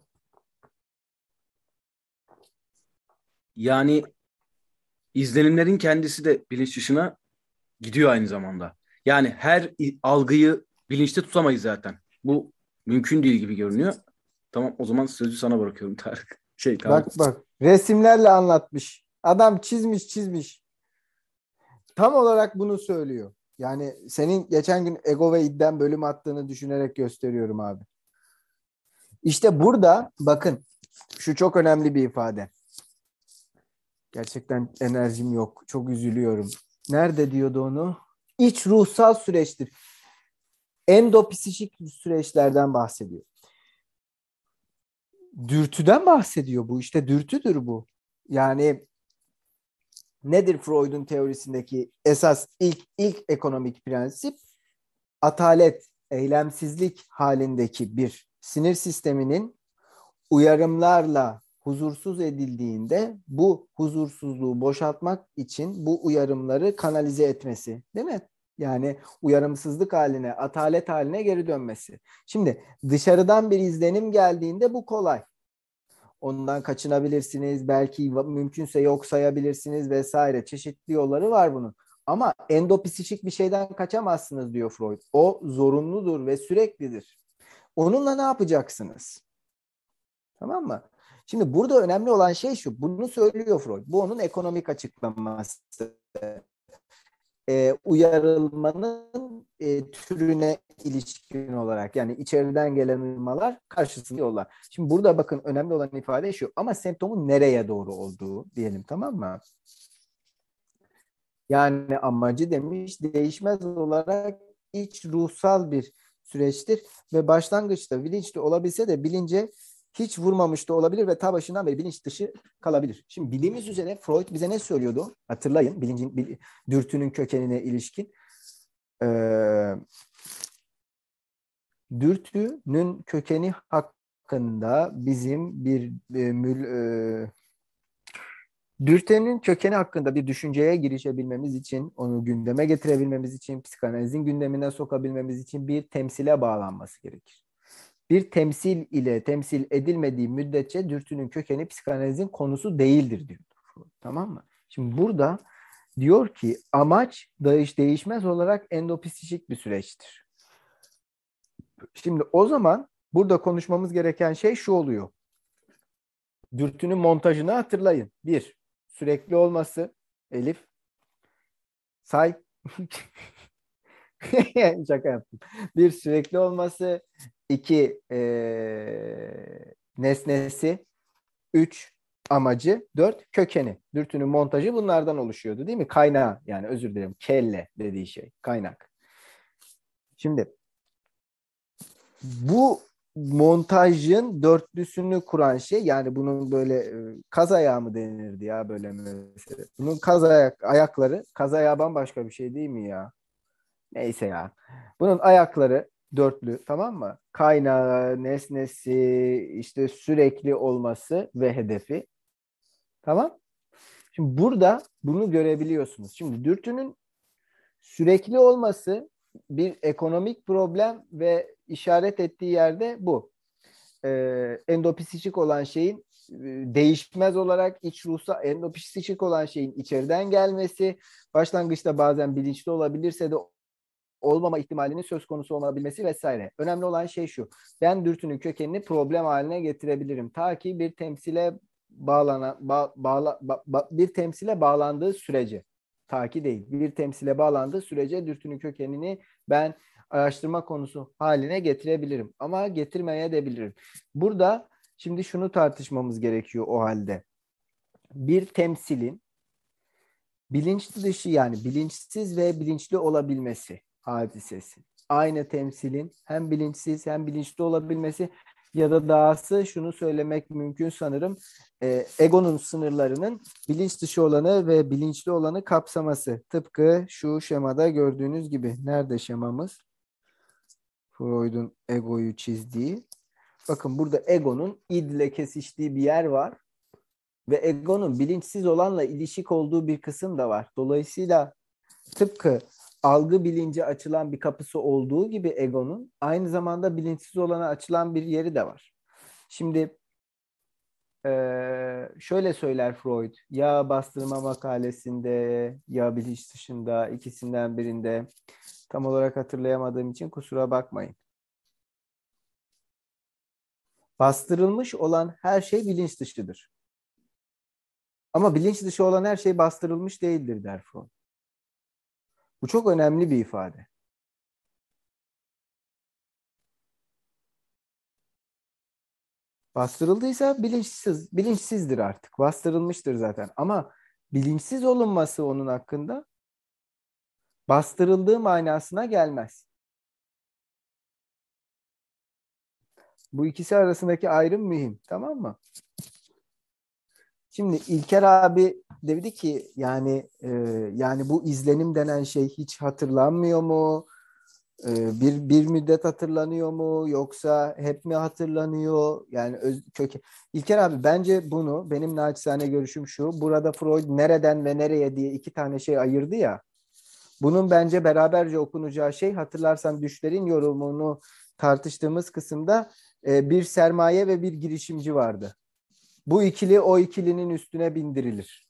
Speaker 6: Yani izlenimlerin kendisi de bilinç dışına gidiyor aynı zamanda. Yani her algıyı bilinçte tutamayız zaten. Bu mümkün değil gibi görünüyor. Tamam, o zaman sözü sana bırakıyorum Tarık. Şey Tarık.
Speaker 2: Bak bak resimlerle anlatmış. Adam çizmiş çizmiş. Tam olarak bunu söylüyor. Yani senin geçen gün ego ve idden bölüm attığını düşünerek gösteriyorum abi. İşte burada bakın şu çok önemli bir ifade. Gerçekten enerjim yok. Çok üzülüyorum. Nerede diyordu onu? İç ruhsal süreçtir. Endopsişik süreçlerden bahsediyor. Dürtüden bahsediyor bu. İşte dürtüdür bu. Yani nedir Freud'un teorisindeki esas ilk ilk ekonomik prensip? Atalet, eylemsizlik halindeki bir sinir sisteminin uyarımlarla huzursuz edildiğinde bu huzursuzluğu boşaltmak için bu uyarımları kanalize etmesi, değil mi? Yani uyarımsızlık haline, atalet haline geri dönmesi. Şimdi dışarıdan bir izlenim geldiğinde bu kolay. Ondan kaçınabilirsiniz, belki mümkünse yok sayabilirsiniz vesaire. Çeşitli yolları var bunun. Ama endopsişik bir şeyden kaçamazsınız diyor Freud. O zorunludur ve süreklidir. Onunla ne yapacaksınız? Tamam mı? Şimdi burada önemli olan şey şu. Bunu söylüyor Freud. Bu onun ekonomik açıklaması. Ee, uyarılmanın e, türüne ilişkin olarak, yani içeriden gelen uyarmalar karşısında yollar. Şimdi burada bakın önemli olan ifade şu. Ama semptomun nereye doğru olduğu diyelim, tamam mı? Yani amacı demiş değişmez olarak iç ruhsal bir süreçtir ve başlangıçta bilinçli olabilse de bilince hiç vurmamış da olabilir ve ta başından beri bilinç dışı kalabilir. Şimdi bildiğimiz üzere Freud bize ne söylüyordu? Hatırlayın, bilincin, bil, dürtünün kökenine ilişkin. Ee, dürtünün kökeni hakkında bizim bir e, mül, e, dürtünün kökeni hakkında bir düşünceye girişebilmemiz için, onu gündeme getirebilmemiz için, psikanalizin gündemine sokabilmemiz için bir temsile bağlanması gerekir. Bir temsil ile temsil edilmediği müddetçe dürtünün kökeni psikanalizin konusu değildir diyor. Tamam mı? Şimdi burada diyor ki amaç değiş değişmez olarak endopsişik bir süreçtir. Şimdi o zaman burada konuşmamız gereken şey şu oluyor. Dürtünün montajını hatırlayın. Bir, sürekli olması. Elif. Say. Şaka yaptım. Bir, sürekli olması. İki, ee, nesnesi. Üç, amacı. Dört, kökeni. Dürtünün montajı bunlardan oluşuyordu değil mi? Kaynağı, yani özür dilerim. Kelle dediği şey. Kaynak. Şimdi bu montajın dörtlüsünü kuran şey, yani bunun böyle e, kaz ayağı mı denirdi ya böyle mesela. Bunun kaz ayak, ayakları, kaz ayağı bambaşka bir şey değil mi ya? Neyse ya. Bunun ayakları dörtlü, tamam mı? Kaynağı, nesnesi, işte sürekli olması ve hedefi. Tamam? Şimdi burada bunu görebiliyorsunuz. Şimdi dürtünün sürekli olması bir ekonomik problem ve işaret ettiği yerde bu. Ee, endopsişik olan şeyin e, değişmez olarak iç ruhsal, endopsişik olan şeyin içeriden gelmesi, başlangıçta bazen bilinçli olabilirse de olmama ihtimalinin söz konusu olabilmesi vesaire. Önemli olan şey şu. Ben dürtünün kökenini problem haline getirebilirim. Ta ki bir temsile bağlana, ba, bağla, ba, ba, bir temsile bağlandığı sürece. Ta ki değil. Bir temsile bağlandığı sürece dürtünün kökenini ben araştırma konusu haline getirebilirim. Ama getirmeye de bilirim. Burada şimdi şunu tartışmamız gerekiyor o halde. Bir temsilin bilinçli dışı, yani bilinçsiz ve bilinçli olabilmesi hadisesi. Aynı temsilin hem bilinçsiz hem bilinçli olabilmesi ya da dahası şunu söylemek mümkün sanırım. E, egonun sınırlarının bilinç dışı olanı ve bilinçli olanı kapsaması. Tıpkı şu şemada gördüğünüz gibi. Nerede şemamız? Freud'un egoyu çizdiği. Bakın burada egonun id ile kesiştiği bir yer var. Ve egonun bilinçsiz olanla ilişik olduğu bir kısım da var. Dolayısıyla tıpkı algı bilinci açılan bir kapısı olduğu gibi egonun aynı zamanda bilinçsiz olana açılan bir yeri de var. Şimdi şöyle söyler Freud, ya bastırma makalesinde ya bilinç dışında, ikisinden birinde, tam olarak hatırlayamadığım için kusura bakmayın. Bastırılmış olan her şey bilinç dışıdır. Ama bilinç dışı olan her şey bastırılmış değildir der Freud. Bu çok önemli bir ifade. Bastırıldıysa bilinçsiz, bilinçsizdir artık. Bastırılmıştır zaten. Ama bilinçsiz olunması onun hakkında bastırıldığı manasına gelmez. Bu ikisi arasındaki ayrım mühim. Tamam mı? Şimdi İlker abi dedi ki yani e, yani bu izlenim denen şey hiç hatırlanmıyor mu? E, bir bir müddet hatırlanıyor mu? Yoksa hep mi hatırlanıyor? Yani öz, köke. İlker abi bence bunu benim naçizane görüşüm şu. Burada Freud nereden ve nereye diye iki tane şey ayırdı ya. Bunun bence beraberce okunacağı şey hatırlarsan düşlerin yorumunu tartıştığımız kısımda e, bir sermaye ve bir girişimci vardı. Bu ikili o ikilinin üstüne bindirilir.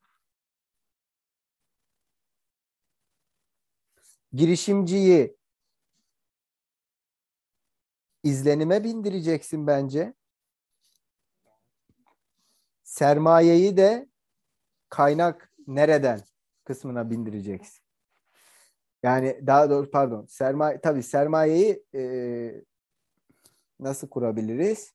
Speaker 2: Girişimciyi izlenime bindireceksin bence. Sermayeyi de kaynak nereden kısmına bindireceksin. Yani daha doğrusu pardon sermaye tabii sermayeyi e, nasıl kurabiliriz?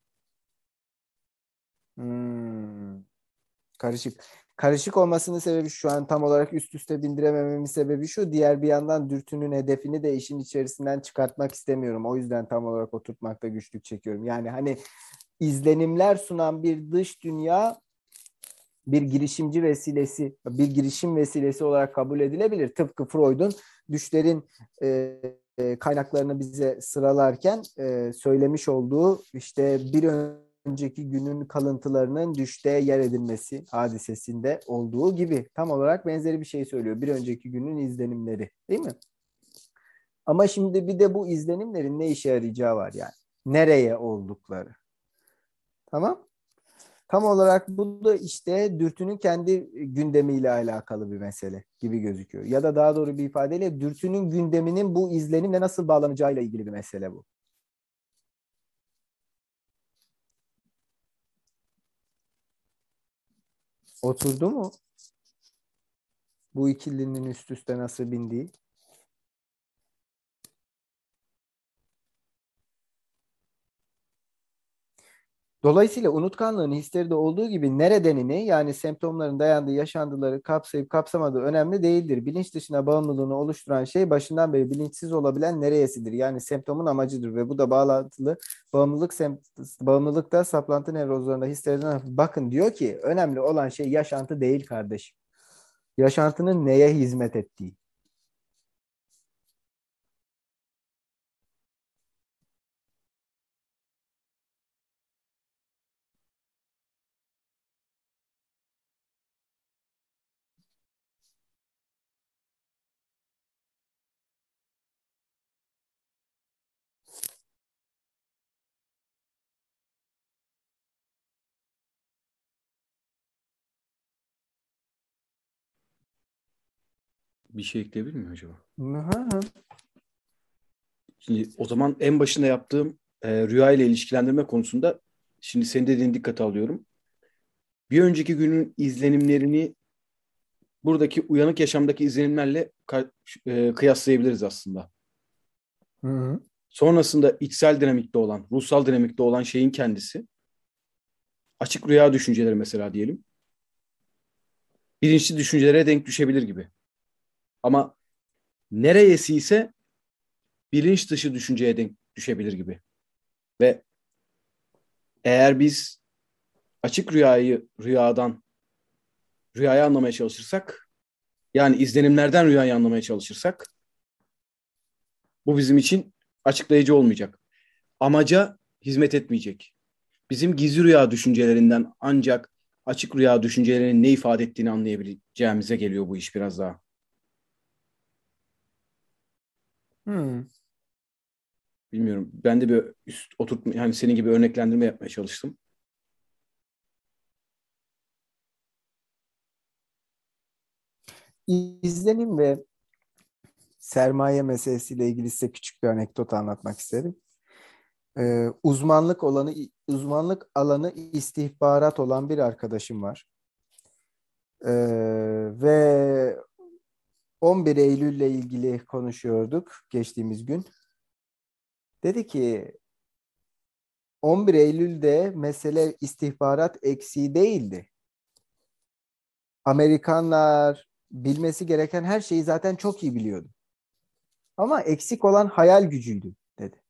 Speaker 2: Hmm, karışık. Karışık olmasının sebebi şu an tam olarak üst üste bindiremememin sebebi şu. Diğer bir yandan dürtünün hedefini de işin içerisinden çıkartmak istemiyorum. O yüzden tam olarak oturtmakta güçlük çekiyorum. Yani hani izlenimler sunan bir dış dünya bir girişimci vesilesi, bir girişim vesilesi olarak kabul edilebilir. Tıpkı Freud'un düşlerin e, e, kaynaklarını bize sıralarken e, söylemiş olduğu işte bir önceki günün kalıntılarının düşte yer edilmesi hadisesinde olduğu gibi tam olarak benzeri bir şey söylüyor. Bir önceki günün izlenimleri, değil mi? Ama şimdi bir de bu izlenimlerin ne işe yarayacağı var yani. Nereye oldukları. Tamam? Tam olarak bu da işte dürtünün kendi gündemiyle alakalı bir mesele gibi gözüküyor. Ya da daha doğru bir ifadeyle dürtünün gündeminin bu izlenimle nasıl bağlanacağıyla ilgili bir mesele bu. Oturdu mu? Bu ikilinin üst üste nasıl bindiği? Dolayısıyla unutkanlığın hislerinde olduğu gibi neredenini yani semptomların dayandığı yaşantıları kapsayıp kapsamadığı önemli değildir. Bilinç dışına bağımlılığını oluşturan şey başından beri bilinçsiz olabilen nereyesidir. Yani semptomun amacıdır ve bu da bağlantılı bağımlılık bağımlılıkta saplantı nevrozlarında hislerden bakın diyor ki önemli olan şey yaşantı değil kardeşim. Yaşantının neye hizmet ettiği.
Speaker 6: Bir şey ekleyebilir miyim acaba?
Speaker 2: Hı hı.
Speaker 6: Şimdi o zaman en başında yaptığım e, rüya ile ilişkilendirme konusunda şimdi senin dediğin dikkate alıyorum. Bir önceki günün izlenimlerini buradaki uyanık yaşamdaki izlenimlerle ka- e, kıyaslayabiliriz aslında.
Speaker 2: Hı hı.
Speaker 6: Sonrasında içsel dinamikte olan, ruhsal dinamikte olan şeyin kendisi, açık rüya düşünceleri mesela diyelim, bilinçli düşüncelere denk düşebilir gibi. Ama nereyesi ise bilinç dışı düşünceye denk düşebilir gibi. Ve eğer biz açık rüyayı rüyadan, rüyayı anlamaya çalışırsak, yani izlenimlerden rüyayı anlamaya çalışırsak, bu bizim için açıklayıcı olmayacak. Amaca hizmet etmeyecek. Bizim gizli rüya düşüncelerinden ancak açık rüya düşüncelerinin ne ifade ettiğini anlayabileceğimize geliyor bu iş biraz daha.
Speaker 2: Hı.
Speaker 6: Bilmiyorum. Ben de bir üst oturtma, yani senin gibi örneklendirme yapmaya çalıştım.
Speaker 2: İzlenim ve sermaye meselesiyle ilgili size küçük bir anekdot anlatmak isterim. Ee, uzmanlık olanı uzmanlık alanı istihbarat olan bir arkadaşım var. Ee, ve on bir Eylül ile ilgili konuşuyorduk geçtiğimiz gün. Dedi ki on bir Eylül'de mesele istihbarat eksiği değildi. Amerikanlar bilmesi gereken her şeyi zaten çok iyi biliyordu. Ama eksik olan hayal gücüydü dedi.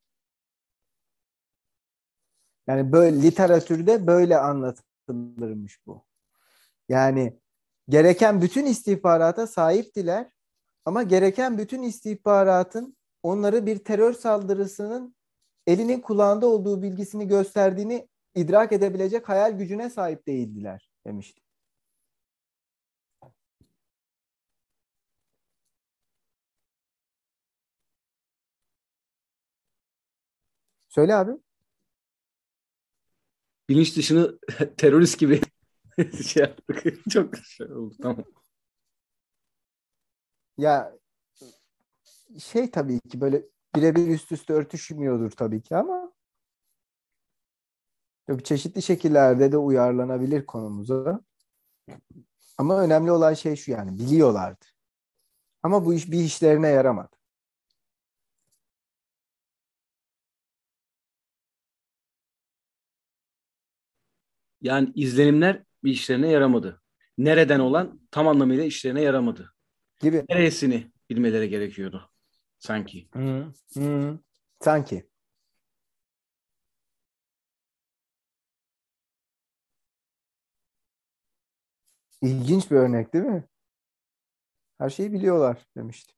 Speaker 2: Yani böyle literatürde böyle anlatılırmış bu. Yani gereken bütün istihbarata sahiptiler ama gereken bütün istihbaratın onları bir terör saldırısının elinin kulağında olduğu bilgisini gösterdiğini idrak edebilecek hayal gücüne sahip değildiler demişti. Söyle abi.
Speaker 6: Bilinç dışını terörist gibi şey yaptık. Çok şey oldu. Tamam.
Speaker 2: Ya şey tabii ki böyle birebir üst üste örtüşmüyordur tabii ki ama tabii çeşitli şekillerde de uyarlanabilir konumuza. Ama önemli olan şey şu, yani biliyorlardı. Ama bu iş bir işlerine yaramadı.
Speaker 6: Yani izlenimler bir işlerine yaramadı. Nereden olan tam anlamıyla işlerine yaramadı.
Speaker 2: Gibi.
Speaker 6: Neresini bilmeleri gerekiyordu sanki.
Speaker 2: Hı, hı. Sanki. İlginç bir örnek değil mi? Her şeyi biliyorlar demişti.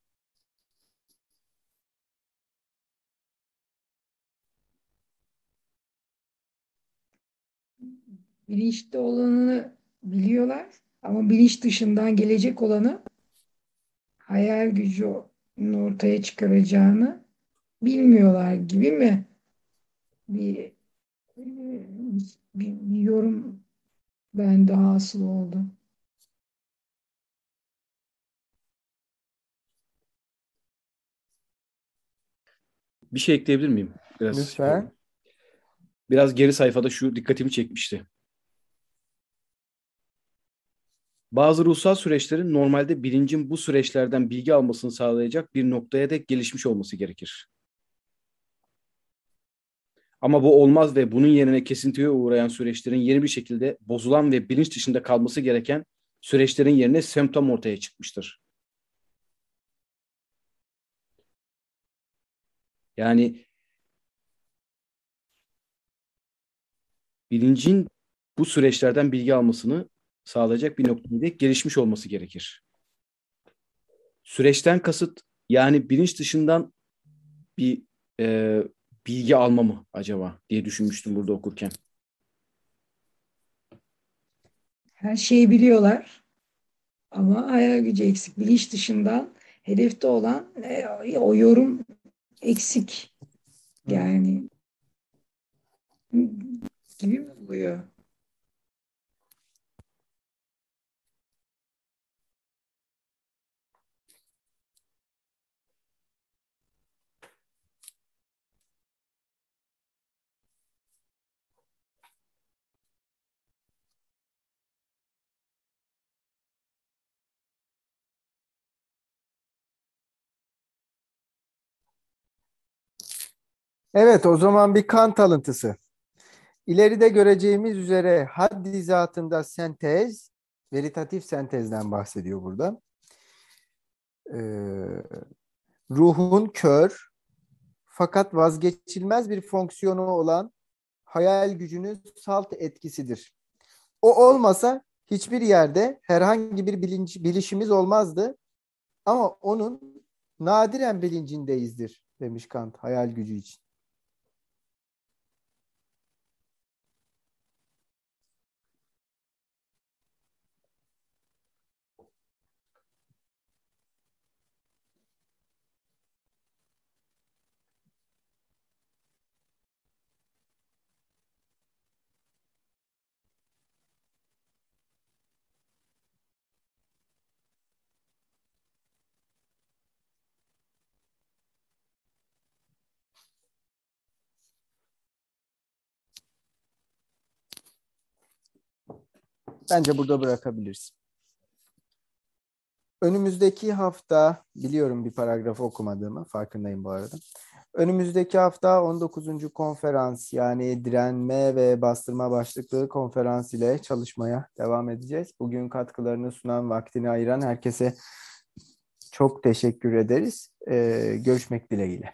Speaker 8: Bilinçli olanını biliyorlar ama bilinç dışından gelecek olanı, hayal gücünün ortaya çıkaracağını bilmiyorlar gibi mi? Bir, bir, bir yorum bende hasıl oldu.
Speaker 6: Bir şey ekleyebilir miyim? Biraz
Speaker 2: Lütfen.
Speaker 6: biraz geri sayfada şu dikkatimi çekmişti. Bazı ruhsal süreçlerin normalde bilincin bu süreçlerden bilgi almasını sağlayacak bir noktaya dek gelişmiş olması gerekir. Ama bu olmaz ve bunun yerine kesintiye uğrayan süreçlerin yeni bir şekilde bozulan ve bilinç dışında kalması gereken süreçlerin yerine semptom ortaya çıkmıştır. Yani bilincin bu süreçlerden bilgi almasını sağlayacak bir noktaya dek gelişmiş olması gerekir. Süreçten kasıt yani bilinç dışından bir e, bilgi alma mı acaba diye düşünmüştüm burada okurken.
Speaker 8: Her şeyi biliyorlar ama hayal gücü eksik. Bilinç dışından hedefte olan e, o yorum eksik. Yani gibi mi oluyor?
Speaker 2: Evet, o zaman bir Kant alıntısı. İleride göreceğimiz üzere haddi zatında sentez, veritatif sentezden bahsediyor burada. Ee, ruhun kör fakat vazgeçilmez bir fonksiyonu olan hayal gücünün salt etkisidir. O olmasa hiçbir yerde herhangi bir bilinç, bilişimiz olmazdı ama onun nadiren bilincindeyizdir demiş Kant hayal gücü için. Bence burada bırakabiliriz. önümüzdeki hafta, biliyorum bir paragrafı okumadığımı, farkındayım bu arada. Önümüzdeki hafta on dokuzuncu konferans, yani direnme ve bastırma başlıklı konferans ile çalışmaya devam edeceğiz. Bugün katkılarını sunan, vaktini ayıran herkese çok teşekkür ederiz. Ee, görüşmek dileğiyle.